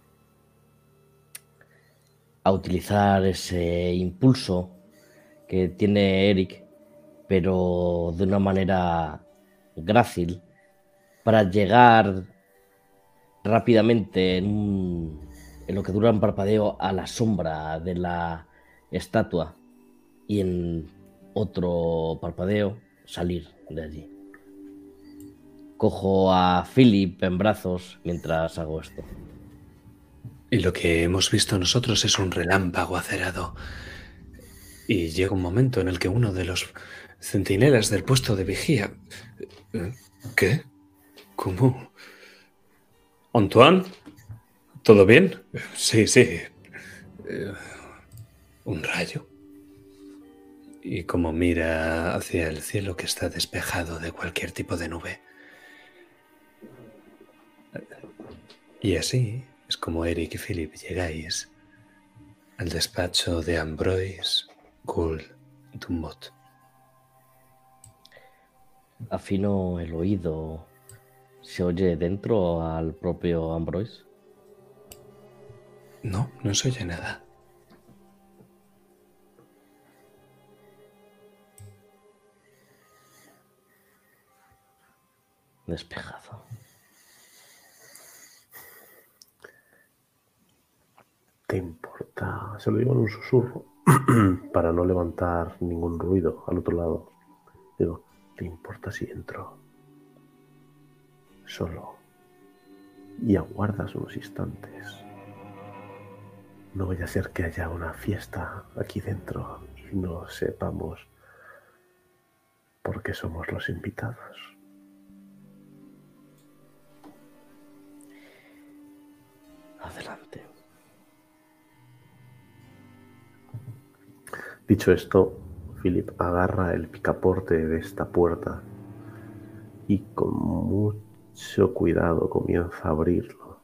utilizar ese impulso que tiene Eric, pero de una manera grácil, para llegar rápidamente en lo que dura un parpadeo a la sombra de la estatua y en otro parpadeo salir de allí. Cojo a Philip en brazos mientras hago esto. Y lo que hemos visto nosotros es un relámpago acerado. Y llega un momento en el que uno de los centinelas del puesto de vigía... ¿Qué? ¿Cómo? ¿Antoine? ¿Todo bien? Sí. ¿Un rayo? Y como mira hacia el cielo que está despejado de cualquier tipo de nube. Y así es como Eric y Philip llegáis al despacho de Ambroise Gould Dumont. Afino el oído. ¿Se oye dentro al propio Ambroise? No se oye nada. Despejado. ¿Te importa? Se lo digo en un susurro para no levantar ningún ruido al otro lado. Digo, ¿te importa si entro? Solo. Y aguardas unos instantes. No vaya a ser que haya una fiesta aquí dentro y no sepamos por qué somos los invitados. Adelante. Dicho esto, Philip agarra el picaporte de esta puerta y con mucho cuidado comienza a abrirlo.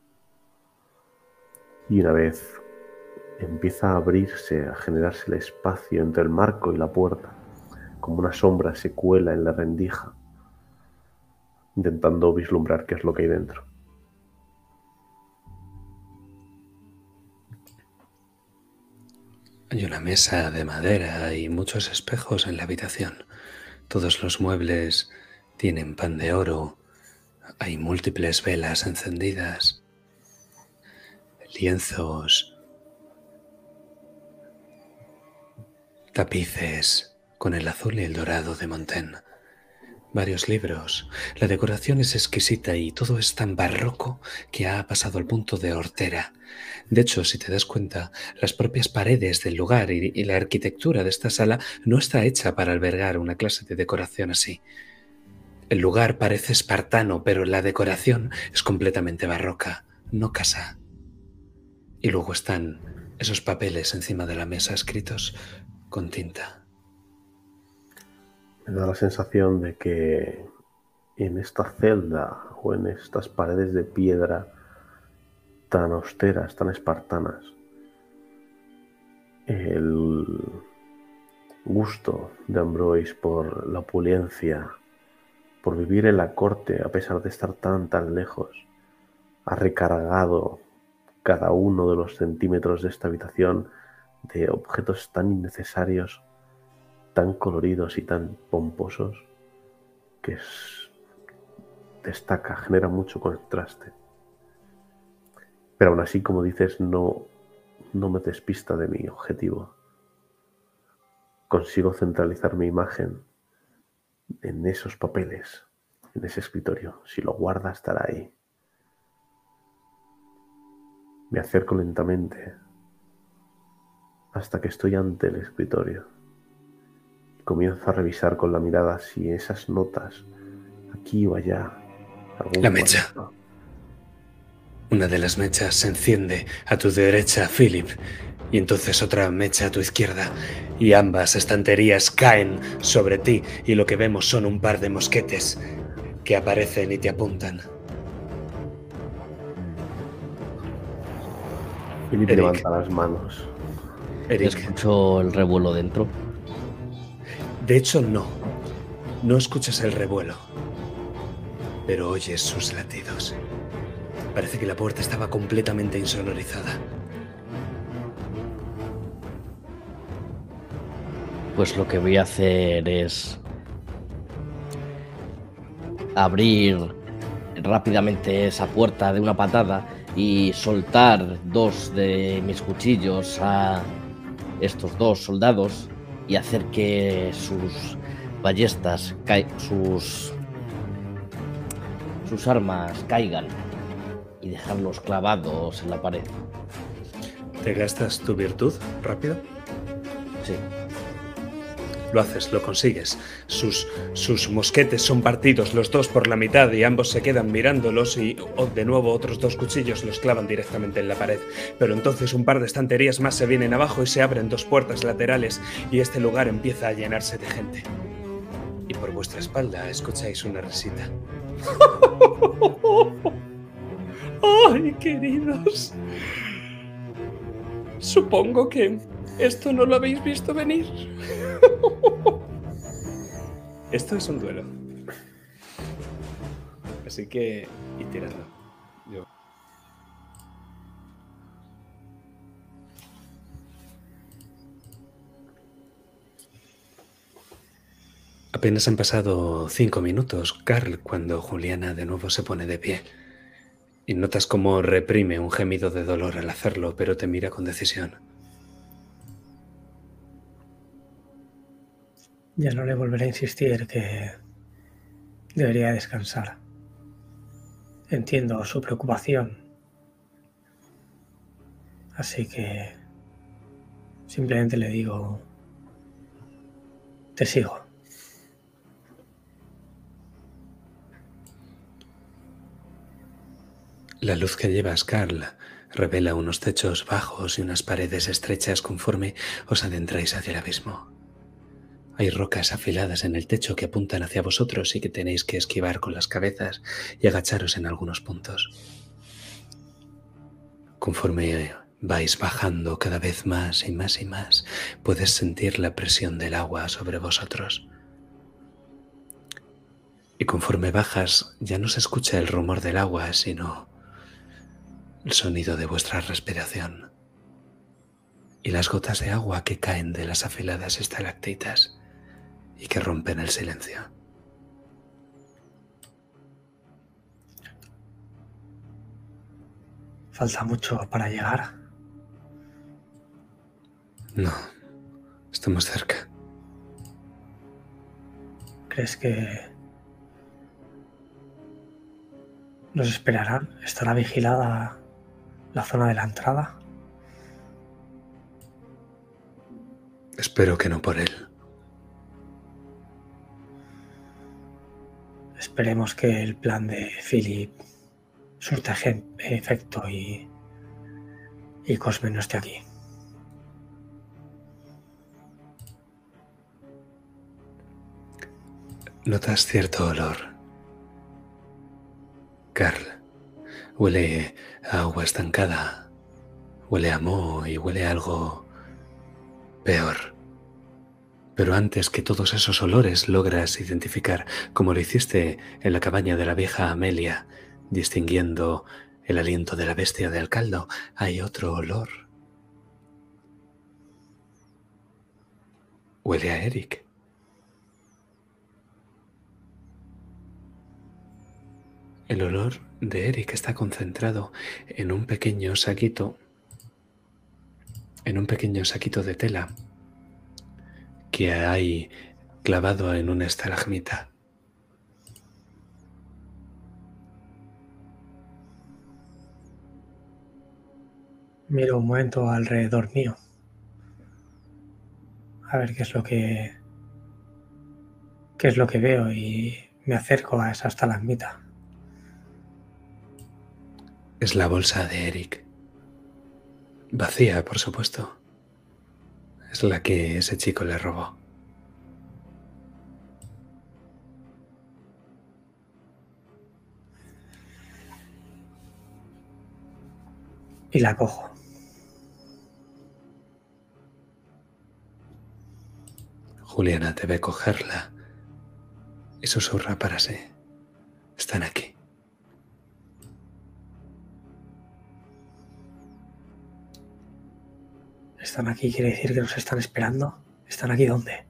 Y una vez empieza a abrirse, a generarse el espacio entre el marco y la puerta, como una sombra se cuela en la rendija, intentando vislumbrar qué es lo que hay dentro. Hay una mesa de madera y muchos espejos en la habitación. Todos los muebles tienen pan de oro. Hay múltiples velas encendidas, lienzos, tapices con el azul y el dorado de Montaigne. Varios libros. La decoración es exquisita y todo es tan barroco que ha pasado al punto de hortera. De hecho, si te das cuenta, las propias paredes del lugar y la arquitectura de esta sala no está hecha para albergar una clase de decoración así. El lugar parece espartano, pero la decoración es completamente barroca, no casa. Y luego están esos papeles encima de la mesa escritos con tinta. Me da la sensación de que en esta celda o en estas paredes de piedra tan austeras, tan espartanas, el gusto de Ambroise por la opulencia, por vivir en la corte a pesar de estar tan lejos, ha recargado cada uno de los centímetros de esta habitación de objetos tan innecesarios, tan coloridos y tan pomposos, que destaca, genera mucho contraste. Pero aún así, como dices, no me despista de mi objetivo. Consigo centralizar mi imagen en esos papeles, en ese escritorio. Si lo guarda, estará ahí. Me acerco lentamente hasta que estoy ante el escritorio. Comienzo a revisar con la mirada si esas notas, aquí o allá... La mecha. Una de las mechas se enciende a tu derecha, Philip, y entonces otra mecha a tu izquierda, y ambas estanterías caen sobre ti, y lo que vemos son un par de mosquetes que aparecen y te apuntan. Philip levanta las manos. Eric. Escucho el revuelo dentro. De hecho, no escuchas el revuelo, pero oyes sus latidos. Parece que la puerta estaba completamente insonorizada. Pues lo que voy a hacer es abrir rápidamente esa puerta de una patada y soltar 2 de mis cuchillos a estos 2 soldados y hacer que sus ballestas, sus armas caigan y dejarlos clavados en la pared. ¿Te gastas tu virtud rápido? Sí. Lo haces, lo consigues. Sus mosquetes son partidos los 2 por la mitad y ambos se quedan mirándolos y de nuevo otros 2 cuchillos los clavan directamente en la pared. Pero entonces un par de estanterías más se vienen abajo y se abren 2 puertas laterales y este lugar empieza a llenarse de gente. Y por vuestra espalda escucháis una risita. ¡Ay, queridos! Supongo que esto no lo habéis visto venir. Esto es un duelo. Así que... y tiradlo. Yo. Apenas han pasado 5 minutos, Carl, cuando Juliana de nuevo se pone de pie. Y notas cómo reprime un gemido de dolor al hacerlo, pero te mira con decisión. Ya no le volveré a insistir que debería descansar. Entiendo su preocupación. Así que simplemente le digo, te sigo. La luz que llevas, Carl, revela unos techos bajos y unas paredes estrechas conforme os adentráis hacia el abismo. Hay rocas afiladas en el techo que apuntan hacia vosotros y que tenéis que esquivar con las cabezas y agacharos en algunos puntos. Conforme vais bajando cada vez más y más y más, puedes sentir la presión del agua sobre vosotros. Y conforme bajas, ya no se escucha el rumor del agua, sino el sonido de vuestra respiración y las gotas de agua que caen de las afiladas estalactitas y que rompen el silencio. Falta mucho para llegar. No, estamos cerca. ¿Crees que nos esperarán? ¿Estará vigilada la zona de la entrada? Espero que no por él. Esperemos que el plan de Philip surta efecto y Cosme no esté aquí. Notas cierto olor. Carl, huele a agua estancada, huele a moho y huele a algo peor. Pero antes que todos esos olores logras identificar, como lo hiciste en la cabaña de la vieja Amelia, distinguiendo el aliento de la bestia del caldo, hay otro olor. Huele a Eric. El olor de Eric está concentrado en un pequeño saquito, de tela que hay clavado en una estalagmita. Miro un momento alrededor mío. A ver qué es lo que veo y me acerco a esa estalagmita. Es la bolsa de Eric. Vacía, por supuesto. Es la que ese chico le robó. Y la cojo. Juliana te ve cogerla y susurra para sí. Están aquí. ¿Están aquí? ¿Quiere decir que nos están esperando? ¿Están aquí dónde?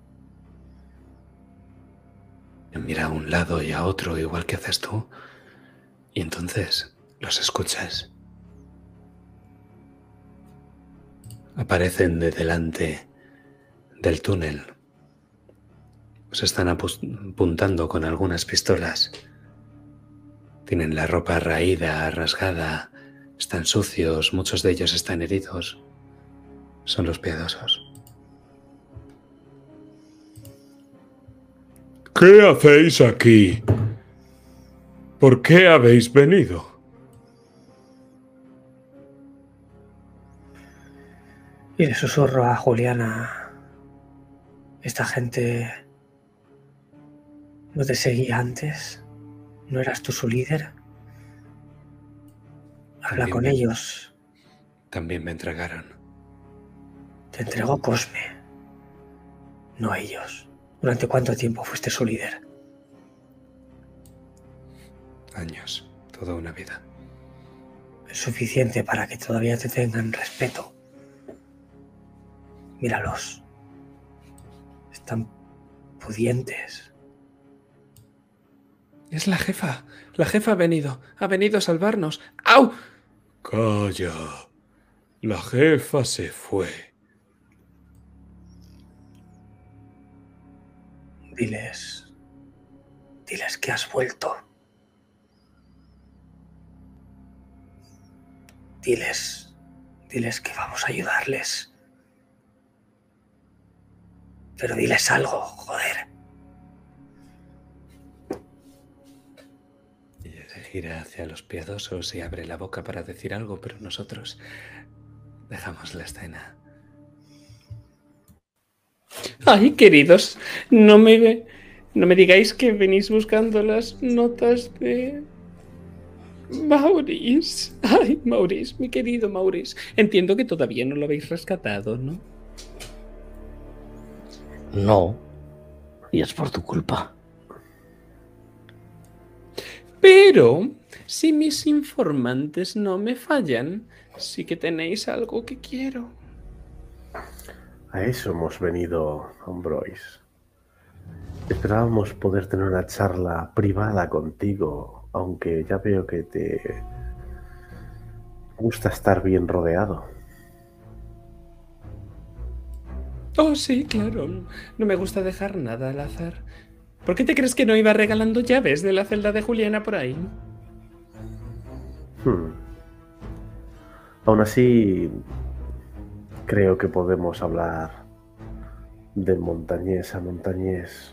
Mira a un lado y a otro igual que haces tú y entonces los escuchas. Aparecen de delante del túnel. Os están apuntando con algunas pistolas. Tienen la ropa raída, rasgada, están sucios, muchos de ellos están heridos. Son los piadosos. ¿Qué hacéis aquí? ¿Por qué habéis venido? Y le susurro a Juliana. Esta gente no te seguía antes. ¿No eras tú su líder? Habla con ellos. También me entregaron. Te entregó Cosme, no ellos. ¿Durante cuánto tiempo fuiste su líder? Años, toda una vida. Es suficiente para que todavía te tengan respeto. Míralos. Están pudientes. Es la jefa. La jefa ha venido a salvarnos. ¡Au! Calla. La jefa se fue. Diles que has vuelto. Diles que vamos a ayudarles. Pero diles algo, joder. Y se gira hacia los piadosos y abre la boca para decir algo, pero nosotros dejamos la escena. Ay, queridos, no me digáis que venís buscando las notas de Maurice. Ay, Maurice, mi querido Maurice. Entiendo que todavía no lo habéis rescatado, ¿no? No. Y es por tu culpa. Pero, si mis informantes no me fallan, sí que tenéis algo que quiero. A eso hemos venido, Ambroise. Esperábamos poder tener una charla privada contigo, aunque ya veo que te gusta estar bien rodeado. Oh, sí, claro. No me gusta dejar nada al azar. ¿Por qué te crees que no iba regalando llaves de la celda de Juliana por ahí? Aún así, creo que podemos hablar de montañés a montañés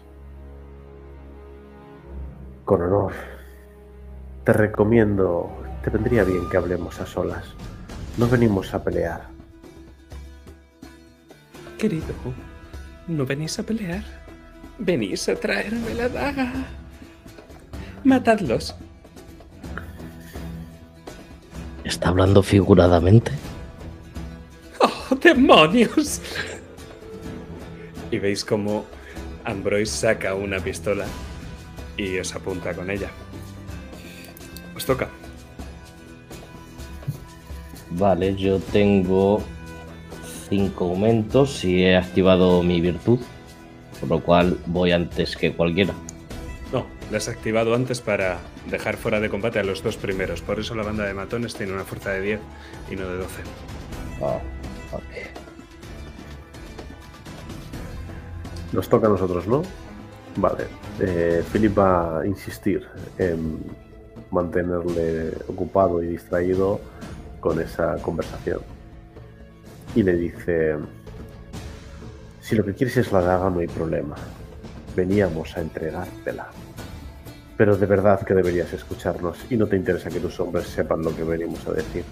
con honor. Te recomiendo, te vendría bien que hablemos a solas. No venimos a pelear. Querido, no venís a pelear. Venís a traerme la daga. Matadlos. ¿Está hablando figuradamente? ¡Oh, demonios! Y veis cómo Ambroise saca una pistola y os apunta con ella. Os toca. Vale, yo tengo 5 aumentos y he activado mi virtud, por lo cual voy antes que cualquiera. No, la has activado antes para dejar fuera de combate a los dos primeros. Por eso la banda de matones tiene una fuerza de 10 y no de 12. Ah, ok. Nos toca a nosotros, ¿no? Vale. Philip va a insistir en mantenerle ocupado y distraído con esa conversación. Y le dice: si lo que quieres es la daga, no hay problema. Veníamos a entregártela. Pero de verdad que deberías escucharnos y no te interesa que tus hombres sepan lo que venimos a decir.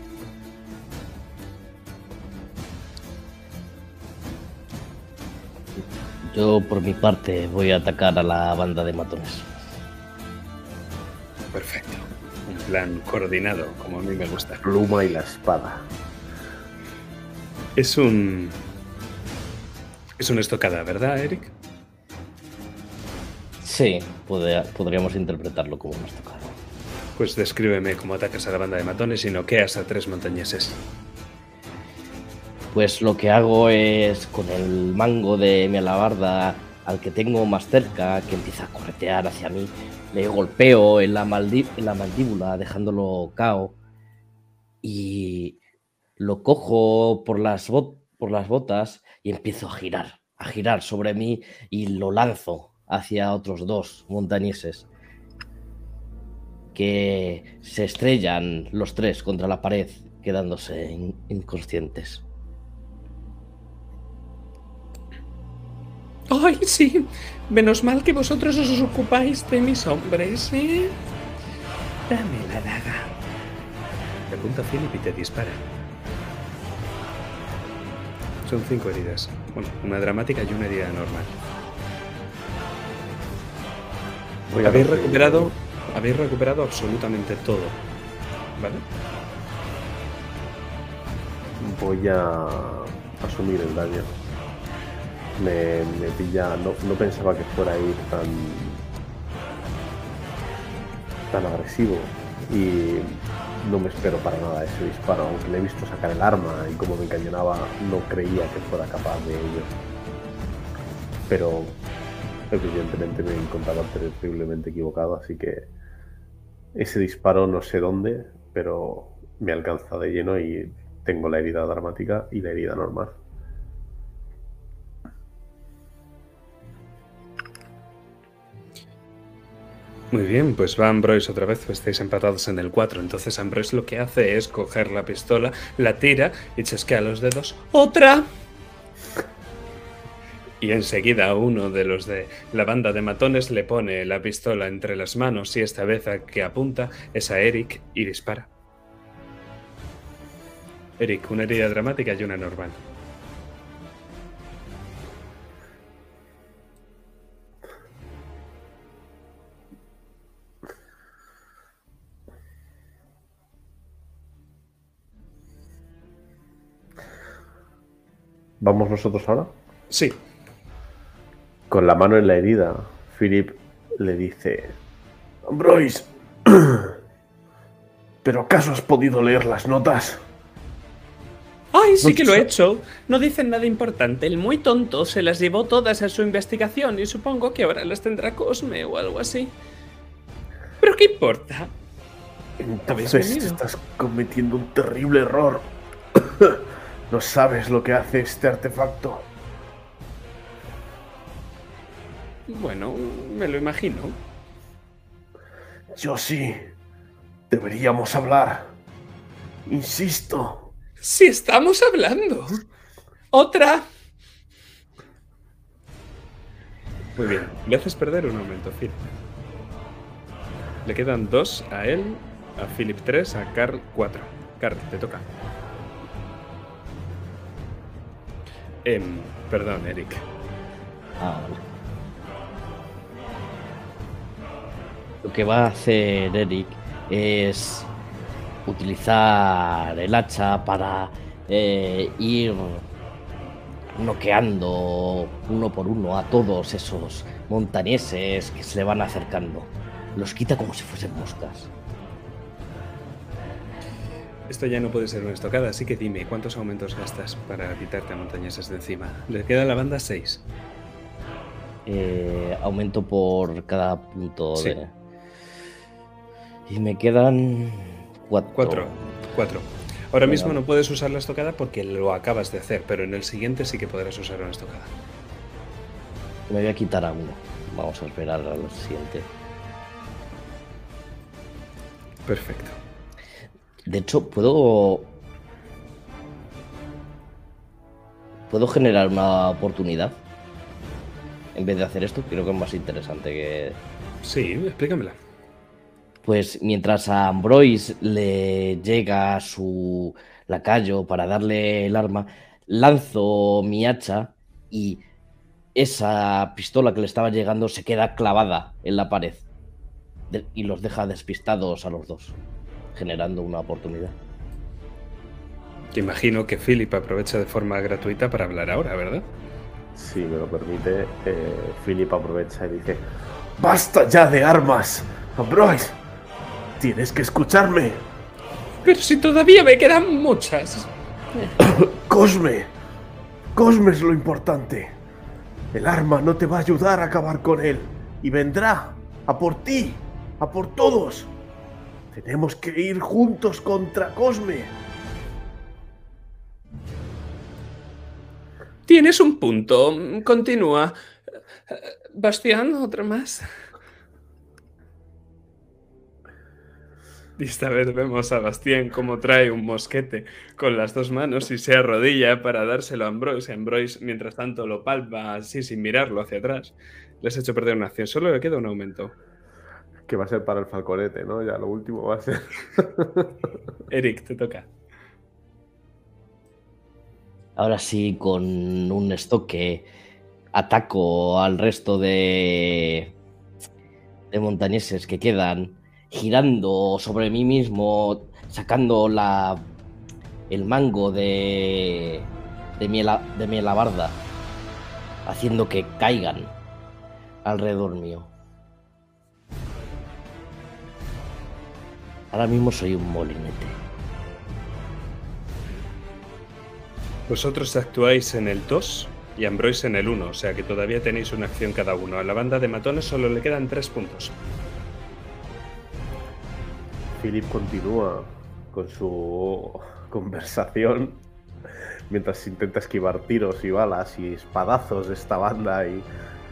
Yo, por mi parte, voy a atacar a la banda de matones. Perfecto. Un plan coordinado, como a mí me gusta. Pluma y la espada. Es una estocada, ¿verdad, Eric? Sí, podríamos interpretarlo como una estocada. Pues descríbeme cómo atacas a la banda de matones y noqueas a 3 montañeses. Pues lo que hago es, con el mango de mi alabarda al que tengo más cerca, que empieza a corretear hacia mí, le golpeo en la mandíbula, dejándolo cao, y lo cojo por las botas y empiezo a girar sobre mí y lo lanzo hacia otros 2 montañeses que se estrellan los 3 contra la pared, quedándose inconscientes. ¡Ay, sí! Menos mal que vosotros os ocupáis de mis hombres, ¿eh? Dame la daga. Te apunta Philip y te dispara. Son 5 heridas. Bueno, una dramática y una herida normal. Habéis recuperado absolutamente todo, ¿vale? Voy a asumir el daño. Me pilla. No pensaba que fuera a ir tan agresivo. Y no me espero para nada ese disparo. Aunque le he visto sacar el arma y cómo me encañonaba, no creía que fuera capaz de ello. Pero evidentemente me encontraba terriblemente equivocado, así que ese disparo no sé dónde, pero me alcanza de lleno y tengo la herida dramática y la herida normal. Muy bien, pues va Ambroise otra vez, estáis empatados en el 4. Entonces Ambroise lo que hace es coger la pistola, la tira y chasquea los dedos. ¡Otra! Y enseguida uno de los de la banda de matones le pone la pistola entre las manos y esta vez a que apunta es a Eric y dispara. Eric, una herida dramática y una normal. ¿Vamos nosotros ahora? Sí. Con la mano en la herida, Philip le dice: Ambroise, ¿pero acaso has podido leer las notas? ¡Ay, sí que lo he hecho! No dicen nada importante. El muy tonto se las llevó todas a su investigación y supongo que ahora las tendrá Cosme o algo así. ¿Pero qué importa? Entonces estás cometiendo un terrible error. No sabes lo que hace este artefacto. Bueno, me lo imagino. Yo sí. Deberíamos hablar. Insisto. ¡Si estamos hablando! ¡Otra! Muy bien. Le haces perder un momento, Phil. Le quedan 2 a él, a Philip 3, a Carl 4. Carl, te toca. Perdón, Eric. Vale. Lo que va a hacer Eric es utilizar el hacha para ir noqueando uno por uno a todos esos montañeses que se le van acercando. Los quita como si fuesen moscas. Esto ya no puede ser una estocada, así que dime, ¿cuántos aumentos gastas para quitarte a montañeses de encima? Le queda a la banda 6. Aumento por cada punto Sí. de... Y me quedan 4. 4. Ahora mismo no puedes usar la estocada porque lo acabas de hacer, pero en el siguiente sí que podrás usar una estocada. Me voy a quitar a uno. Vamos a esperar al siguiente. Perfecto. De hecho, ¿puedo generar una oportunidad? En vez de hacer esto, creo que es más interesante que... Sí, explícamela. Pues mientras a Ambroise le llega su lacayo para darle el arma, lanzo mi hacha y esa pistola que le estaba llegando se queda clavada en la pared y los deja despistados a los dos, generando una oportunidad. Te imagino que Philip aprovecha de forma gratuita para hablar ahora, ¿verdad? Si me lo permite, Philip aprovecha y dice: ¡Basta ya de armas! ¡Ambroise! ¡Tienes que escucharme! Pero si todavía me quedan muchas. ¡Cosme! ¡Cosme es lo importante! El arma no te va a ayudar a acabar con él. Y vendrá a por ti, a por todos. Tenemos que ir juntos contra Cosme. Tienes un punto. Continúa. Bastián, ¿otra más? Y esta vez vemos a Bastián como trae un mosquete con las 2 manos y se arrodilla para dárselo a Ambroise. Ambroise, mientras tanto, lo palpa así sin mirarlo hacia atrás. Le has hecho perder una acción. Solo le queda un aumento. Que va a ser para el falconete, ¿no? Ya lo último va a ser... Eric, te toca. Ahora sí, con un estoque, ataco al resto de montañeses que quedan, girando sobre mí mismo, sacando el mango de mi alabarda, haciendo que caigan alrededor mío. Ahora mismo soy un molinete. Vosotros actuáis en el 2 y Ambroise en el 1, o sea que todavía tenéis una acción cada uno. A la banda de matones solo le quedan 3 puntos. Philip continúa con su conversación mientras intenta esquivar tiros y balas y espadazos de esta banda y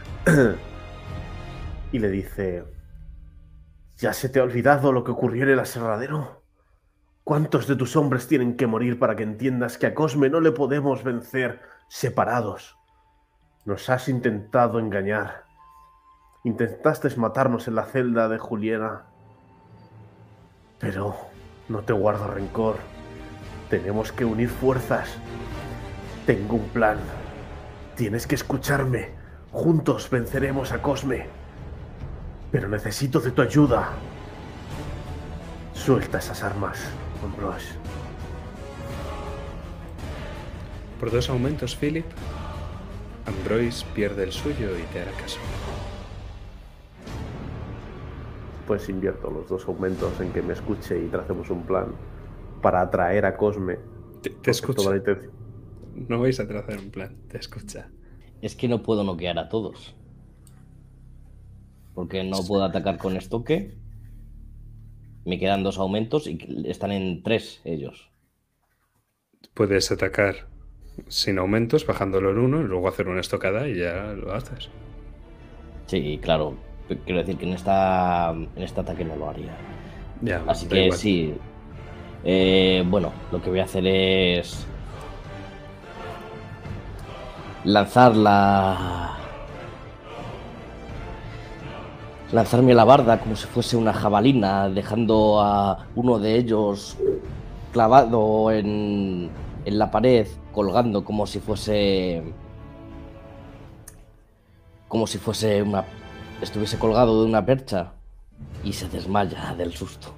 le dice: ¿ya se te ha olvidado lo que ocurrió en el aserradero? ¿Cuántos de tus hombres tienen que morir para que entiendas que a Cosme no le podemos vencer separados? Nos has intentado engañar. Intentaste matarnos en la celda de Juliana. Pero no te guardo rencor. Tenemos que unir fuerzas. Tengo un plan. Tienes que escucharme. Juntos venceremos a Cosme. Pero necesito de tu ayuda. Suelta esas armas, Ambroise. Por 2 aumentos, Philip, Ambroise pierde el suyo y te hará caso. Pues invierto los 2 aumentos en que me escuche y tracemos un plan para atraer a Cosme. Te escucha. Toda la intención. No vais a trazar un plan, te escucha. Es que no puedo noquear a todos. Porque no puedo atacar con estoque. Me quedan 2 aumentos y están en 3 ellos. Puedes atacar sin aumentos, bajándolo en 1 y luego hacer una estocada y ya lo haces. Sí, claro. Quiero decir que en este ataque no lo haría. Ya, Así da que igual. sí. Bueno, lo que voy a hacer es lanzarme la barda como si fuese una jabalina, dejando a uno de ellos clavado en la pared, colgando como si fuese estuviese colgado de una percha y se desmaya del susto.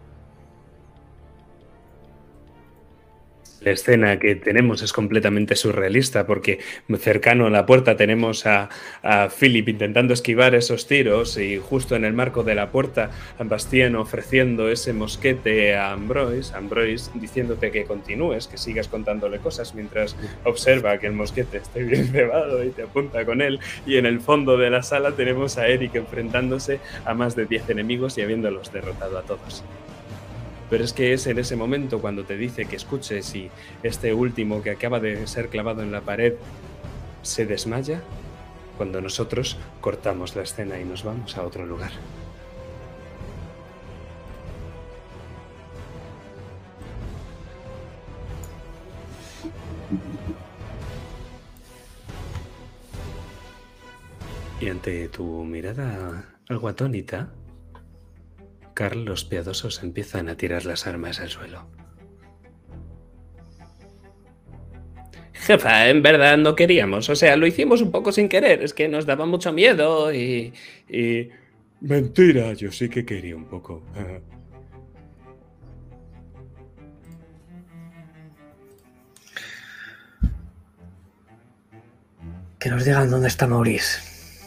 La escena que tenemos es completamente surrealista porque cercano a la puerta tenemos a Philip intentando esquivar esos tiros y justo en el marco de la puerta Bastien ofreciendo ese mosquete a Ambroise diciéndote que continúes, que sigas contándole cosas mientras observa que el mosquete esté bien cebado y te apunta con él, y en el fondo de la sala tenemos a Eric enfrentándose a más de 10 enemigos y habiéndolos derrotado a todos. Pero es que es en ese momento cuando te dice que escuches y este último que acaba de ser clavado en la pared se desmaya, cuando nosotros cortamos la escena y nos vamos a otro lugar. Y ante tu mirada algo atónita, Carl, los piadosos empiezan a tirar las armas al suelo. Jefa, en verdad no queríamos, o sea, lo hicimos un poco sin querer, es que nos daba mucho miedo y... Mentira, yo sí que quería un poco. Que nos digan dónde está Maurice.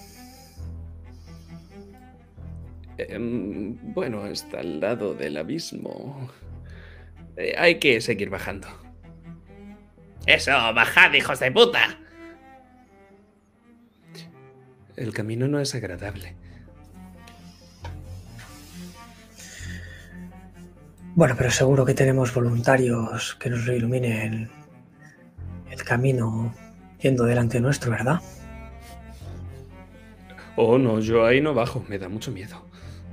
Bueno, está al lado del abismo. Hay que seguir bajando. ¡Eso! ¡Bajad, hijos de puta! El camino no es agradable. Bueno, pero seguro que tenemos voluntarios que nos iluminen el camino yendo delante nuestro, ¿verdad? Oh, no, yo ahí no bajo, me da mucho miedo.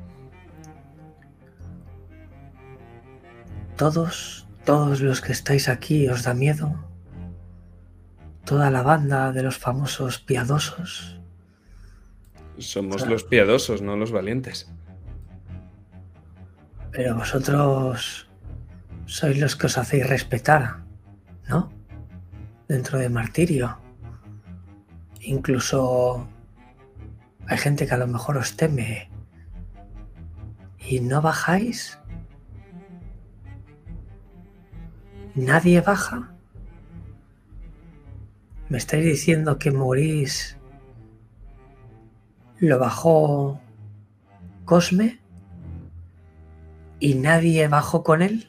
Todos los que estáis aquí os da miedo. Toda la banda de los famosos piadosos. Somos los piadosos, no los valientes. Pero vosotros sois los que os hacéis respetar, ¿no? Dentro de Martirio. Incluso hay gente que a lo mejor os teme. ¿Y no bajáis? ¿Nadie baja? ¿Me estáis diciendo que Maurice lo bajó Cosme y nadie bajó con él?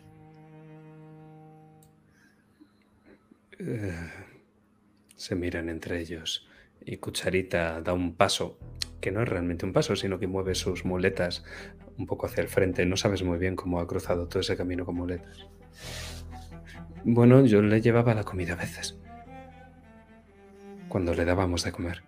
Se miran entre ellos y Cucharita da un paso, que no es realmente un paso, sino que mueve sus muletas un poco hacia el frente. No sabes muy bien cómo ha cruzado todo ese camino con muletas. Bueno, yo le llevaba la comida a veces, cuando le dábamos de comer.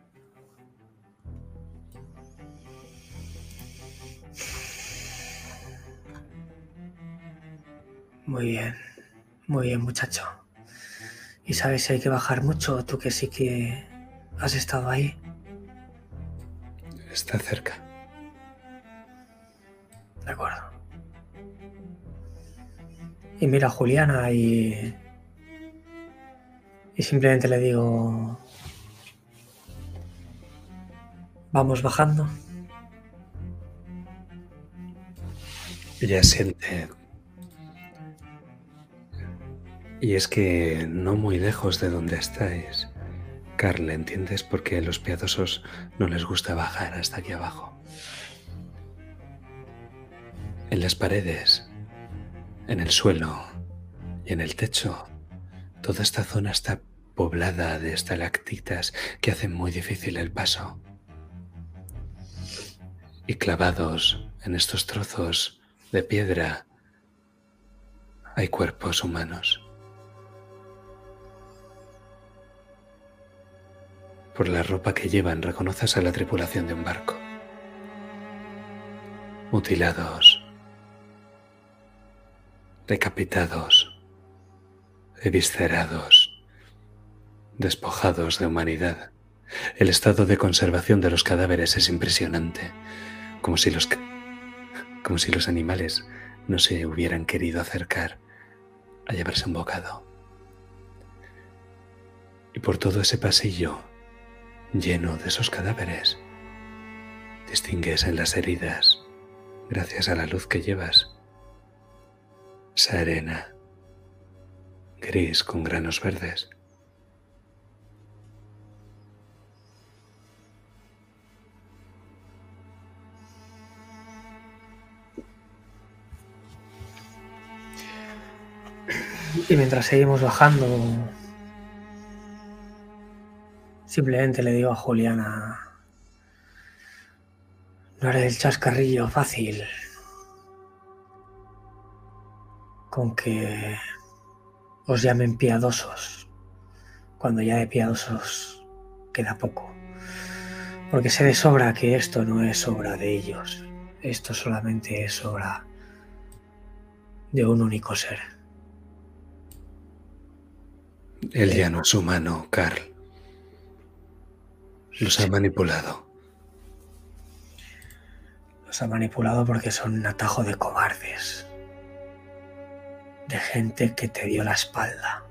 Muy bien, muchacho. ¿Y sabes si hay que bajar mucho? Tú que sí que has estado ahí. Está cerca. De acuerdo. Y mira a Juliana y simplemente le digo, vamos bajando. Ella siente Y es que no muy lejos de donde estáis, Carl, ¿entiendes por qué a los piadosos no les gusta bajar hasta aquí abajo? En las paredes, en el suelo y en el techo, toda esta zona está poblada de estalactitas que hacen muy difícil el paso. Y clavados en estos trozos de piedra hay cuerpos humanos. Por la ropa que llevan reconoces a la tripulación de un barco. Mutilados, decapitados, eviscerados, despojados de humanidad. El estado de conservación de los cadáveres es impresionante, como si los animales no se hubieran querido acercar a llevarse un bocado. Y por todo ese pasillo lleno de esos cadáveres, distingues en las heridas, gracias a la luz que llevas, esa arena gris con granos verdes. Y mientras seguimos bajando, simplemente le digo a Juliana: no haré el chascarrillo fácil con que os llamen piadosos, cuando ya de piadosos queda poco. Porque sé de sobra que esto no es obra de ellos. Esto solamente es obra de un único ser. Él ya no es humano, Carl. Los ha manipulado. Los ha manipulado porque son un atajo de cobardes. De gente que te dio la espalda.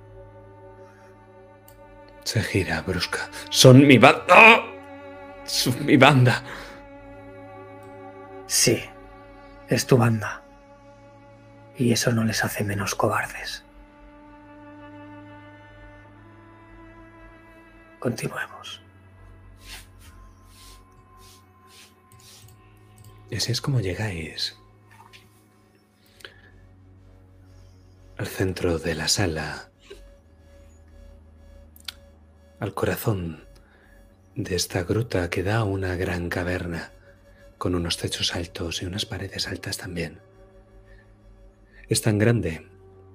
Se gira brusca. ¡Son mi banda! ¡Oh! ¡Son mi banda! Sí, es tu banda. Y eso no les hace menos cobardes. Continuemos. Y así es como llegáis al centro de la sala, al corazón de esta gruta que da a una gran caverna, con unos techos altos y unas paredes altas también. Es tan grande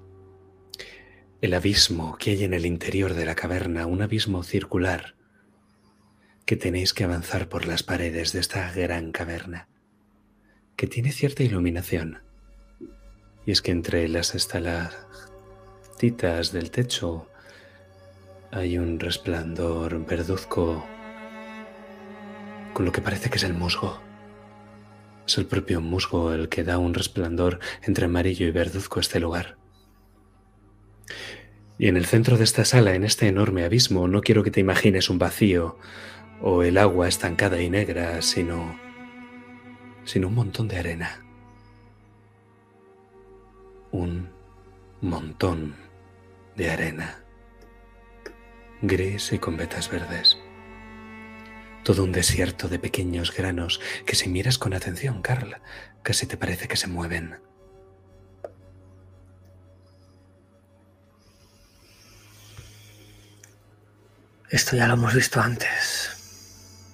el abismo que hay en el interior de la caverna, un abismo circular, que tenéis que avanzar por las paredes de esta gran caverna, que tiene cierta iluminación. Y es que entre las estalactitas del techo hay un resplandor verduzco con lo que parece que es el musgo. Es el propio musgo el que da un resplandor entre amarillo y verduzco a este lugar. Y en el centro de esta sala, en este enorme abismo, no quiero que te imagines un vacío o el agua estancada y negra, sino un montón de arena. Un montón de arena, gris y con vetas verdes. Todo un desierto de pequeños granos que, si miras con atención, Carl, casi te parece que se mueven. Esto ya lo hemos visto antes.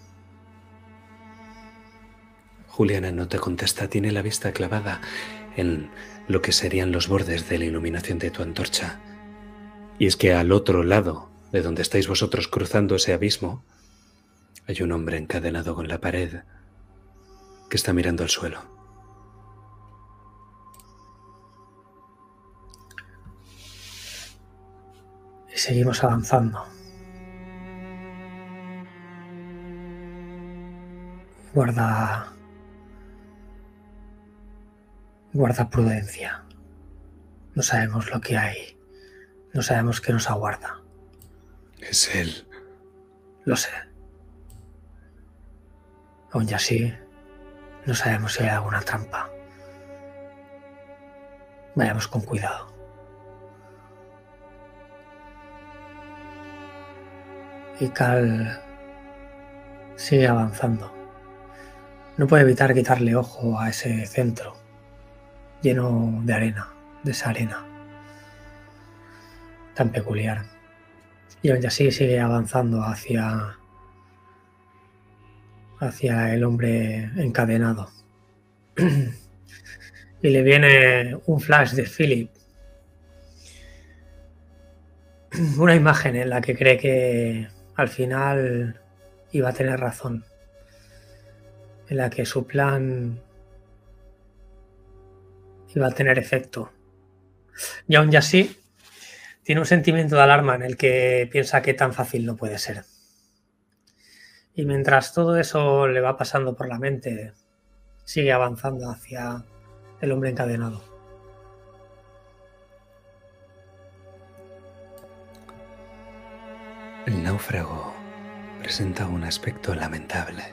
Juliana no te contesta, tiene la vista clavada en lo que serían los bordes de la iluminación de tu antorcha. Y es que al otro lado de donde estáis vosotros cruzando ese abismo, hay un hombre encadenado con la pared que está mirando al suelo. Y seguimos avanzando. Guarda prudencia. No sabemos lo que hay. No sabemos qué nos aguarda. Es él. Lo sé. Aún y así, no sabemos si hay alguna trampa. Vayamos con cuidado. Y Cal sigue avanzando. No puede evitar quitarle ojo a ese centro lleno de arena, de esa arena tan peculiar. Y aún así sigue avanzando hacia el hombre encadenado. Y le viene un flash de Philip. Una imagen en la que cree que al final iba a tener razón. En la que su plan iba a tener efecto. Y aún así tiene un sentimiento de alarma en el que piensa que tan fácil no puede ser. Y mientras todo eso le va pasando por la mente, sigue avanzando hacia el hombre encadenado. El náufrago presenta un aspecto lamentable.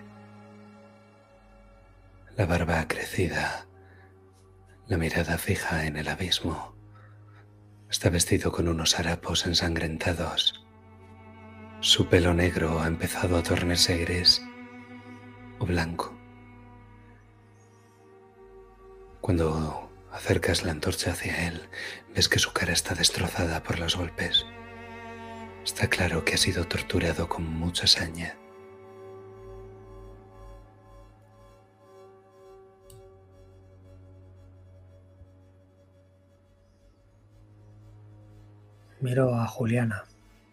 La barba crecida, la mirada fija en el abismo. Está vestido con unos harapos ensangrentados. Su pelo negro ha empezado a tornarse gris o blanco. Cuando acercas la antorcha hacia él, ves que su cara está destrozada por los golpes. Está claro que ha sido torturado con mucha saña. Miro a Juliana.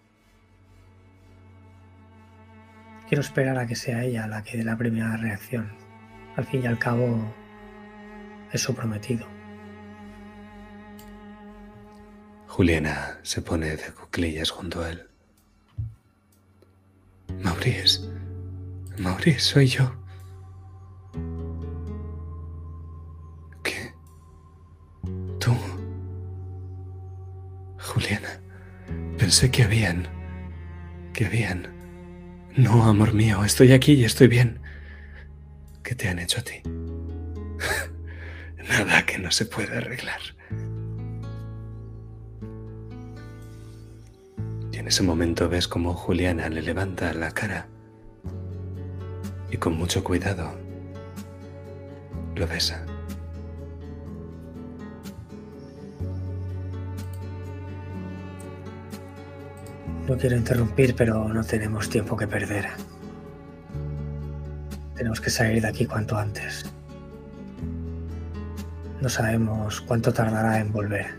Quiero esperar a que sea ella la que dé la primera reacción. Al fin y al cabo, es su prometido. Juliana se pone de cuclillas junto a él. Maurice, soy yo. ¿Qué? ¿Tú? Juliana, pensé que habían... No, amor mío, estoy aquí y estoy bien. ¿Qué te han hecho a ti? Nada que no se pueda arreglar. Y en ese momento ves cómo Juliana le levanta la cara y con mucho cuidado lo besa. No quiero interrumpir, pero no tenemos tiempo que perder. Tenemos que salir de aquí cuanto antes. No sabemos cuánto tardará en volver.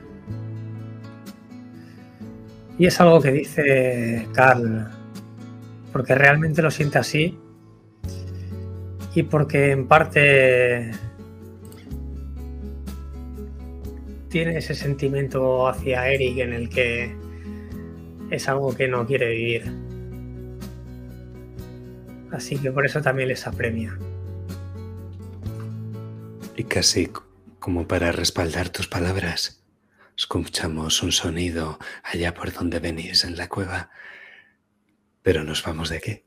Y es algo que dice Carl, porque realmente lo siente así y porque en parte tiene ese sentimiento hacia Eric en el que es algo que no quiere vivir. Así que por eso también les apremia. Y casi como para respaldar tus palabras, escuchamos un sonido allá por donde venís en la cueva. Pero nos vamos de aquí.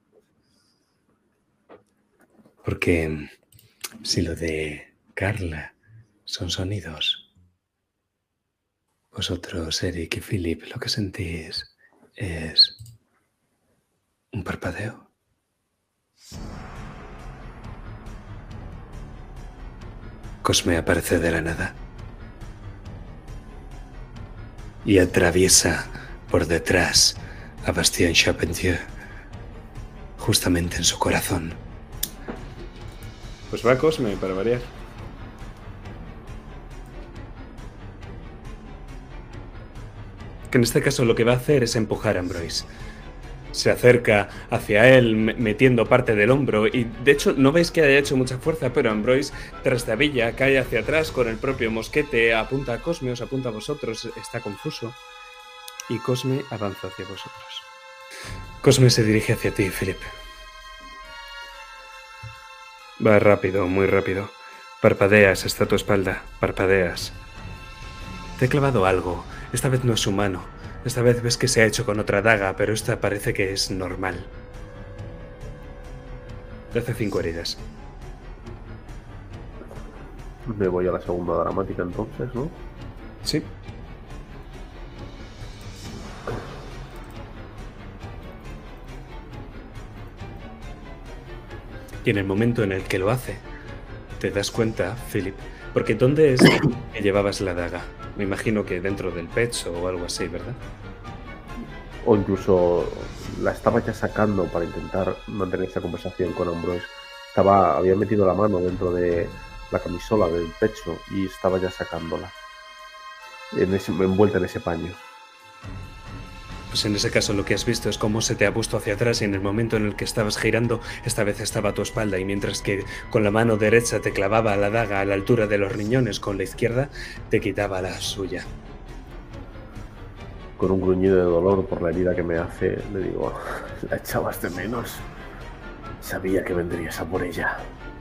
Porque si lo de Carla son sonidos, vosotros, Eric y Philip, lo que sentís es un parpadeo. Cosme aparece de la nada y atraviesa por detrás a Bastien Charpentier, justamente en su corazón. Pues va Cosme, para variar. Que en este caso lo que va a hacer es empujar a Ambroise. Se acerca hacia él metiendo parte del hombro y de hecho no veis que haya hecho mucha fuerza, pero Ambroise trastabilla, cae hacia atrás con el propio mosquete, apunta a Cosme, os apunta a vosotros, está confuso y Cosme avanza hacia vosotros. Cosme se dirige hacia ti, Philip. Va rápido, muy rápido. Parpadeas, está a tu espalda, parpadeas. Te he clavado algo. Esta vez no es humano. Esta vez ves que se ha hecho con otra daga, pero esta parece que es normal. Te hace 5 heridas. Me voy a la segunda dramática entonces, ¿no? Sí. Y en el momento en el que lo hace, te das cuenta, Philip, porque ¿dónde es que llevabas la daga? Me imagino que dentro del pecho o algo así, ¿verdad? O incluso la estaba ya sacando para intentar mantener esa conversación con Ambroise. Había metido la mano dentro de la camisola del pecho y estaba ya sacándola, envuelta en ese paño. Pues en ese caso lo que has visto es cómo se te ha puesto hacia atrás y en el momento en el que estabas girando, esta vez estaba a tu espalda y mientras que con la mano derecha te clavaba la daga a la altura de los riñones, con la izquierda te quitaba la suya. Con un gruñido de dolor por la herida que me hace, le digo, la echabas de menos. Sabía que vendrías a por ella.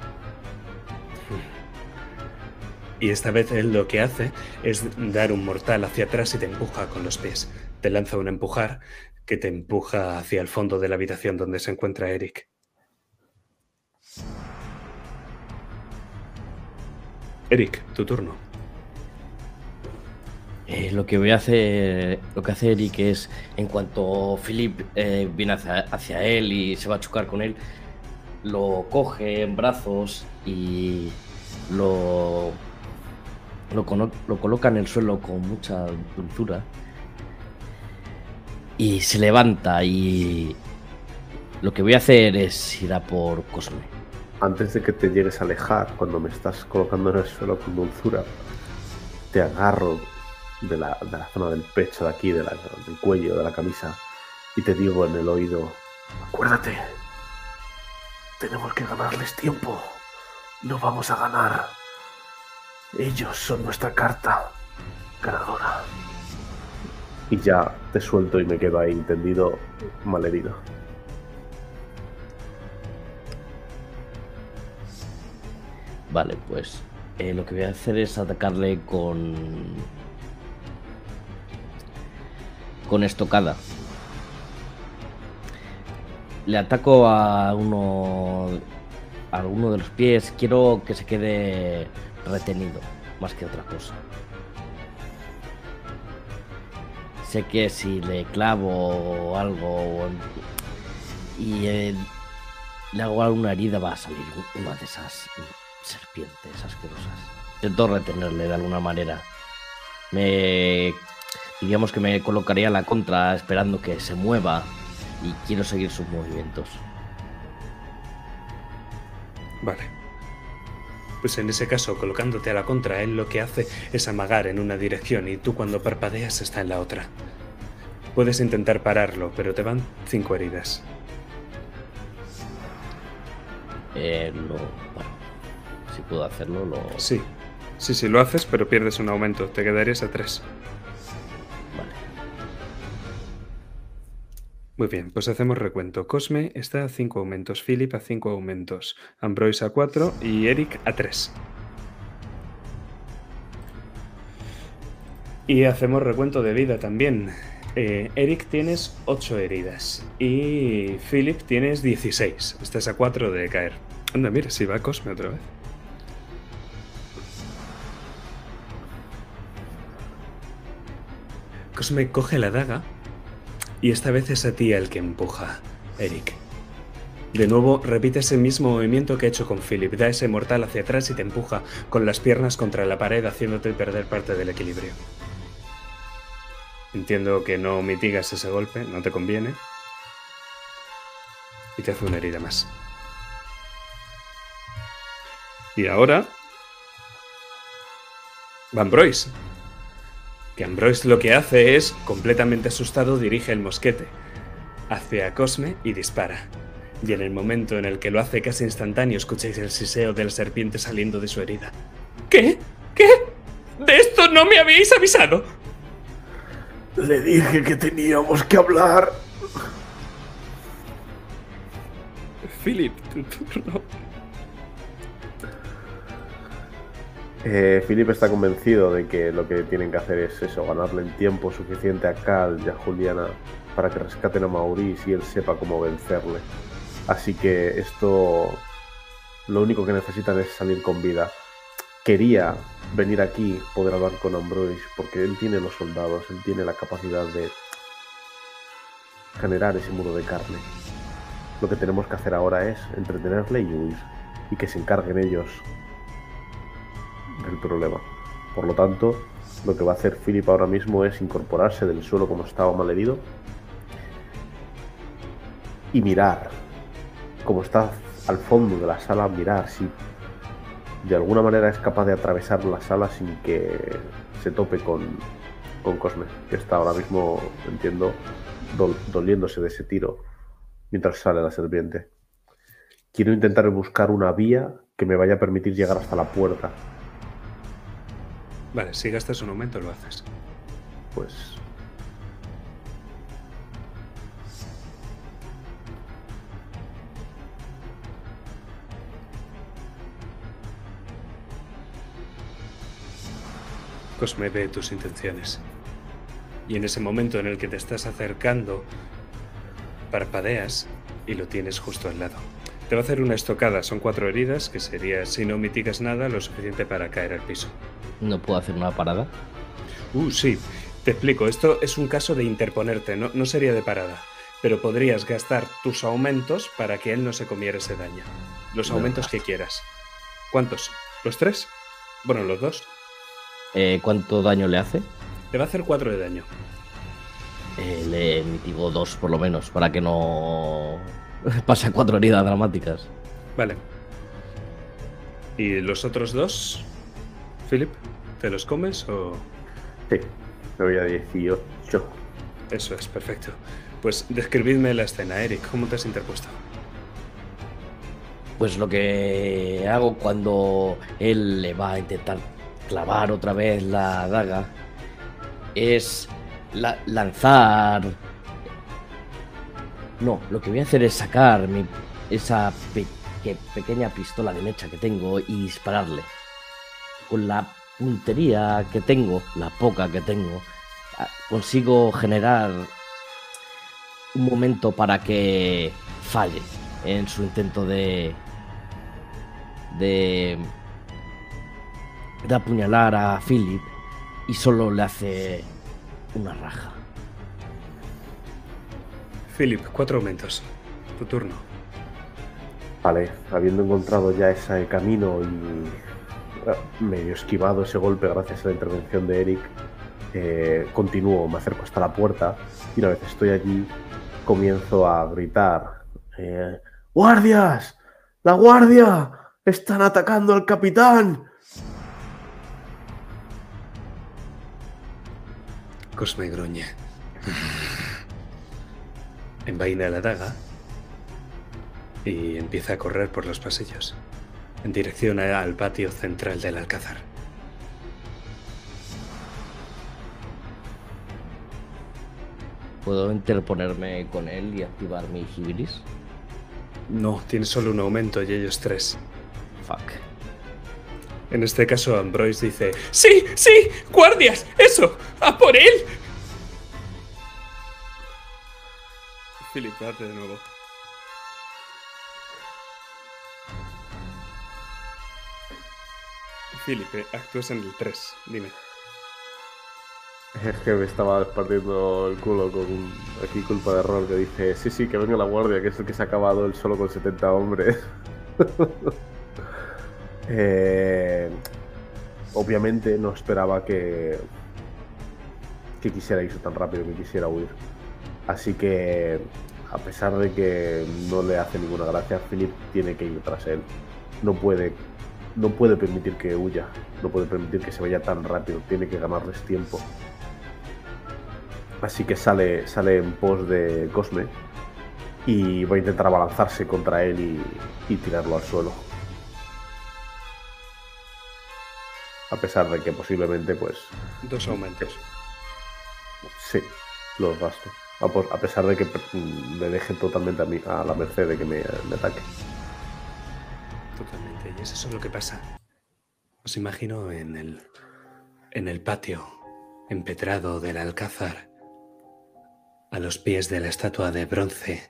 Y esta vez él lo que hace es dar un mortal hacia atrás y te empuja con los pies. Te lanza un empujar que te empuja hacia el fondo de la habitación donde se encuentra Eric. Eric, tu turno. Lo que hace Eric es, en cuanto Philip viene hacia él y se va a chocar con él, lo coge en brazos y lo coloca en el suelo con mucha dulzura y se levanta, y lo que voy a hacer es ir a por Cosme. Antes de que te llegues a alejar, cuando me estás colocando en el suelo con dulzura, te agarro de la zona del pecho de aquí, del cuello, de la camisa, y te digo en el oído, acuérdate, tenemos que ganarles tiempo, no vamos a ganar. Ellos son nuestra carta ganadora. Y ya te suelto y me quedo ahí tendido, malherido. Vale, pues lo que voy a hacer es atacarle con estocada. Le ataco a alguno de los pies. Quiero que se quede retenido, más que otra cosa. Sé que si le clavo algo y le hago alguna herida, va a salir una de esas serpientes asquerosas. Intento retenerle de alguna manera. Digamos que me colocaría a la contra esperando que se mueva y quiero seguir sus movimientos. Vale. Pues en ese caso, colocándote a la contra, él lo que hace es amagar en una dirección y tú cuando parpadeas está en la otra. Puedes intentar pararlo, pero te van 5 heridas. Bueno, si puedo hacerlo, Sí, lo haces, pero pierdes un aumento. Te quedarías a 3. Vale. Muy bien, pues hacemos recuento. Cosme está a 5 aumentos, Philip a 5 aumentos, Ambroise a 4 y Eric a 3. Y hacemos recuento de vida también. Eric tienes 8 heridas y Philip tienes 16. Estás a 4 de caer. Anda, mira, si va Cosme otra vez. Cosme coge la daga y esta vez es a ti el que empuja, Eric. De nuevo repite ese mismo movimiento que ha hecho con Philip. Da ese mortal hacia atrás y te empuja con las piernas contra la pared, haciéndote perder parte del equilibrio. Entiendo que no mitigas ese golpe, no te conviene. Y te hace una herida más. Y ahora... va Ambroise. Que Ambroise lo que hace es, completamente asustado, dirige el mosquete hacia Cosme y dispara. Y en el momento en el que lo hace casi instantáneo, escucháis el siseo de la serpiente saliendo de su herida. ¿Qué? ¿Qué? ¿De esto no me habéis avisado? Le dije que teníamos que hablar. Philip, tu turno. Philip está convencido de que lo que tienen que hacer es eso, ganarle el tiempo suficiente a Cal y a Juliana para que rescaten a Maurice y él sepa cómo vencerle. Así que esto, lo único que necesitan es salir con vida. Quería venir aquí, poder hablar con Ambroise, porque él tiene los soldados, él tiene la capacidad de generar ese muro de carne. Lo que tenemos que hacer ahora es entretenerle y huir, y que se encarguen ellos del problema. Por lo tanto, lo que va a hacer Philip ahora mismo es incorporarse del suelo como estaba malherido y mirar, como está al fondo de la sala, mirar si de alguna manera es capaz de atravesar la sala sin que se tope con Cosme, que está ahora mismo, entiendo, doliéndose de ese tiro mientras sale la serpiente. Quiero intentar buscar una vía que me vaya a permitir llegar hasta la puerta. Vale, si gastas un aumento lo haces. Pues... Cosme ve tus intenciones. Y en ese momento en el que te estás acercando, parpadeas y lo tienes justo al lado. Te va a hacer una estocada, son 4 heridas, que sería, si no mitigas nada, lo suficiente para caer al piso. ¿No puedo hacer una parada? Sí, te explico. Esto es un caso de interponerte, no sería de parada. Pero podrías gastar tus aumentos para que él no se comiera ese daño. Los aumentos que quieras. ¿Cuántos? ¿Los 3? Bueno, los 2. ¿Cuánto daño le hace? Te va a hacer 4 de daño. Le mitigo 2 por lo menos, para que no pase 4 heridas dramáticas. Vale. ¿Y los otros 2, Philip? ¿Te los comes o...? Sí, me voy a 18. Eso es, perfecto. Pues describidme la escena, Eric. ¿Cómo te has interpuesto? Pues lo que hago cuando él le va a intentar clavar otra vez la daga es lanzar... No, lo que voy a hacer es sacar esa pequeña pistola de mecha que tengo y dispararle. Con la puntería que tengo, la poca que tengo, consigo generar un momento para que falle en su intento de apuñalar a Philip y solo le hace una raja. Philip, 4 aumentos. Tu turno. Vale, habiendo encontrado ya ese camino y medio esquivado ese golpe gracias a la intervención de Eric, continúo, me acerco hasta la puerta y una vez estoy allí comienzo a gritar: ¡Guardias! ¡La guardia! ¡Están atacando al capitán! Cosme gruñe. Envaina la daga y empieza a correr por los pasillos en dirección al patio central del Alcázar. ¿Puedo interponerme con él y activar mi Hibilis? No, tienes solo un aumento y ellos 3. Fuck. En este caso, Ambroise dice: ¡Sí! ¡Sí! ¡Guardias! ¡Eso! ¡A por él! Philip, date de nuevo. Philip, actúas en el 3. Dime. Es que me estaba partiendo el culo con aquí culpa de error que dice: sí, sí, que venga la guardia, que es el que se ha acabado él solo con 70 hombres. Obviamente no esperaba que quisiera irse tan rápido, que quisiera huir. Así que, a pesar de que no le hace ninguna gracia, Philip tiene que ir tras él. No puede permitir que huya, no puede permitir que se vaya tan rápido, tiene que ganarles tiempo. Así que sale en pos de Cosme y va a intentar abalanzarse contra él y tirarlo al suelo. A pesar de que posiblemente, pues... 2 aumentos. Sí, los gasto. A pesar de que me deje totalmente a la merced de que me ataque. Totalmente. Y es eso lo que pasa. Os imagino en el patio empedrado del Alcázar, a los pies de la estatua de bronce,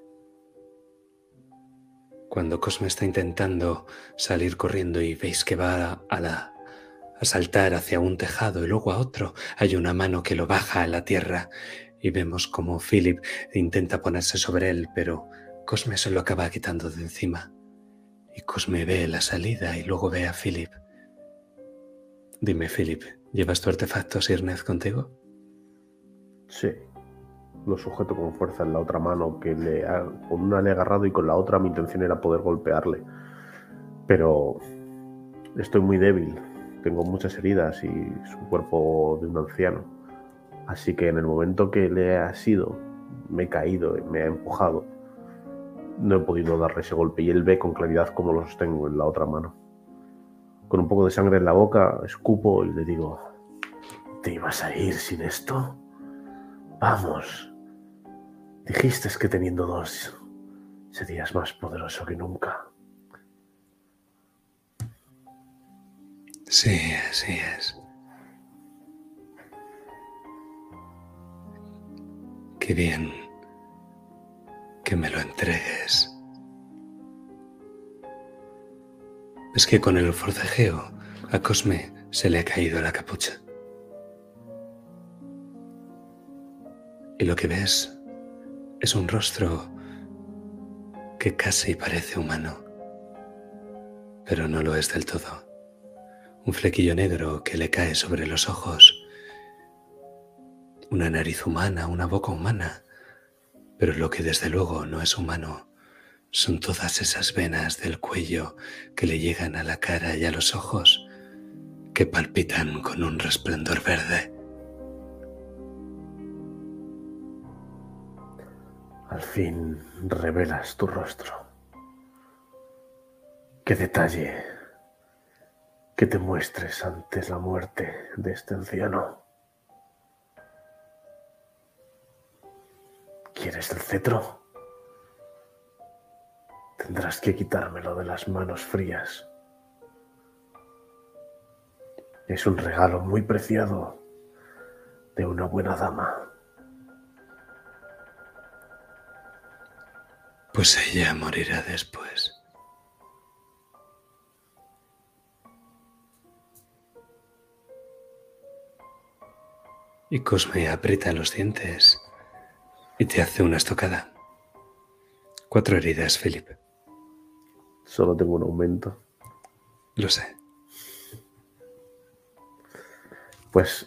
cuando Cosme está intentando salir corriendo y veis que va a saltar hacia un tejado y luego a otro, hay una mano que lo baja a la tierra y vemos como Philip intenta ponerse sobre él, pero Cosme se lo acaba quitando de encima. Y Cosme ve la salida y luego ve a Philip. Dime, Philip, ¿llevas tu artefacto Sirnez contigo? Sí. Lo sujeto con fuerza en la otra mano, con una le he agarrado y con la otra mi intención era poder golpearle. Pero estoy muy débil, tengo muchas heridas y es un cuerpo de un anciano. Así que en el momento que le he asido, me he caído y me ha empujado. No he podido darle ese golpe y él ve con claridad cómo lo sostengo en la otra mano. Con un poco de sangre en la boca, escupo y le digo: ¿te ibas a ir sin esto? Vamos. Dijiste que teniendo dos serías más poderoso que nunca. Sí, así es. Qué bien que me lo entregues. Es que con el forcejeo a Cosme se le ha caído la capucha. Y lo que ves es un rostro que casi parece humano, pero no lo es del todo. Un flequillo negro que le cae sobre los ojos, una nariz humana, una boca humana, pero lo que desde luego no es humano son todas esas venas del cuello que le llegan a la cara y a los ojos, que palpitan con un resplandor verde. Al fin revelas tu rostro. Qué detalle que te muestres antes la muerte de este anciano. ¿Quieres el cetro? Tendrás que quitármelo de las manos frías. Es un regalo muy preciado de una buena dama. Pues ella morirá después. Y Cosme aprieta los dientes y te hace una estocada. 4 heridas, Philip. Solo tengo un aumento. Lo sé. Pues,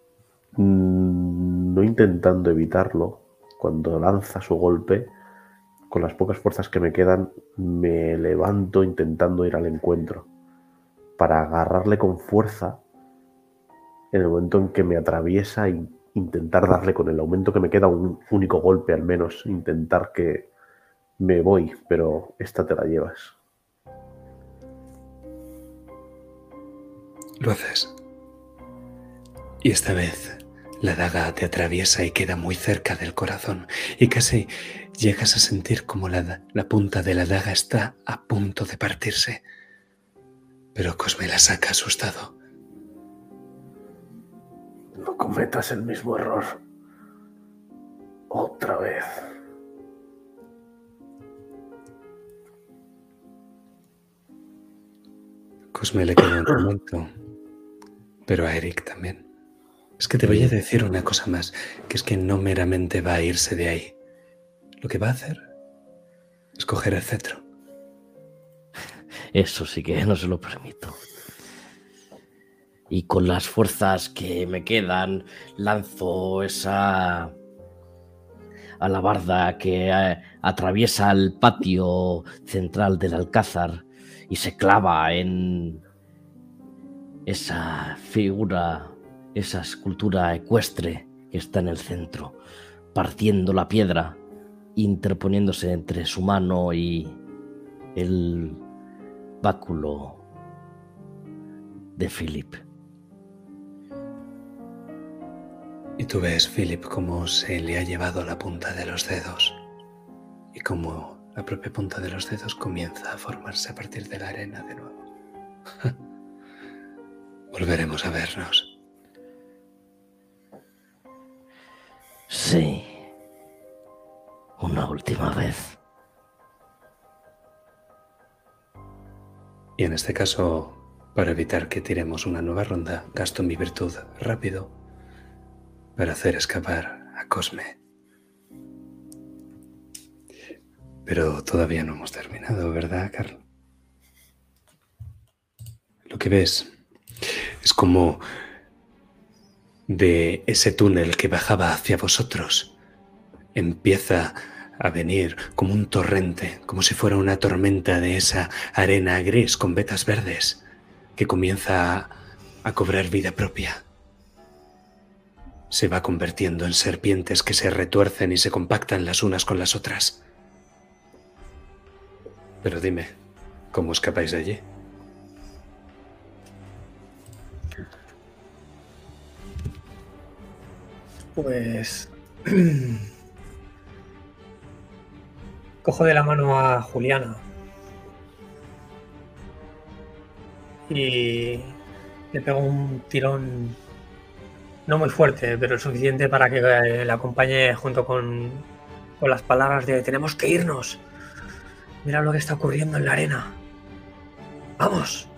no intentando evitarlo, cuando lanza su golpe, con las pocas fuerzas que me quedan, me levanto intentando ir al encuentro para agarrarle con fuerza en el momento en que me atraviesa e intentar darle con el aumento que me queda un único golpe al menos, intentar que me voy, pero esta te la llevas. Lo haces. Y esta vez la daga te atraviesa y queda muy cerca del corazón y casi llegas a sentir como la punta de la daga está a punto de partirse. Pero Cosme la saca asustado. No cometas el mismo error. Otra vez. Cosme le queda un momento, pero a Eric también. Es que te voy a decir una cosa más, que es que no meramente va a irse de ahí. Lo que va a hacer es coger el cetro. Eso sí que no se lo permito. Y con las fuerzas que me quedan, lanzo esa alabarda que atraviesa el patio central del Alcázar y se clava en esa figura, esa escultura ecuestre que está en el centro, partiendo la piedra, interponiéndose entre su mano y el báculo de Philip. Y tú ves, Philip, cómo se le ha llevado la punta de los dedos y cómo la propia punta de los dedos comienza a formarse a partir de la arena de nuevo. Volveremos a vernos. Sí, una última vez. Y en este caso, para evitar que tiremos una nueva ronda, gasto mi virtud rápido para hacer escapar a Cosme. Pero todavía no hemos terminado, ¿verdad, Carl? Lo que ves es como de ese túnel que bajaba hacia vosotros empieza a venir como un torrente, como si fuera una tormenta de esa arena gris con vetas verdes que comienza a cobrar vida propia. Se va convirtiendo en serpientes que se retuercen y se compactan las unas con las otras. Pero dime, ¿cómo escapáis de allí? Pues cojo de la mano a Juliana y le pego un tirón no muy fuerte, pero el suficiente para que le acompañe junto con las palabras de tenemos que irnos. Mira lo que está ocurriendo en la arena. ¡Vamos!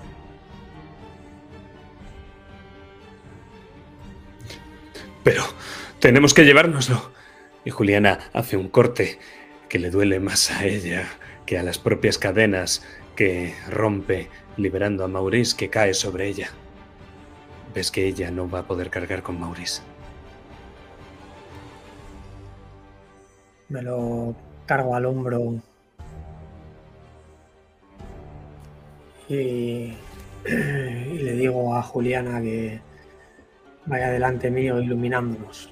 Pero tenemos que llevárnoslo. Y Juliana hace un corte que le duele más a ella que a las propias cadenas que rompe, liberando a Maurice, que cae sobre ella. Ves que ella no va a poder cargar con Maurice. Me lo cargo al hombro y le digo a Juliana que vaya delante mío iluminándonos.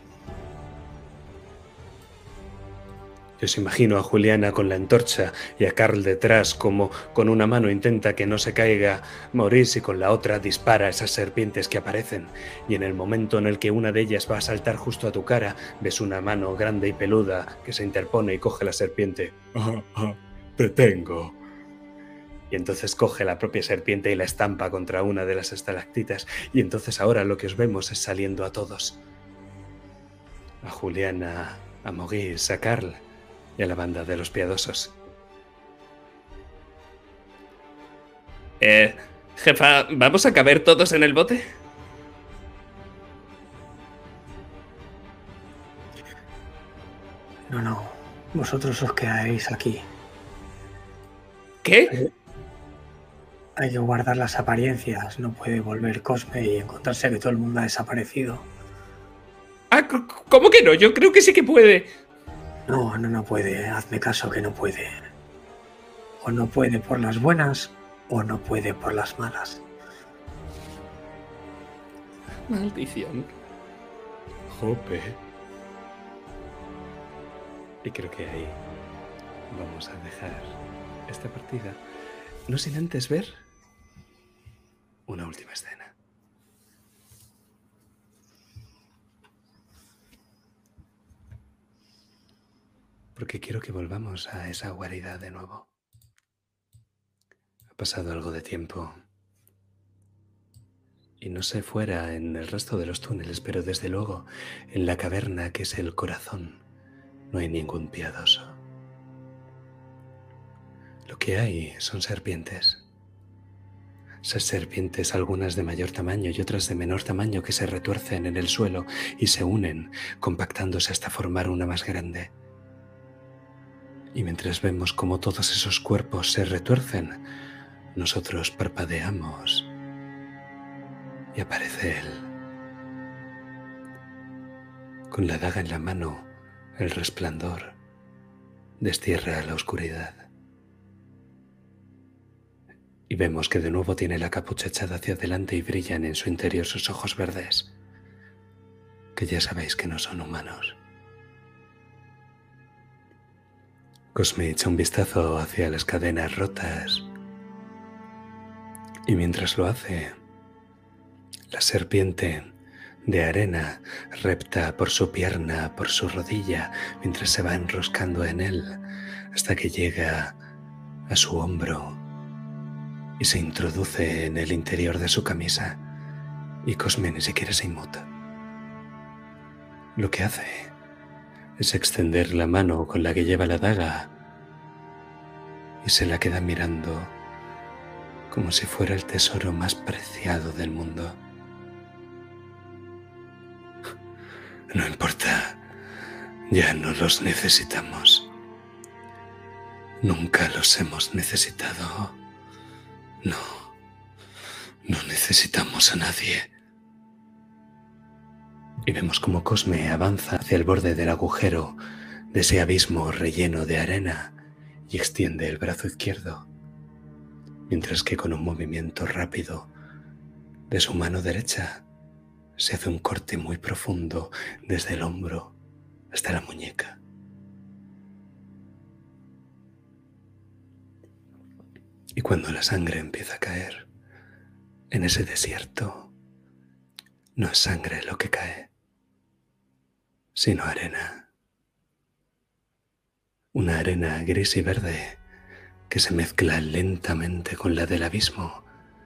Yo os imagino a Juliana con la antorcha y a Carl detrás, como con una mano intenta que no se caiga Maurice y con la otra dispara a esas serpientes que aparecen. Y en el momento en el que una de ellas va a saltar justo a tu cara, ves una mano grande y peluda que se interpone y coge la serpiente. Te tengo. Y entonces coge la propia serpiente y la estampa contra una de las estalactitas. Y entonces ahora lo que os vemos es saliendo a todos. A Juliana, a Maurice, a Carl y a la banda de los piadosos. Jefa, ¿vamos a caber todos en el bote? No, vosotros os quedaréis aquí. ¿Qué? Hay que guardar las apariencias, no puede volver Cosme y encontrarse que todo el mundo ha desaparecido. Ah, ¿cómo que no? Yo creo que sí que puede. No puede, hazme caso que no puede. O no puede por las buenas, o no puede por las malas. Maldición. Jope. Y creo que ahí vamos a dejar esta partida, no sin antes ver una última escena. Porque quiero que volvamos a esa guarida de nuevo. Ha pasado algo de tiempo. Y no sé fuera en el resto de los túneles, pero desde luego en la caverna que es el corazón no hay ningún piadoso. Lo que hay son serpientes. Esas serpientes, algunas de mayor tamaño y otras de menor tamaño, que se retuercen en el suelo y se unen, compactándose hasta formar una más grande. Y mientras vemos cómo todos esos cuerpos se retuercen, nosotros parpadeamos y aparece él. Con la daga en la mano, el resplandor destierra la oscuridad. Y vemos que de nuevo tiene la capucha echada hacia adelante y brillan en su interior sus ojos verdes, que ya sabéis que no son humanos. Cosme echa un vistazo hacia las cadenas rotas y mientras lo hace, la serpiente de arena repta por su pierna, por su rodilla, mientras se va enroscando en él hasta que llega a su hombro y se introduce en el interior de su camisa, y Cosme ni siquiera se inmuta. Lo que hace es extender la mano con la que lleva la daga y se la queda mirando como si fuera el tesoro más preciado del mundo. No importa, ya no los necesitamos. Nunca los hemos necesitado. No, no necesitamos a nadie. Y vemos como Cosme avanza hacia el borde del agujero de ese abismo relleno de arena y extiende el brazo izquierdo, mientras que con un movimiento rápido de su mano derecha se hace un corte muy profundo desde el hombro hasta la muñeca. Y cuando la sangre empieza a caer en ese desierto, no es sangre lo que cae, sino arena. Una arena gris y verde que se mezcla lentamente con la del abismo.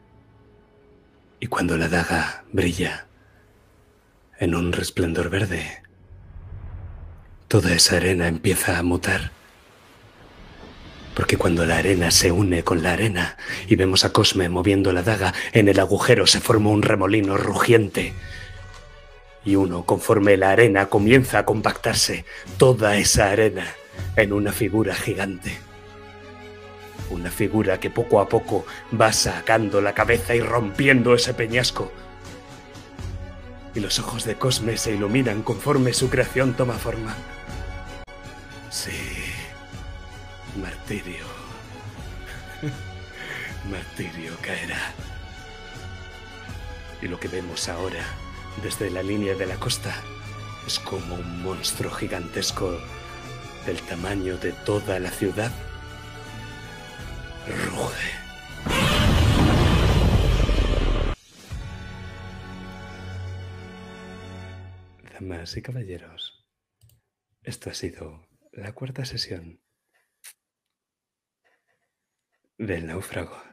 Y cuando la daga brilla en un resplandor verde, toda esa arena empieza a mutar. Porque cuando la arena se une con la arena y vemos a Cosme moviendo la daga, en el agujero se forma un remolino rugiente. Y conforme la arena comienza a compactarse, toda esa arena en una figura gigante. Una figura que poco a poco va sacando la cabeza y rompiendo ese peñasco. Y los ojos de Cosme se iluminan conforme su creación toma forma. Sí, martirio. Martirio caerá. Y lo que vemos ahora, desde la línea de la costa, es como un monstruo gigantesco del tamaño de toda la ciudad ruge. Damas y caballeros, esto ha sido la cuarta sesión del náufrago.